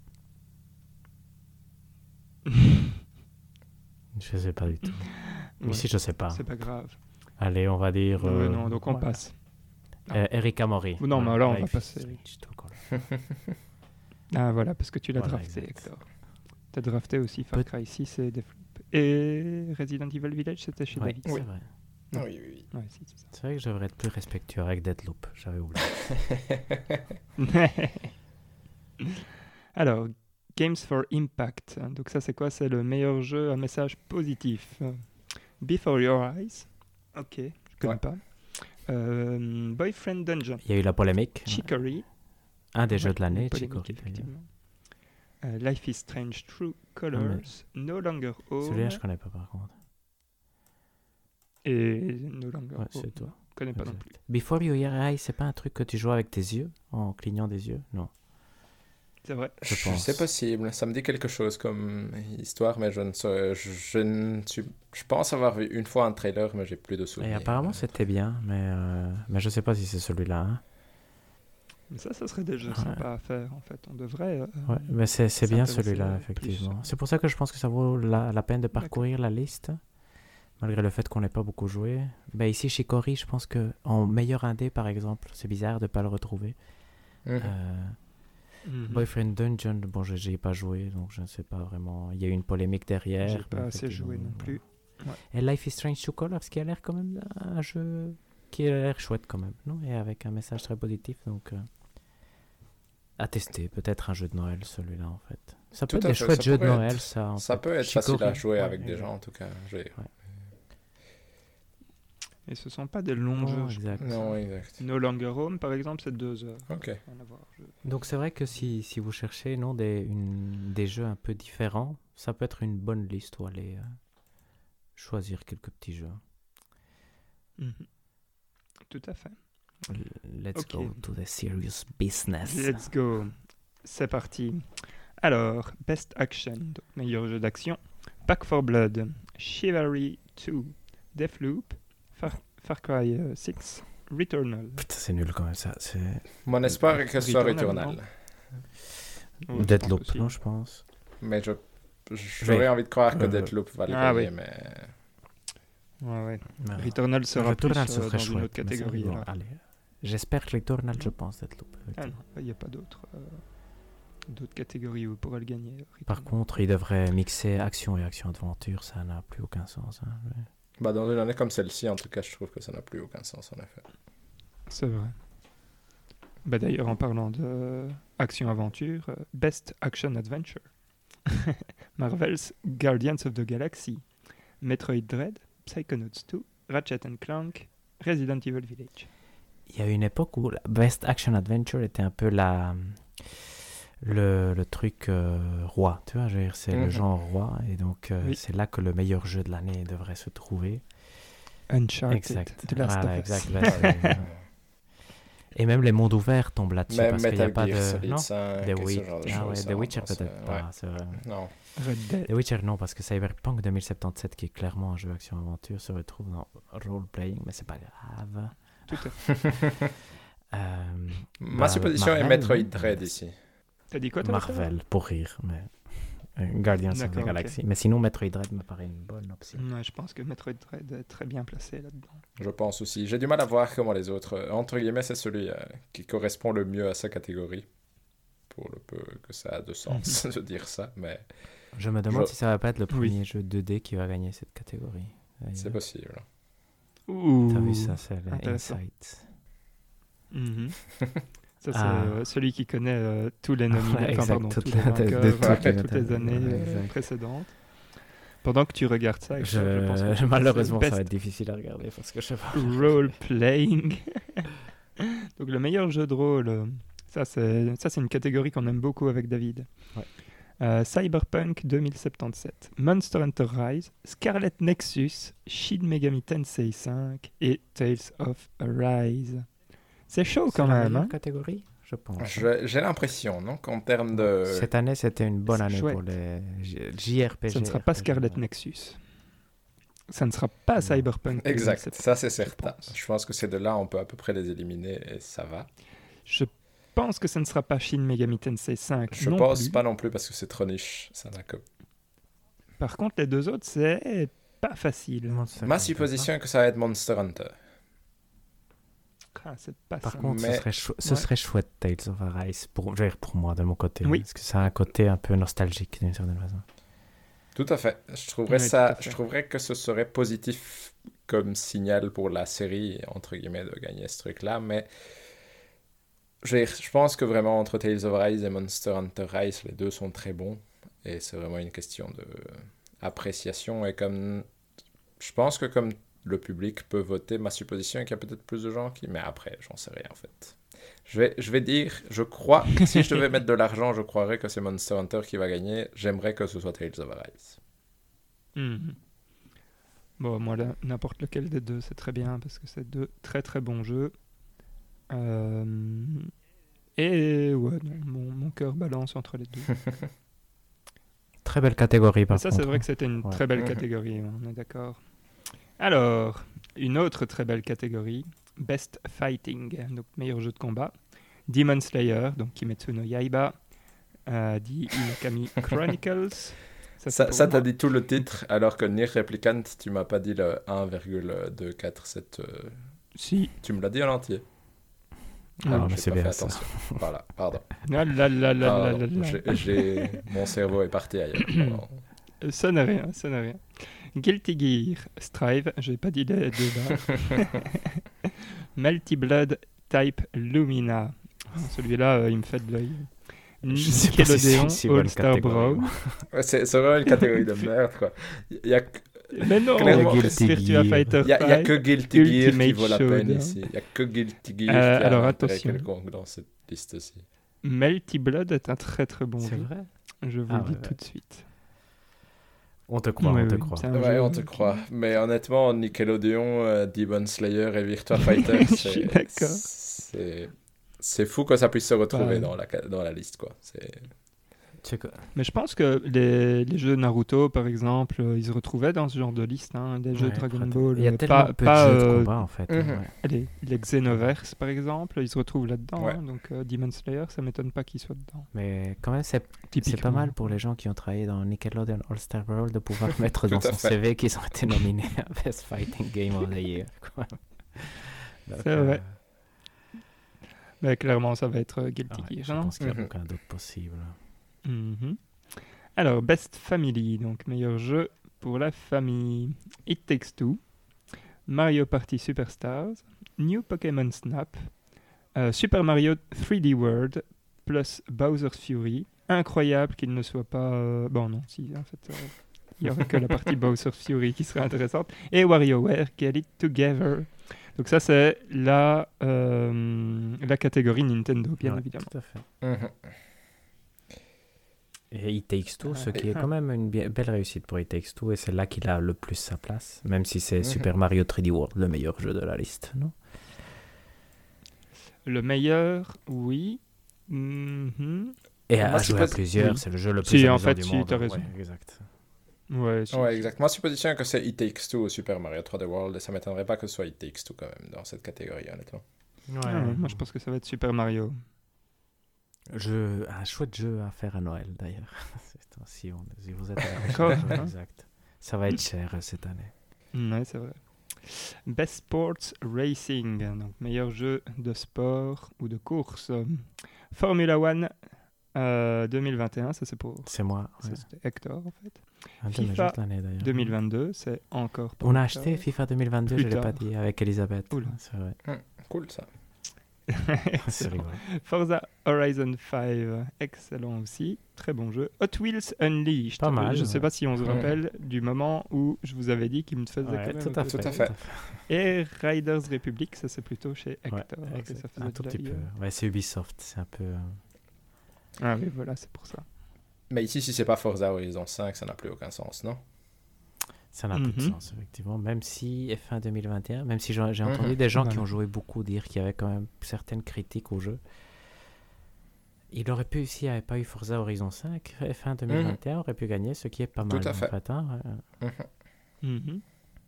Je sais pas du tout. Ouais, Ici, je sais pas. c'est pas grave. Allez, on va dire. Non, donc on voilà. passe. Erika Mori. Non, mais là, on va Life is passer. Strange to Color. Ah voilà, parce que tu l'as Voilà, drafté, exact. Hector. T'as drafté aussi Far Cry 6 et Deathloop. Et Resident Evil Village, c'était chez Ouais, David. c'est vrai. Oui, oui, Ouais, si, c'est ça. C'est vrai que je devrais être plus respectueux avec Deathloop. J'avais oublié. Alors, Games for Impact. Donc ça, c'est quoi? C'est le meilleur jeu à message positif. Before Your Eyes. Ok, je connais Ouais. pas. Boyfriend Dungeon. Il y a eu la polémique. Chicory. Un des Ouais, jeux de l'année, polémique, Chicory. effectivement. Life is Strange True Colors. No Longer Home. Celui-là, je connais pas par contre. Et No Longer Ouais, Home. c'est toi. Je connais pas non plus. Before Your Eyes, c'est pas un truc que tu joues avec tes yeux, en clignant des yeux? Non. C'est vrai. Je pense. C'est possible. Ça me dit quelque chose comme histoire, mais je ne sais. Je pense avoir vu une fois un trailer, mais j'ai plus de Et souvenirs. apparemment, c'était bien, mais je sais pas si c'est celui-là. Hein. Mais ça serait des jeux Ouais. sympas à faire, en fait. On devrait... Ouais, mais c'est bien s'intéresser celui-là, plus. effectivement. C'est pour ça que je pense que ça vaut la peine de parcourir la liste, malgré le fait qu'on n'ait pas beaucoup joué. Ben ici, Chicory, je pense que en meilleur indé, par exemple, c'est bizarre de pas le retrouver. Mhm. Boyfriend Dungeon, bon, j'y ai pas joué, donc je ne sais pas vraiment. Il y a eu une polémique derrière. J'ai pas donc assez joué non plus. Et Life is Strange to Colors, qui a l'air quand même un jeu qui a l'air chouette quand même, non? Et avec un message très positif, donc à tester. Peut-être un jeu de Noël, celui-là, en fait. Ça peut Tout être à des fait, chouettes ça jeux de pourrait Noël, être- ça. en Ça fait. peut être facile à Chicory. jouer Ouais, avec des exact. gens, en tout cas. Et ce sont pas des longs Non, jeux. je exact. Non, exact. No Longer Home, par exemple, c'est 2 heures. Ok. Rien à voir, Donc c'est vrai que si vous cherchez non, des jeux un peu différents, ça peut être une bonne liste où aller choisir quelques petits jeux. Mhm. Tout à fait. Let's Ok. go to the serious business. Let's go. C'est parti. Alors, Best Action, donc meilleur jeu d'action. Back 4 Blood, Chivalry 2, Deathloop, Far Cry 6, Returnal. Putain, c'est nul quand même ça. C'est Mon espoir est que ce soit Returnal, Returnal. Ouais, je Deathloop, pense aussi. non, je pense. Mais j'aurais envie de croire que Deathloop va le Ah gagner, oui. mais... Ouais. Mais, Returnal sera plus Returnal, ce dans serait une chouette, autre mais ça, catégorie. bon, alors. allez. J'espère que Returnal, je pense, Deathloop. Ah non, il n'y a pas d'autres catégories où il pourra le gagner. Par Returnal. contre, il devrait mixer action et action-aventure, ça n'a plus aucun sens. Hein. Bah, dans une année comme celle-ci, en tout cas, je trouve que ça n'a plus aucun sens, en effet. C'est vrai. Bah d'ailleurs, en parlant de action-aventure, Best Action Adventure. Marvel's Guardians of the Galaxy, Metroid Dread, Psychonauts 2, Ratchet & Clank, Resident Evil Village. Il y a une époque où la Best Action Adventure était un peu le truc roi, tu vois, je veux dire, c'est le genre roi, et donc Oui. c'est là que le meilleur jeu de l'année devrait se trouver. Uncharted, Exact. The Last Voilà, of Us. exact. Là, c'est- et même les mondes ouverts tombent là-dessus Même parce qu'il n'y a Metal pas Gear de... Solid Non, 5 The et ce Witcher, genre de ah choses, ouais, ça, The Witcher on pense, peut-être pas, c'est vrai. Non. Red Dead. The Witcher non, parce que Cyberpunk 2077 qui est clairement un jeu action-aventure se retrouve dans role-playing, mais c'est pas grave. Tout à fait. Ma Bah, supposition est Marvel, Metroid non Dread ici. T'as dit quoi toi Marvel, pour rire, mais Guardians of the D'accord, ok. Galaxy. Mais sinon, Metroid Dread me paraît une bonne option. Ouais, je pense que Metroid Dread est très bien placé là-dedans. Je pense aussi. J'ai du mal à voir comment les autres. Entre guillemets, c'est celui qui correspond le mieux à sa catégorie. Pour le peu que ça a de sens de dire ça, mais Je me demande Je- si ça va pas être le Oui. premier jeu 2D qui va gagner cette catégorie. c'est possible. Ouh. T'as vu ça, c'est Intéressant. l'Insight. Mhm. Ça, c'est Ah. Celui qui connaît tous les nominés, Ouais, enfin, exact, pardon, toutes tous les les- vainqueurs de de toutes toutes les années ouais, exact. précédentes. Pendant que tu regardes ça, je pense que c'est Malheureusement, le ça va best être difficile à regarder parce que je sais pas. role-playing. Donc le meilleur jeu de rôle, ça c'est une catégorie qu'on aime beaucoup avec David. Ouais. Cyberpunk 2077, Monster Hunter Rise, Scarlet Nexus, Shin Megami Tensei 5 et Tales of Arise. C'est chaud C'est quand la même. meilleure Hein. catégorie, je pense. J'ai l'impression, non, qu'en termes de. Cette année, c'était une bonne c'est année chouette. pour les JRPG. Ça ne sera pas RPG, Scarlet ouais. Nexus. Ça ne sera pas Cyberpunk. Exact, ça c'est certain. Je pense que ces deux-là, on peut à peu près les éliminer et ça va. Je pense que ça ne sera pas Shin Megami Tensei 5. Je pense pas non plus parce que c'est trop niche. Ça n'a que... Par contre, les deux autres, c'est pas facile. Ma supposition est que ça va être Monster Hunter. Ah, c'est pas Par ça. contre, Mais- ce serait chouette Tales of Arise, je veux dire pour moi, de mon côté. Oui. Parce que ça a un côté un peu nostalgique d'une certaine façon. Tout à fait. Je trouverais Oui, ça, tout à fait. je trouverais que ce serait positif comme signal pour la série, entre guillemets, de gagner ce truc-là, mais je pense que vraiment entre Tales of Rise et Monster Hunter Rise, les deux sont très bons, et c'est vraiment une question de appréciation, et comme je pense que comme le public peut voter, ma supposition est qu'il y a peut-être plus de gens qui... Mais après, j'en sais rien en fait. Je vais dire, je crois, si je devais mettre de l'argent, je croirais que c'est Monster Hunter qui va gagner. J'aimerais que ce soit Tales of Arise. Mhm. Bon, moi, là, n'importe lequel des deux, c'est très bien, parce que c'est deux très très bons jeux. Et ouais, non, mon cœur balance entre les deux. Très belle catégorie, par Ça, contre. c'est vrai que c'était une Ouais. très belle Mhm. catégorie, on est d'accord. Alors, une autre très belle catégorie, Best Fighting, donc meilleur jeu de combat. Demon Slayer, donc Kimetsu no Yaiba, dit Inokami Chronicles. c'est Ça, pour ça moi. t'as dit tout le titre, alors que Nier Replicant, tu m'as pas dit le 1,247. Si. Tu me l'as dit en entier. Ah, mais j'ai c'est pas bien fait ça. attention. Voilà, pardon. Ah là là là là Pardon. là là. Mon cerveau est parti ailleurs. Pardon. Ça n'a rien, ça n'a rien. Guilty Gear Strive, j'ai pas dit les deux barres. Multi-Blood Type Lumina. Celui-là, il me fait de l'œil. Je sais pas si c'est Nickelodeon une si bonne All-Star catégorie. Brawl. Ouais, c'est vraiment une catégorie de merde, quoi. Il y a, Mais non, Clairement, Guilty Virtua Gear. Fighter il y a 5. que Guilty Gear qui Ultimate vaut la peine Showdown. ici. Il y a que Guilty Gear qui a alors, un intérêt attention. quelconque dans cette liste aussi. Multi-Blood est un très très bon C'est jeu. vrai. Je vous Ah, le dis ouais, tout ouais. de suite. On te croit, Ouais, on te oui, croit. c'est un Ouais, jeu on te qui- croit. Mais honnêtement, Nickelodeon, Demon Slayer et Virtua Fighter, Je suis d'accord. c'est fou que ça puisse se retrouver Ouais. dans la liste, quoi. C'est que- Mais je pense que les jeux Naruto, par exemple, ils se retrouvaient dans ce genre de liste. Hein, des jeux Ouais, Dragon très- Ball. Il y a tellement peu de jeux de combat, en fait. Mhm. Ouais. Les Xenoverse, par exemple, ils se retrouvent là-dedans. Ouais. Hein, donc Demon Slayer, ça m'étonne pas qu'ils soient dedans. Mais quand même, c'est pas Typiquement. mal pour les gens qui ont travaillé dans Nickelodeon All-Star Brawl de pouvoir mettre dans Tout à son fait. CV qu'ils ont été nominés à Best Fighting Game of the Year. quoi. Donc, C'est vrai. Mais clairement, ça va être Guilty ouais, Gear. je hein. pense qu'il n'y a Mhm. aucun d'autre possible. Mhm. Alors, Best Family, donc meilleur jeu pour la famille. It Takes Two, Mario Party Superstars, New Pokémon Snap, Super Mario 3D World, plus Bowser's Fury. Incroyable qu'il ne soit pas... Bon, non, si, en fait, il n'y aurait que la partie Bowser's Fury qui serait intéressante. Et WarioWare, Get It Together. Donc ça, c'est la catégorie Nintendo, bien Ouais, évidemment. Tout à fait. Mhm. Et It Takes Two, ce qui est Ah. quand même une belle réussite pour It Takes Two, et c'est là qu'il a le plus sa place, même si c'est Mhm. Super Mario 3D World, le meilleur jeu de la liste, non? Le meilleur, oui. Mhm. Et Moi, à je jouer à suppose- plusieurs, oui. c'est le jeu le plus Si, en amusant fait, du si, monde. t'as raison. Ouais, exact. Ouais, si, Ouais, si. exact. Ma supposition est que c'est It Takes Two au Super Mario 3D World, et ça m'étonnerait pas que ce soit It Takes Two quand même dans cette catégorie, honnêtement. Ah, moi, je pense que ça va être Super Mario. Un chouette jeu à faire à Noël, d'ailleurs. si vous êtes à la D'accord, recherche, hein. exact. Ça va être cher cette année. Ouais, c'est vrai. Best Sports Racing, donc meilleur jeu de sport ou de course. Formula One 2021, ça c'est pour... C'est moi. ça, Ouais. c'était Hector en fait. Un de mes FIFA jeux de l'année, d'ailleurs. 2022, c'est encore pour On a Hector. acheté FIFA 2022, Plus je l'ai tard. pas dit, avec Elisabeth. Oula. C'est vrai. Cool, ça. C'est Excellent. rigolo. Forza Horizon 5, excellent aussi, très bon jeu. Hot Wheels Unleashed, Pas mal, je ne sais ouais. pas si on se rappelle du moment où je vous avais dit qu'il me faisait Ouais, quand même tout un à peu fait. Tout à fait. Et Riders Republic, ça c'est plutôt chez Hector. Ouais, que ça exact. faisait Un de tout la petit vie. peu. Ouais, c'est Ubisoft, c'est un peu... Ah oui, voilà, c'est pour ça. Mais ici, si c'est pas Forza Horizon 5, ça n'a plus aucun sens, non? Ça n'a plus de Mhm. sens, effectivement. Même si F1 2021, même si j'ai entendu des gens qui Voilà. ont joué beaucoup dire qu'il y avait quand même certaines critiques au jeu. Il aurait pu, s'il n'y avait pas eu Forza Horizon 5, F1 2021 aurait pu gagner, ce qui est pas mal. Tout à fait. En fait, hein. Mhm. Mhm.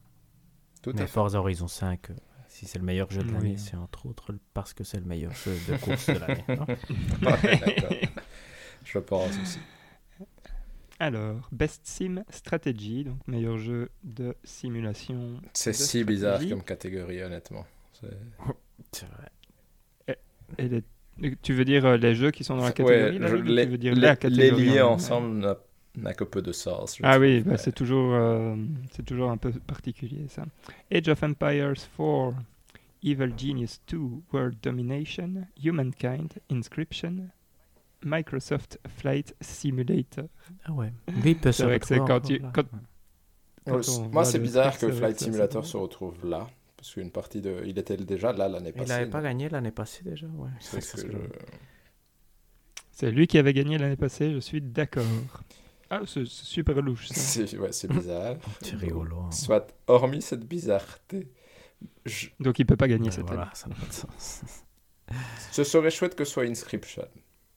Tout Mais à fait. Forza Horizon 5, si c'est le meilleur jeu de l'année, Oui. c'est entre autres parce que c'est le meilleur jeu de course de l'année. non Ouais, d'accord. Je pense aussi. Alors, Best Sim Strategy, donc meilleur jeu de simulation. C'est de si bizarre stratégie. comme catégorie, honnêtement. C'est vrai. Et tu veux dire les jeux qui sont dans la Ouais, catégorie là, ou tu veux dire la catégorie les lier en ensemble n'a que peu de sens. je Ah trouve. oui, bah, c'est toujours un peu particulier ça. Age of Empires 4, Evil Genius 2, World Domination, Humankind, Inscription, Microsoft Flight Simulator. Ah ouais. Lui, il peut se C'est vrai que c'est retrouver quand encore tu... là. quand on Moi, voit c'est le bizarre truc, que c'est vrai Flight que ça, Simulator c'est se retrouve là. Parce qu'une partie de. Il était déjà là l'année Il passée. n'avait pas donc gagné l'année passée déjà. Ouais. c'est Ça, que c'est- C'est lui qui avait gagné l'année passée, je suis d'accord. Ah, c'est super louche ça. c'est bizarre. C'est rigolo. hein. Soit, hormis cette bizarreté, Donc il peut pas gagner Ouais, cette voilà, ça n'a pas de sens. ce serait chouette que ce soit Inscription.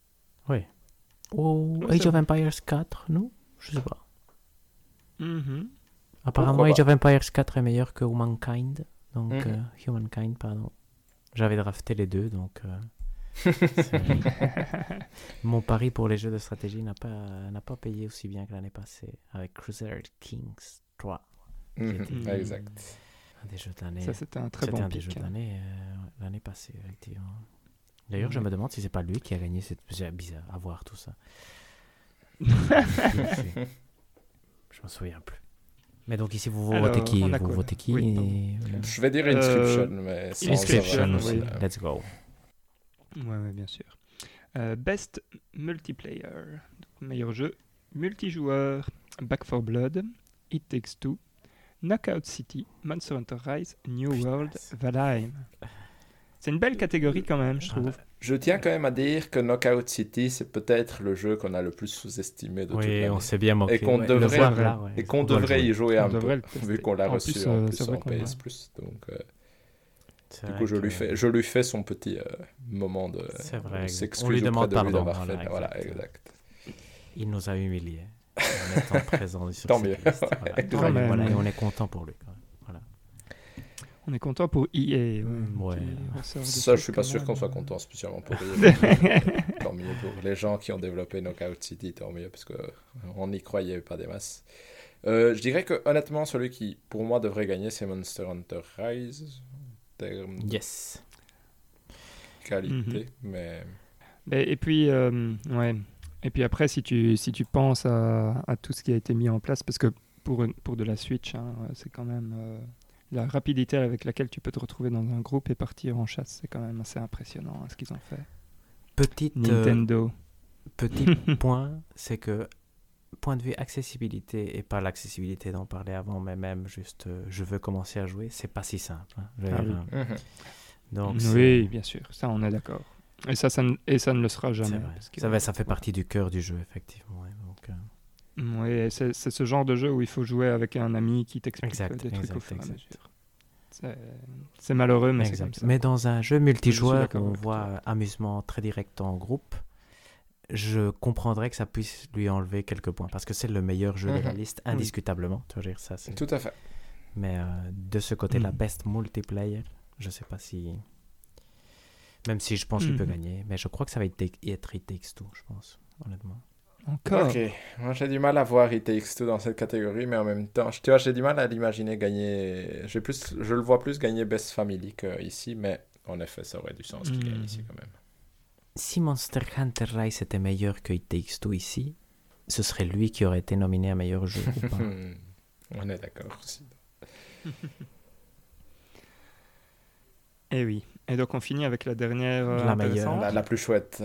Oh, Ouais, Age c'est of Empires 4, non? Je sais pas. année. Mhm. Apparemment, Pourquoi Age pas? of Empires 4 est meilleur que Humankind. Donc, Mhm. Humankind, pardon. J'avais drafté les deux, donc... Mon pari pour les jeux de stratégie n'a pas payé aussi bien que l'année passée avec Crusader Kings 3. Mhm. Exact. Un des jeux de l'année. Ça c'était un très C'était bon un des jeux pic. de l'année l'année passée, effectivement. D'ailleurs, je Mhm. me demande si c'est pas lui qui a gagné. C'est bizarre à voir tout ça. Je me souviens plus. Mais donc ici, vous Alors, votez qui? on a Vous quoi, votez là? qui? Oui, pardon. Je vais dire Inscription, mais sans Inscription, avoir- oui. Let's go. Ouais, bien sûr. Best Multiplayer, donc meilleur jeu multijoueur, Back 4 Blood, It Takes Two, Knockout City, Monster Hunter Rise, New World, Valheim. C'est une belle catégorie quand même, je trouve. Je tiens quand même à dire que Knockout City, c'est peut-être le jeu qu'on a le plus sous-estimé de toute Oui, l'année. on s'est bien moqué. Et qu'on Le devrait- voir là, ouais. Et qu'on On doit le devrait jouer. y jouer On un peu, devrait le tester. vu qu'on l'a En reçu plus, en c'est vrai en qu'on PS va- Plus. Donc, C'est du vrai coup, je que- lui fais son petit moment de C'est vrai, exact. s'excuse On lui auprès demande de lui pardon, d'avoir voilà, fait. Voilà, exact. exact. Il nous a humiliés en étant présent sur Tant cette mieux. liste. Voilà. Quand même. Voilà, et on est content pour lui. Quand même. Voilà. On est content pour EA. Ouais. qui ressort des Ça, je trucs suis pas quand sûr qu'on même. soit content spécialement pour lui. Tant mieux pour les gens qui ont développé Knockout City, tant mieux, parce qu'on n'y croyait pas des masses. Je dirais que honnêtement, celui qui, pour moi, devrait gagner, c'est Monster Hunter Rise, en termes de Yes. qualité, mais... Et puis, ouais. Et puis après, si tu penses à tout ce qui a été mis en place, parce que pour de la Switch, hein, c'est quand même la rapidité avec laquelle tu peux te retrouver dans un groupe et partir en chasse, c'est quand même assez impressionnant ce qu'ils ont fait. Petit Nintendo. point, c'est que point de vue accessibilité, et pas l'accessibilité d'en parler avant, mais même juste je veux commencer à jouer, c'est pas si simple. Hein. Je veux Ah dire, oui. donc Oui, bien sûr, ça on est d'accord. Et ça ne le sera c'est jamais. vrai. parce que- Ça fait partie du cœur du jeu, effectivement. ouais. Donc, Oui, c'est ce genre de jeu où il faut jouer avec un ami qui t'explique Exact, des trucs au exact, fur et à exact. mesure. C'est malheureux, mais c'est exact. comme ça. Mais dans un jeu multijoueur, d'accord où on avec voit amusement très direct en groupe, je comprendrais que ça puisse lui enlever quelques points, parce que c'est le meilleur jeu de la liste, Oui. indiscutablement. Tu vois, je veux dire, ça, c'est... Tout à fait. Mais de ce côté-là, Mhm. best multiplayer, je sais pas si... Même si je pense qu'il peut Mhm. gagner, mais je crois que ça va être It Takes Two, je pense, honnêtement. Encore. Ok, moi j'ai du mal à voir It Takes Two dans cette catégorie, mais en même temps, tu vois, j'ai du mal à l'imaginer gagner. Je le vois plus gagner Best Family qu'ici, mais en effet, ça aurait du sens qu'il gagne ici quand même. Si Monster Hunter Rise était meilleur que It Takes Two ici, ce serait lui qui aurait été nominé à meilleur jeu ou pas. On est d'accord aussi. Et oui. Et donc on finit avec la dernière La meilleure. intéressante. La plus chouette.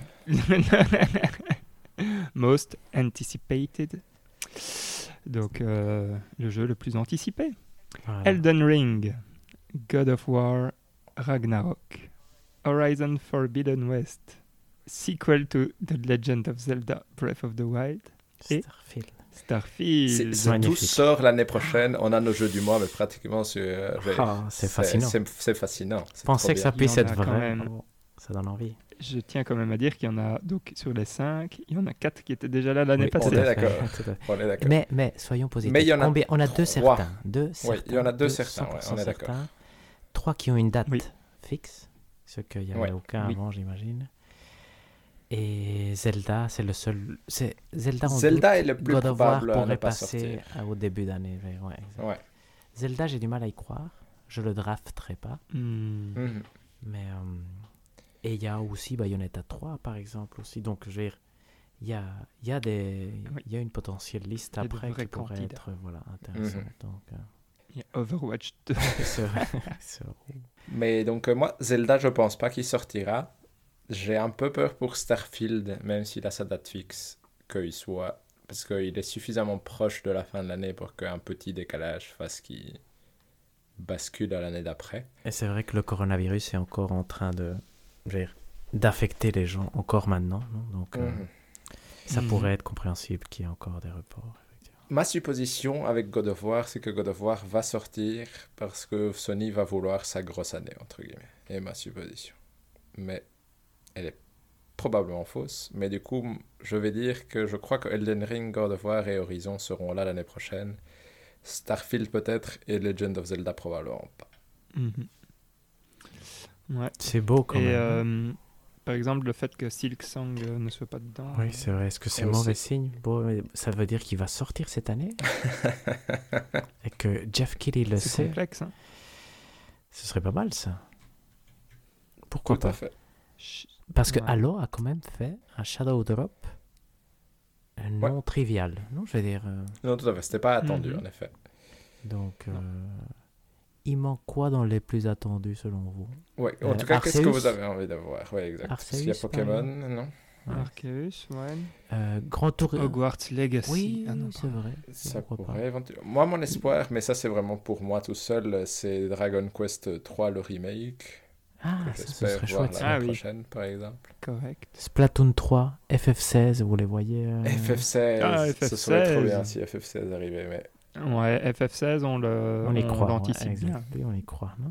Most anticipated. Donc le jeu le plus anticipé. Voilà. Elden Ring, God of War, Ragnarok, Horizon Forbidden West, sequel to The Legend of Zelda Breath of the Wild, et Starfield. Starfield. Tout magnifique. sort l'année prochaine. On a nos jeux du mois, mais pratiquement sur. Ah, c'est fascinant. C'est fascinant. Pensez que ça Il y puisse en être a quand vrai. même. Oh. Ça donne envie. Je tiens quand même à dire qu'il y en a, donc sur les 5, il y en a 4 qui étaient déjà là l'année Oui, passée. On est tout à fait, d'accord. tout à fait. On est d'accord. Mais soyons positifs. Mais il y en a Combien on a 2 3. certains. Oui, il y en a 2 certains, ouais, 100% on est d'accord. certains. 3 qui ont une date Oui. fixe, ce qu'il n'y avait Ouais. aucun Oui. avant, j'imagine. Et Zelda, c'est le seul. Zelda, on Zelda doute. est le plus God of War probable à ne pourrait pas passer sortir. au début d'année. Ouais, exact. Ouais. Zelda, j'ai du mal à y croire. Je le drafterai pas. Mhm. Mais et il y a aussi Bayonetta 3 par exemple aussi. Donc je veux dire, il y a Oui. il y a une potentielle liste Il y a de après vrais qui pourrait candidats. être intéressante. Mhm. Donc Il y a Overwatch 2. c'est vrai. C'est vrai. Mais donc, moi, Zelda, je pense pas qu'il sortira. J'ai un peu peur pour Starfield, même s'il a sa date fixe, qu'il soit. Parce qu'il est suffisamment proche de la fin de l'année pour qu'un petit décalage fasse qu'il bascule à l'année d'après. Et c'est vrai que le coronavirus est encore en train de je veux dire, d'affecter les gens encore maintenant, non? Donc Mhm. ça Mhm. pourrait être compréhensible qu'il y ait encore des reports. Effectivement. Ma supposition avec God of War, c'est que God of War va sortir parce que Sony va vouloir sa grosse année, entre guillemets. Et ma supposition. Mais elle est probablement fausse. Mais du coup, je vais dire que je crois que Elden Ring, God of War et Horizon seront là l'année prochaine. Starfield peut-être et Legend of Zelda probablement pas. Mhm. Ouais. C'est beau quand Et même. par exemple, le fait que Silksong ne soit pas dedans. Oui, c'est vrai. Est-ce que c'est aussi. mauvais signe? Bon, mais ça veut dire qu'il va sortir cette année et que Jeff Keighley le C'est sait. complexe. Hein. Ce serait pas mal ça. Pourquoi Tout à pas? fait. Parce que Ouais. Halo a quand même fait un Shadow Drop non trivial. Non, je veux dire. Non, tout à fait. C'était pas attendu, Mhm. en effet. Donc, il manque quoi dans les plus attendus selon vous? Ouais. En tout cas, qu'est-ce que Arceus vous avez envie de voir? Oui, exact. Parce qu'il y a Arceus, par Pokémon, exemple. non? Ouais. Arceus, ouais. Grand Tour. Hogwarts Legacy. Oui, Ah non, c'est vrai. Ça Pourquoi pourrait éventuellement. Moi, mon espoir, mais ça, c'est vraiment pour moi tout seul, c'est Dragon Quest 3, le remake. Ah, Que ça j'espère serait voir chouette. l'année Ah oui. prochaine, par exemple. correct. Splatoon 3, FF16, vous les voyez FF16, Ah, ce serait trop FF16. bien si FF16 arrivait, mais Ouais, FF16, On y croit. l'anticipe Ouais, bien. exact. Oui, on y croit, non?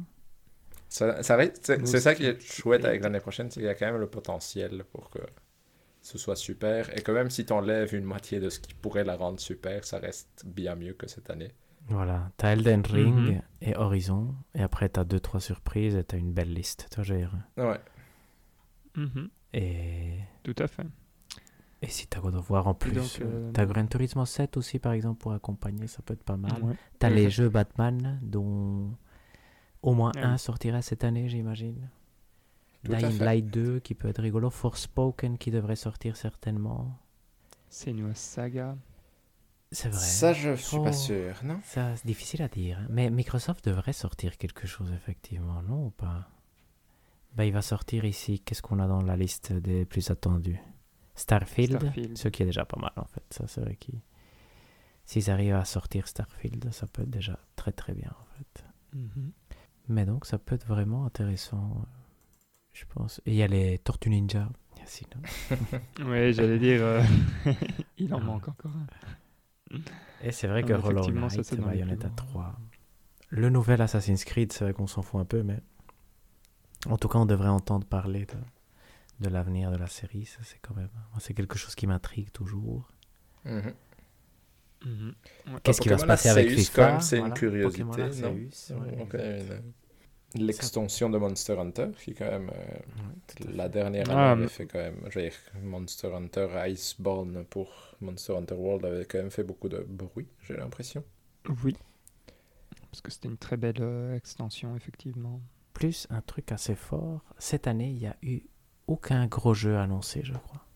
c'est ça qui est chouette avec Street. l'année prochaine, c'est qu'il y a quand même le potentiel pour que ce soit super, et que même si tu enlèves une moitié de ce qui pourrait la rendre super, ça reste bien mieux que cette année. Voilà, t'as Elden Ring Mhm. et Horizon, et après t'as 2-3 surprises et t'as une belle liste, tu vois, je veux dire. Ouais. Mhm, Et tout à fait. si t'as God of War en plus, donc, t'as Gran Turismo 7 aussi par exemple pour accompagner, ça peut être pas mal. Ouais. T'as les Mhm. jeux Batman dont au moins Ah un oui. sortira cette année, j'imagine. Tout à Dying fait. Light 2 qui peut être rigolo, Forspoken qui devrait sortir certainement. Senua's Saga. C'est vrai. Ça, je suis Oh. pas sûr, non? Ça, c'est difficile à dire. Hein. Mais Microsoft devrait sortir quelque chose, effectivement, non ou pas? Ben, il va sortir ici. Qu'est-ce qu'on a dans la liste des plus attendus? Starfield, Starfield. ce qui est déjà pas mal, en fait. Ça, c'est vrai qu'ils... S'ils arrivent à sortir Starfield, ça peut être déjà très très bien, en fait. Mhm. Mais donc, ça peut être vraiment intéressant, je pense. Et il y a les Tortues Ninja. Sinon. Ouais, j'allais dire, il en manque encore un. Et c'est vrai Non, que mais Hollow effectivement, ça, Knight, c'est dans les plus Bayonetta gros. 3. Le nouvel Assassin's Creed, c'est vrai qu'on s'en fout un peu, mais en tout cas, on devrait entendre parler de l'avenir de la série. Ça, c'est quand même, moi, c'est quelque chose qui m'intrigue toujours. Mhm. Mhm. Ouais. Qu'est-ce qui va se Pokémon passer avec Arceus, FIFA? quand même, c'est Voilà, une curiosité, Pokémon non? Arceus, ouais, Donc, exact. l'extension de Monster Hunter, qui quand même... Ouais, tout à la fait. dernière Ah, année mais- avait fait quand même... Je veux dire, Monster Hunter Iceborne pour Monster Hunter World avait quand même fait beaucoup de bruit, j'ai l'impression. Oui. Parce que c'était une très belle extension, effectivement. Plus un truc assez fort. Cette année, il n'y a eu aucun gros jeu annoncé, je crois.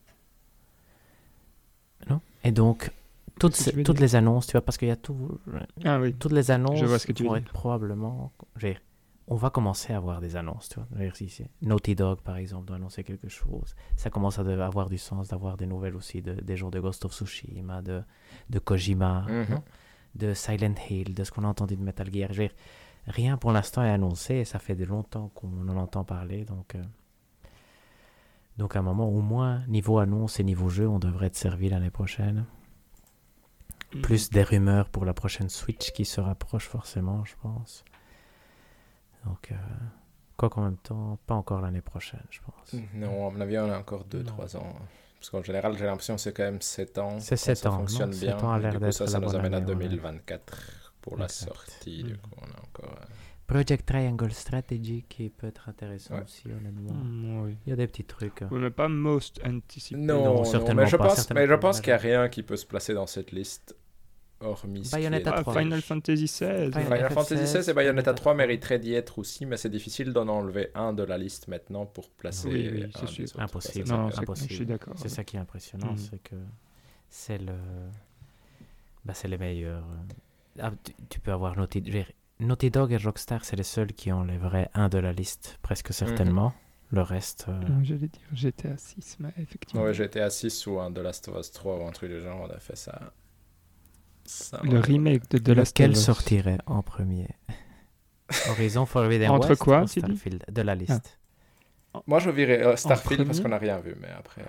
Non? Et donc, Qu'est-ce que tu veux toutes dire les annonces, tu vois, parce qu'il y a Ah oui. toutes les annonces Je vois ce que tu veux vont dire. être probablement... je veux dire, on va commencer à avoir des annonces, tu vois. Je veux dire, si Naughty Dog, par exemple, doit annoncer quelque chose. Ça commence à avoir du sens d'avoir des nouvelles aussi des gens de Ghost of Tsushima, de Kojima, Mhm. non, de Silent Hill, de ce qu'on a entendu de Metal Gear. Je veux dire, rien pour l'instant est annoncé et ça fait de longtemps qu'on en entend parler. Donc à un moment, au moins, niveau annonce et niveau jeu, on devrait être servi l'année prochaine. Mhm. Plus des rumeurs pour la prochaine Switch qui se rapproche forcément, je pense. Donc, Quoi qu'en même temps, pas encore l'année prochaine, je pense. Non, à mon avis, on a encore 2-3 ans. Parce qu'en général, j'ai l'impression que c'est quand même 7 ans. C'est 7 ans, Ça fonctionne non, bien. 7 ans a Et l'air du coup, d'être ça la nous bonne amène à année, ouais. 2024 pour la Exact. sortie. Du coup, on a encore... Project Triangle Strategy qui peut être intéressant Ouais. aussi, honnêtement. Oui. Il y a des petits trucs. Oui, mais pas most anticipé. Non, certainement mais je pas, pense, certainement mais je pas, pense mais qu'il n'y a rien qui peut se placer dans cette liste, hormis ce qui Bayonetta est- Ah, 3. Final Fantasy XVI. Final Fantasy FF16, XVI et Bayonetta 3 3. mériteraient d'y être aussi, mais c'est difficile d'en enlever un de la liste maintenant pour placer Oui, un c'est des sûr. autres. Impossible. Ça, Non, c'est c'est- impossible. je suis d'accord. C'est ça qui est impressionnant, Mhm. c'est que c'est le... c'est les meilleurs. Ah, tu peux avoir Naughty Dog et Rockstar, c'est les seuls qui ont les vrais 1 de la liste, presque certainement. Le reste... Non, j'allais dire GTA 6, mais effectivement. Ouais, j'étais à 6 ou un The Last of Us 3 ou un truc du genre, on a fait ça. Le remake de The Last Lequel of Us. sortirait en premier? Horizon Forbidden Entre West quoi, ou tu dis Starfield de la liste? Moi, je virais Starfield parce premier qu'on n'a rien vu, mais après,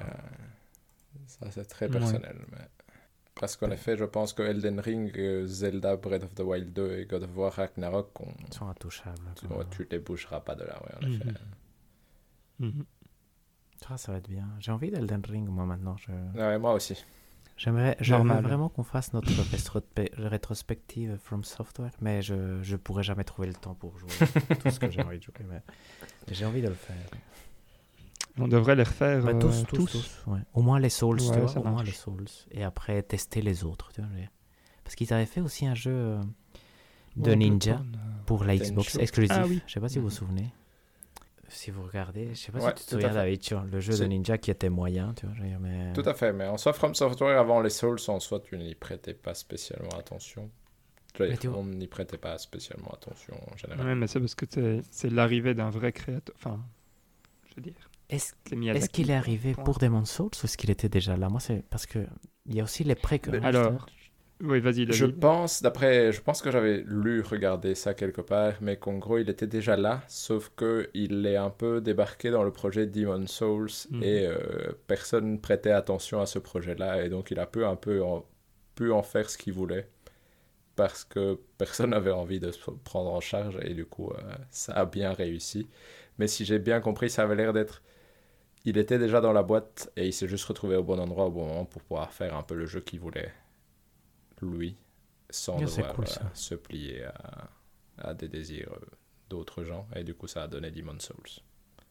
ça c'est très personnel. Mais... Parce qu'en effet, je pense que Elden Ring, Zelda, Breath of the Wild 2 et God of War Ragnarok, Ils sont intouchables. tu les bougeras pas de là, ouais, en effet. Mhm. Ça va être bien. J'ai envie d'Elden Ring, moi, maintenant. Ouais, moi aussi. J'aimerais Normal. vraiment qu'on fasse notre rétrospective From Software, mais je pourrais jamais trouver le temps pour jouer tout ce que j'ai envie de jouer. Mais j'ai envie de le faire. On devrait les refaire Bah, tous. Ouais. Au moins les Souls, Ouais, tu vois, ça au moins marche. les Souls. Et après, tester les autres. Tu vois, parce qu'ils avaient fait aussi un jeu de ninja pour la Xbox Tenchu. exclusif. Ah oui. Je sais pas si vous vous souvenez. Si vous regardez, je sais pas Ouais, si tu te tout à souviens, fait. David, tu vois, le jeu de C'est- ninja qui était moyen, tu vois, je veux dire, mais... Tout à fait, mais en soi, From Software, avant les Souls, en soi, tu n'y prêtais pas spécialement attention. Mais tu vois- On n'y prêtait pas spécialement attention en général. Ouais, mais c'est parce que c'est l'arrivée d'un vrai créateur. Enfin, je veux dire, Est-ce c'est Miyazaki. est-ce qu'il est arrivé Point. pour Demon's Souls ou est-ce qu'il était déjà là? Moi, c'est parce que il y a aussi les préquels. Alors, oui, vas-y, Je David. pense que j'avais regardé ça quelque part, mais qu'en gros, il était déjà là, sauf qu'il est un peu débarqué dans le projet Demon's Souls Mhm. et personne prêtait attention à ce projet-là, et donc il a pu en faire ce qu'il voulait, parce que personne n'avait envie de se prendre en charge, et du coup, ça a bien réussi. Mais si j'ai bien compris, ça avait l'air d'être... Il était déjà dans la boîte, et il s'est juste retrouvé au bon endroit, au bon moment, pour pouvoir faire un peu le jeu qu'il voulait, lui, sans Ah, c'est devoir cool, ça. se plier à des désirs d'autres gens. Et du coup, ça a donné Demon's Souls.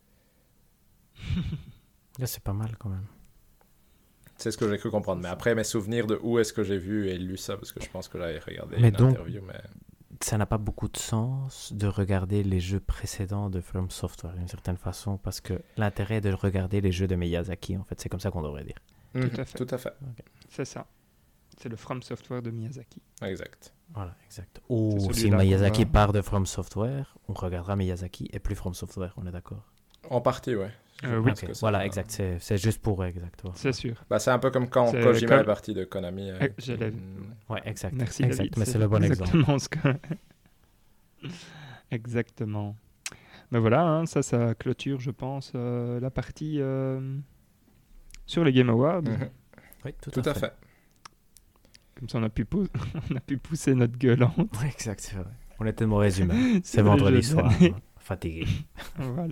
Là, c'est pas mal quand même. C'est ce que j'ai cru comprendre. Mais après, mes souvenirs de où est-ce que j'ai vu et lu ça, parce que je pense que j'avais regardé Mais une donc- interview. Mais... Ça n'a pas beaucoup de sens de regarder les jeux précédents de From Software d'une certaine façon parce que l'intérêt est de regarder les jeux de Miyazaki en fait, c'est comme ça qu'on devrait dire. à fait. Tout à fait. C'est ça. C'est le From Software de Miyazaki. Exact. Voilà, exact. Ou C'est si celui-là Miyazaki qu'on va- part de From Software, on regardera Miyazaki et plus From Software, on est d'accord. En partie, ouais. Je Oui. pense Ok, que ça voilà, va. exact, c'est juste pour exact. Voilà. C'est sûr. Bah, c'est un peu comme quand C'est Kojima comme- est parti de Konami. j'allais- Ouais, exact. Merci, exact, David. mais c'est le bon exemple. exactement ce que... Exactement. Mais voilà, hein, ça clôture, je pense, la partie sur les Game Awards. Mhm. Oui, Tout à fait. Comme ça, on a pu pousser notre gueulante. Oui, exact, c'est vrai. On était de mauvaise humeur. C'est Sur les vendredi jeux soir, d'année. fatigué. Voilà.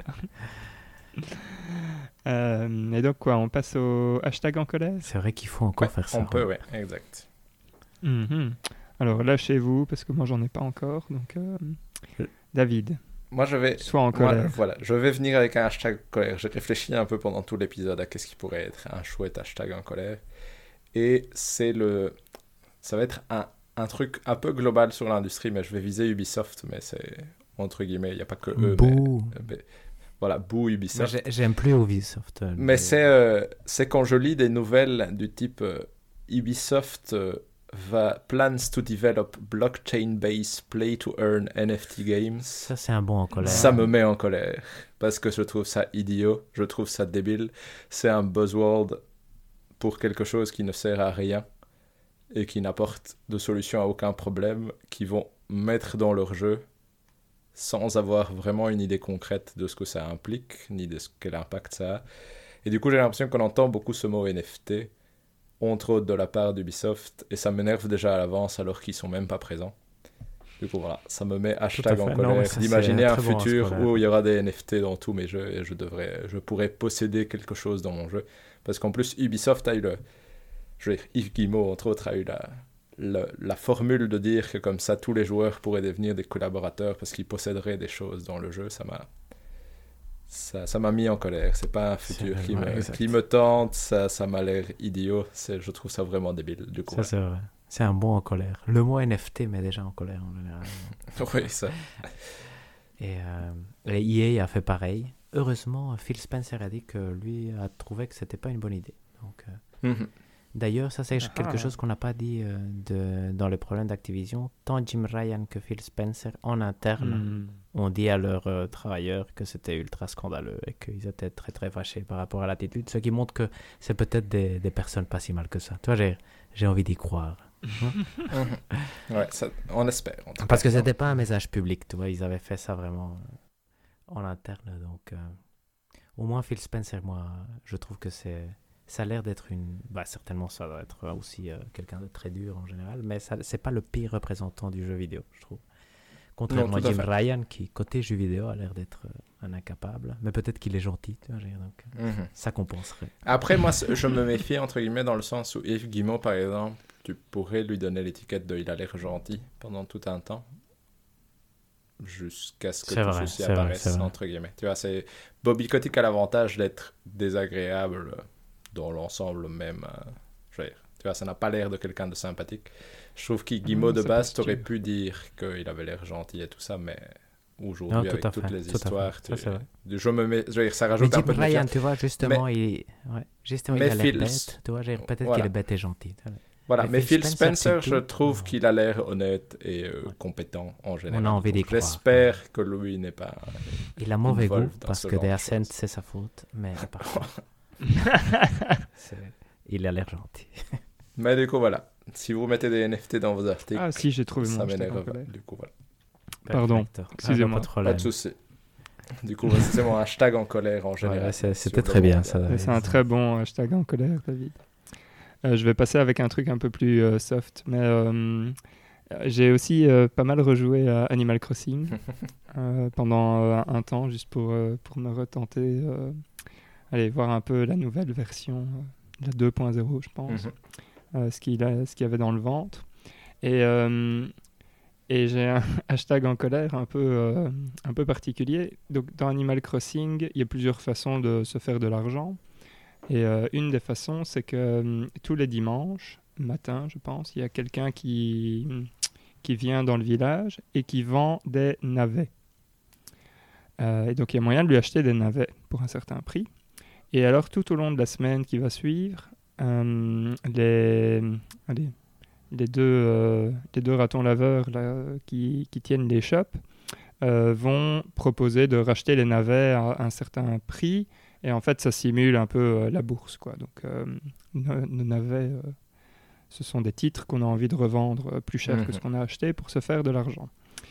Et donc, quoi, on passe au hashtag en colère. C'est vrai qu'il faut encore Ouais, faire ça. on peut, hein. ouais, exact. Mhm. Alors, lâchez-vous, parce que moi, j'en ai pas encore. Donc, David, Moi, je vais... sois en Moi, colère. voilà, je vais venir avec un hashtag colère. J'ai réfléchi un peu pendant tout l'épisode à qu'est-ce qui pourrait être un chouette hashtag en colère. Et ça va être un truc un peu global sur l'industrie, mais je vais viser Ubisoft, mais c'est entre guillemets, il n'y a pas que eux. Bouh. Mais voilà, bouh Moi, Ubisoft. j'aime plus Ubisoft. Mais c'est quand je lis des nouvelles du type Ubisoft plans to develop blockchain-based play-to-earn NFT games. Ça, c'est un bon en colère. Ça me met en colère parce que je trouve ça idiot, je trouve ça débile. C'est un buzzword pour quelque chose qui ne sert à rien et qui n'apporte de solution à aucun problème, qui vont mettre dans leur jeu sans avoir vraiment une idée concrète de ce que ça implique, ni de quel impact ça a. Et du coup, j'ai l'impression qu'on entend beaucoup ce mot NFT, entre autres de la part d'Ubisoft, et ça m'énerve déjà à l'avance alors qu'ils sont même pas présents. Du coup, voilà, ça me met hashtag en fait. colère Non, mais ça, d'imaginer c'est un très bon à ce futur point-là. où il y aura des NFT dans tous mes jeux et je pourrais posséder quelque chose dans mon jeu. Parce qu'en plus, Ubisoft a eu je veux dire, Yves Guillemot, entre autres, a eu la formule de dire que comme ça, tous les joueurs pourraient devenir des collaborateurs parce qu'ils posséderaient des choses dans le jeu. Ça m'a mis en colère. C'est pas un futur qui me tente, ça m'a l'air idiot. Je trouve ça vraiment débile, du coup. Ça, c'est vrai. C'est un bon en colère. Le mot NFT met déjà en colère en général. Oui, ça. Et EA a fait pareil. Heureusement, Phil Spencer a dit que lui a trouvé que c'était pas une bonne idée. Donc, d'ailleurs, ça c'est quelque chose qu'on n'a pas dit dans les problèmes d'Activision. Tant Jim Ryan que Phil Spencer en interne ont dit à leurs travailleurs que c'était ultra scandaleux et qu'ils étaient très très fâchés par rapport à l'attitude, ce qui montre que c'est peut-être des personnes pas si mal que ça. Tu vois, j'ai envie d'y croire. Ouais, on espère. Parce que c'était pas un message public, tu vois, ils avaient fait ça vraiment en interne. Donc, au moins Phil Spencer, moi, je trouve que ça a l'air d'être certainement ça doit être aussi quelqu'un de très dur en général, mais c'est pas le pire représentant du jeu vidéo, je trouve. Contrairement à Jim Ryan, qui, côté jeu vidéo, a l'air d'être un incapable. Mais peut-être qu'il est gentil, tu vois, donc ça compenserait. Après, moi, je me méfie, entre guillemets, dans le sens où Yves Guillemot, par exemple, tu pourrais lui donner l'étiquette de « il a l'air gentil » pendant tout un temps, jusqu'à ce que tout ceci apparaisse, entre guillemets. Tu vois, Bobby Kotick a l'avantage d'être désagréable dans l'ensemble même. Je veux dire, tu vois, ça n'a pas l'air de quelqu'un de sympathique. Je trouve que Guillemot de base, t'aurais pu dire qu'il avait l'air gentil et tout ça, mais aujourd'hui, avec toutes les histoires, ça rajoute un peu de Ryan, tu vois, justement, il a l'air bête. Tu vois, peut-être qu'il est bête et gentil. Voilà, mais Phil Spencer, je trouve qu'il a l'air honnête et compétent en général. On a envie d'y croire. J'espère que lui n'est pas. Il a mauvais goût parce que The Ascent, c'est sa faute, mais il a l'air gentil. Mais du coup, voilà. Si vous mettez des NFT dans vos articles, si, j'ai trouvé ça mon m'énerve. Du coup, voilà. Pardon, excusez-moi. Pas de souci. Du coup, c'est mon hashtag en colère en général. C'était très bien ça. C'est un très bon hashtag en colère, David. Je vais passer avec un truc un peu plus soft, mais j'ai aussi pas mal rejoué à Animal Crossing pendant un temps, juste pour me retenter, aller voir un peu la nouvelle version, la 2.0, je pense, ce qu'il y avait dans le ventre. Et j'ai un hashtag en colère un peu particulier. Donc, dans Animal Crossing, il y a plusieurs façons de se faire de l'argent. Et une des façons, c'est que tous les dimanches matin, je pense, il y a quelqu'un qui vient dans le village et qui vend des navets. Et donc, il y a moyen de lui acheter des navets pour un certain prix. Et alors, tout au long de la semaine qui va suivre, les deux ratons laveurs là, qui tiennent les shops vont proposer de racheter les navets à un certain prix. Et en fait, ça simule un peu la bourse, quoi. Donc, nos navets, ce sont des titres qu'on a envie de revendre plus cher que ce qu'on a acheté pour se faire de l'argent.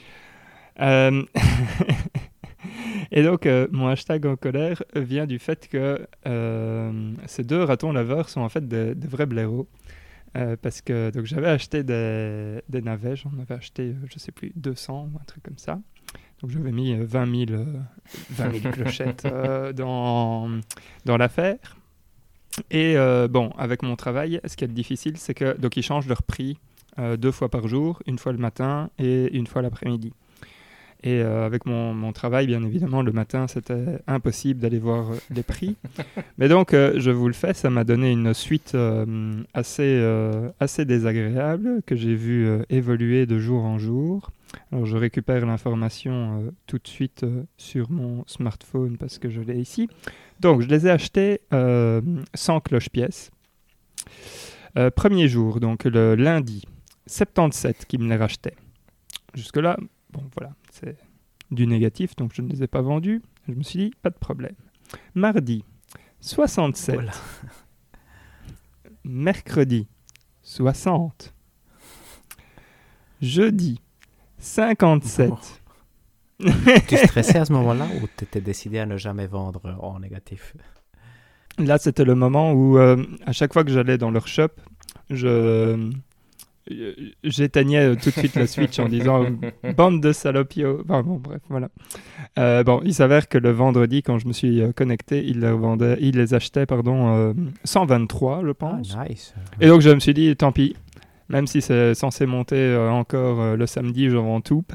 Et donc, mon hashtag en colère vient du fait que ces deux ratons laveurs sont en fait des vrais blaireaux. Parce que donc, j'avais acheté des navets, j'en avais acheté, je ne sais plus, 200 ou un truc comme ça. Donc j'avais mis 20 000 clochettes dans l'affaire. Et bon, avec mon travail, ce qui est difficile, c'est que donc ils changent leur prix 2 fois par jour, une fois le matin et une fois l'après-midi. Et avec mon travail, bien évidemment, le matin, c'était impossible d'aller voir les prix. Mais donc, je vous le fais, ça m'a donné une suite assez désagréable que j'ai vu évoluer de jour en jour. Alors, je récupère l'information tout de suite sur mon smartphone parce que je l'ai ici. Donc, je les ai achetés sans cloche-pièce. Premier jour, donc le lundi, 77 qui me les rachetait. Jusque-là, bon, voilà, c'est du négatif, donc je ne les ai pas vendus. Je me suis dit, pas de problème. Mardi, 67. Voilà. Mercredi, 60. Jeudi, 57. Bon. Tu stressais à ce moment-là ou tu étais décidé à ne jamais vendre en négatif? Là, c'était le moment où, à chaque fois que j'allais dans leur shop, je j'éteignais tout de suite la Switch en disant bande de salopios. Enfin, bon, bref, voilà. Bon, il s'avère que le vendredi, quand je me suis connecté, il les achetait 123, je pense. Ah, nice. Et donc je me suis dit, tant pis, même si c'est censé monter encore le samedi, je vends tout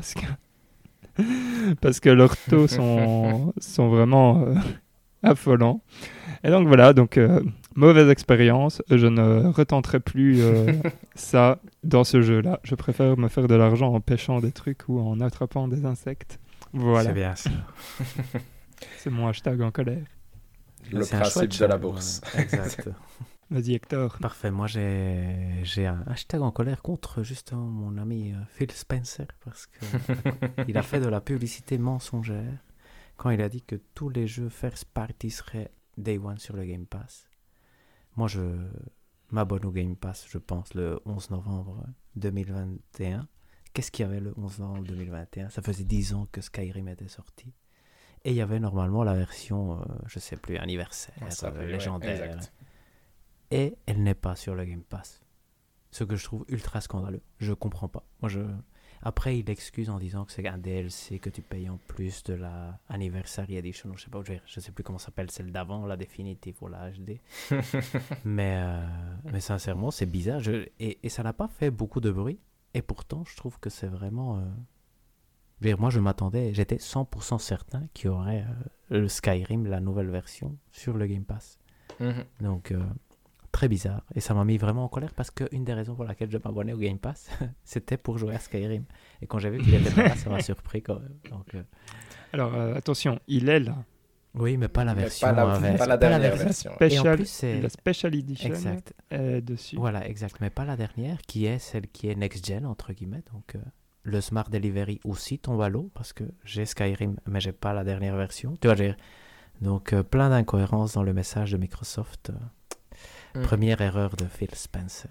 parce que leurs taux sont vraiment affolants. Et donc voilà, mauvaise expérience. Je ne retenterai plus ça dans ce jeu-là. Je préfère me faire de l'argent en pêchant des trucs ou en attrapant des insectes. Voilà. C'est bien ça. C'est mon hashtag en colère. Le C'est un principe chouette de la jeu, bourse. ouais, exact. Vas-y Hector. Parfait. Moi, j'ai un hashtag en colère contre justement mon ami Phil Spencer parce que il a fait de la publicité mensongère quand il a dit que tous les jeux first party seraient Day One sur le Game Pass. Moi, je m'abonne au Game Pass, je pense, le 11 novembre 2021. Qu'est-ce qu'il y avait le 11 novembre 2021 ? Ça faisait 10 ans que Skyrim était sorti. Et il y avait normalement la version, je sais plus, anniversaire, légendaire. Ouais, exact. Et elle n'est pas sur le Game Pass. Ce que je trouve ultra scandaleux. Je comprends pas. Après, il excuse en disant que c'est un DLC que tu payes en plus de la Anniversary Edition. Je sais plus comment ça s'appelle, celle d'avant, la Definitive ou la HD. mais sincèrement, c'est bizarre. Et ça n'a pas fait beaucoup de bruit. Et pourtant, je trouve que c'est vraiment... moi, j'étais 100% certain qu'il y aurait le Skyrim, la nouvelle version, sur le Game Pass. Donc... très bizarre, et ça m'a mis vraiment en colère parce qu'une des raisons pour laquelle je m'abonnais au Game Pass, c'était pour jouer à Skyrim. Et quand j'ai vu qu'il était pas là, ça m'a surpris quand même. Donc, alors attention, il est là. Oui, mais pas la version. Pas la dernière version. Et en plus, c'est la Special Edition exact. est dessus. Voilà, exact, mais pas la dernière, qui est celle qui est next-gen, entre guillemets. Donc, le Smart Delivery aussi tombe à l'eau parce que j'ai Skyrim, mais j'ai pas la dernière version. Tu vois, donc, plein d'incohérences dans le message de Microsoft. Première erreur de Phil Spencer.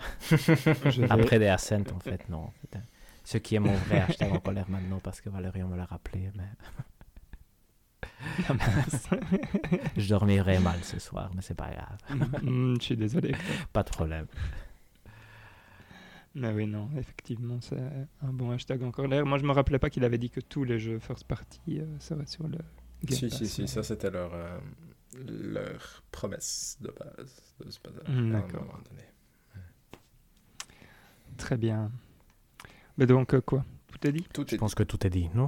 Après des Ascent, en fait, non. Ce qui est mon vrai hashtag en colère maintenant, parce que Valérian me l'a rappelé, mais... Je dormirai mal ce soir, mais c'est pas grave. Je suis désolé. Pas de problème. Mais oui, non, effectivement, c'est un bon hashtag en colère. Moi, je me rappelais pas qu'il avait dit que tous les jeux first party seraient sur le Game Pass. Si, ça c'était leur promesse de base. D'accord. Très bien. Mais donc, quoi ? Tout est dit ? Je pense que tout est dit, non ?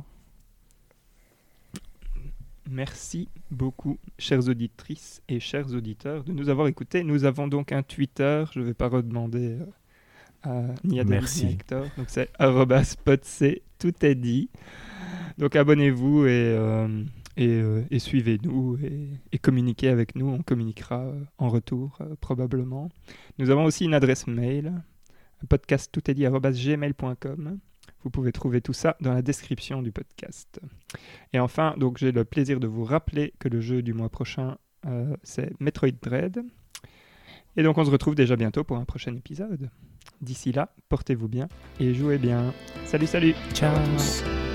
Merci beaucoup, chères auditrices et chers auditeurs, de nous avoir écoutés. Nous avons donc un Twitter. Je ne vais pas redemander ni à David ni à Hector. Donc, c'est @podc. Tout est dit. Donc, abonnez-vous et suivez-nous et communiquez avec nous. On communiquera en retour probablement. Nous avons aussi une adresse mail, podcasttoutestdit@gmail.com. Vous pouvez trouver tout ça dans la description du podcast. Et enfin, donc j'ai le plaisir de vous rappeler que le jeu du mois prochain, c'est Metroid Dread. Et donc on se retrouve déjà bientôt pour un prochain épisode. D'ici là, portez-vous bien et jouez bien. Salut, salut. Ciao.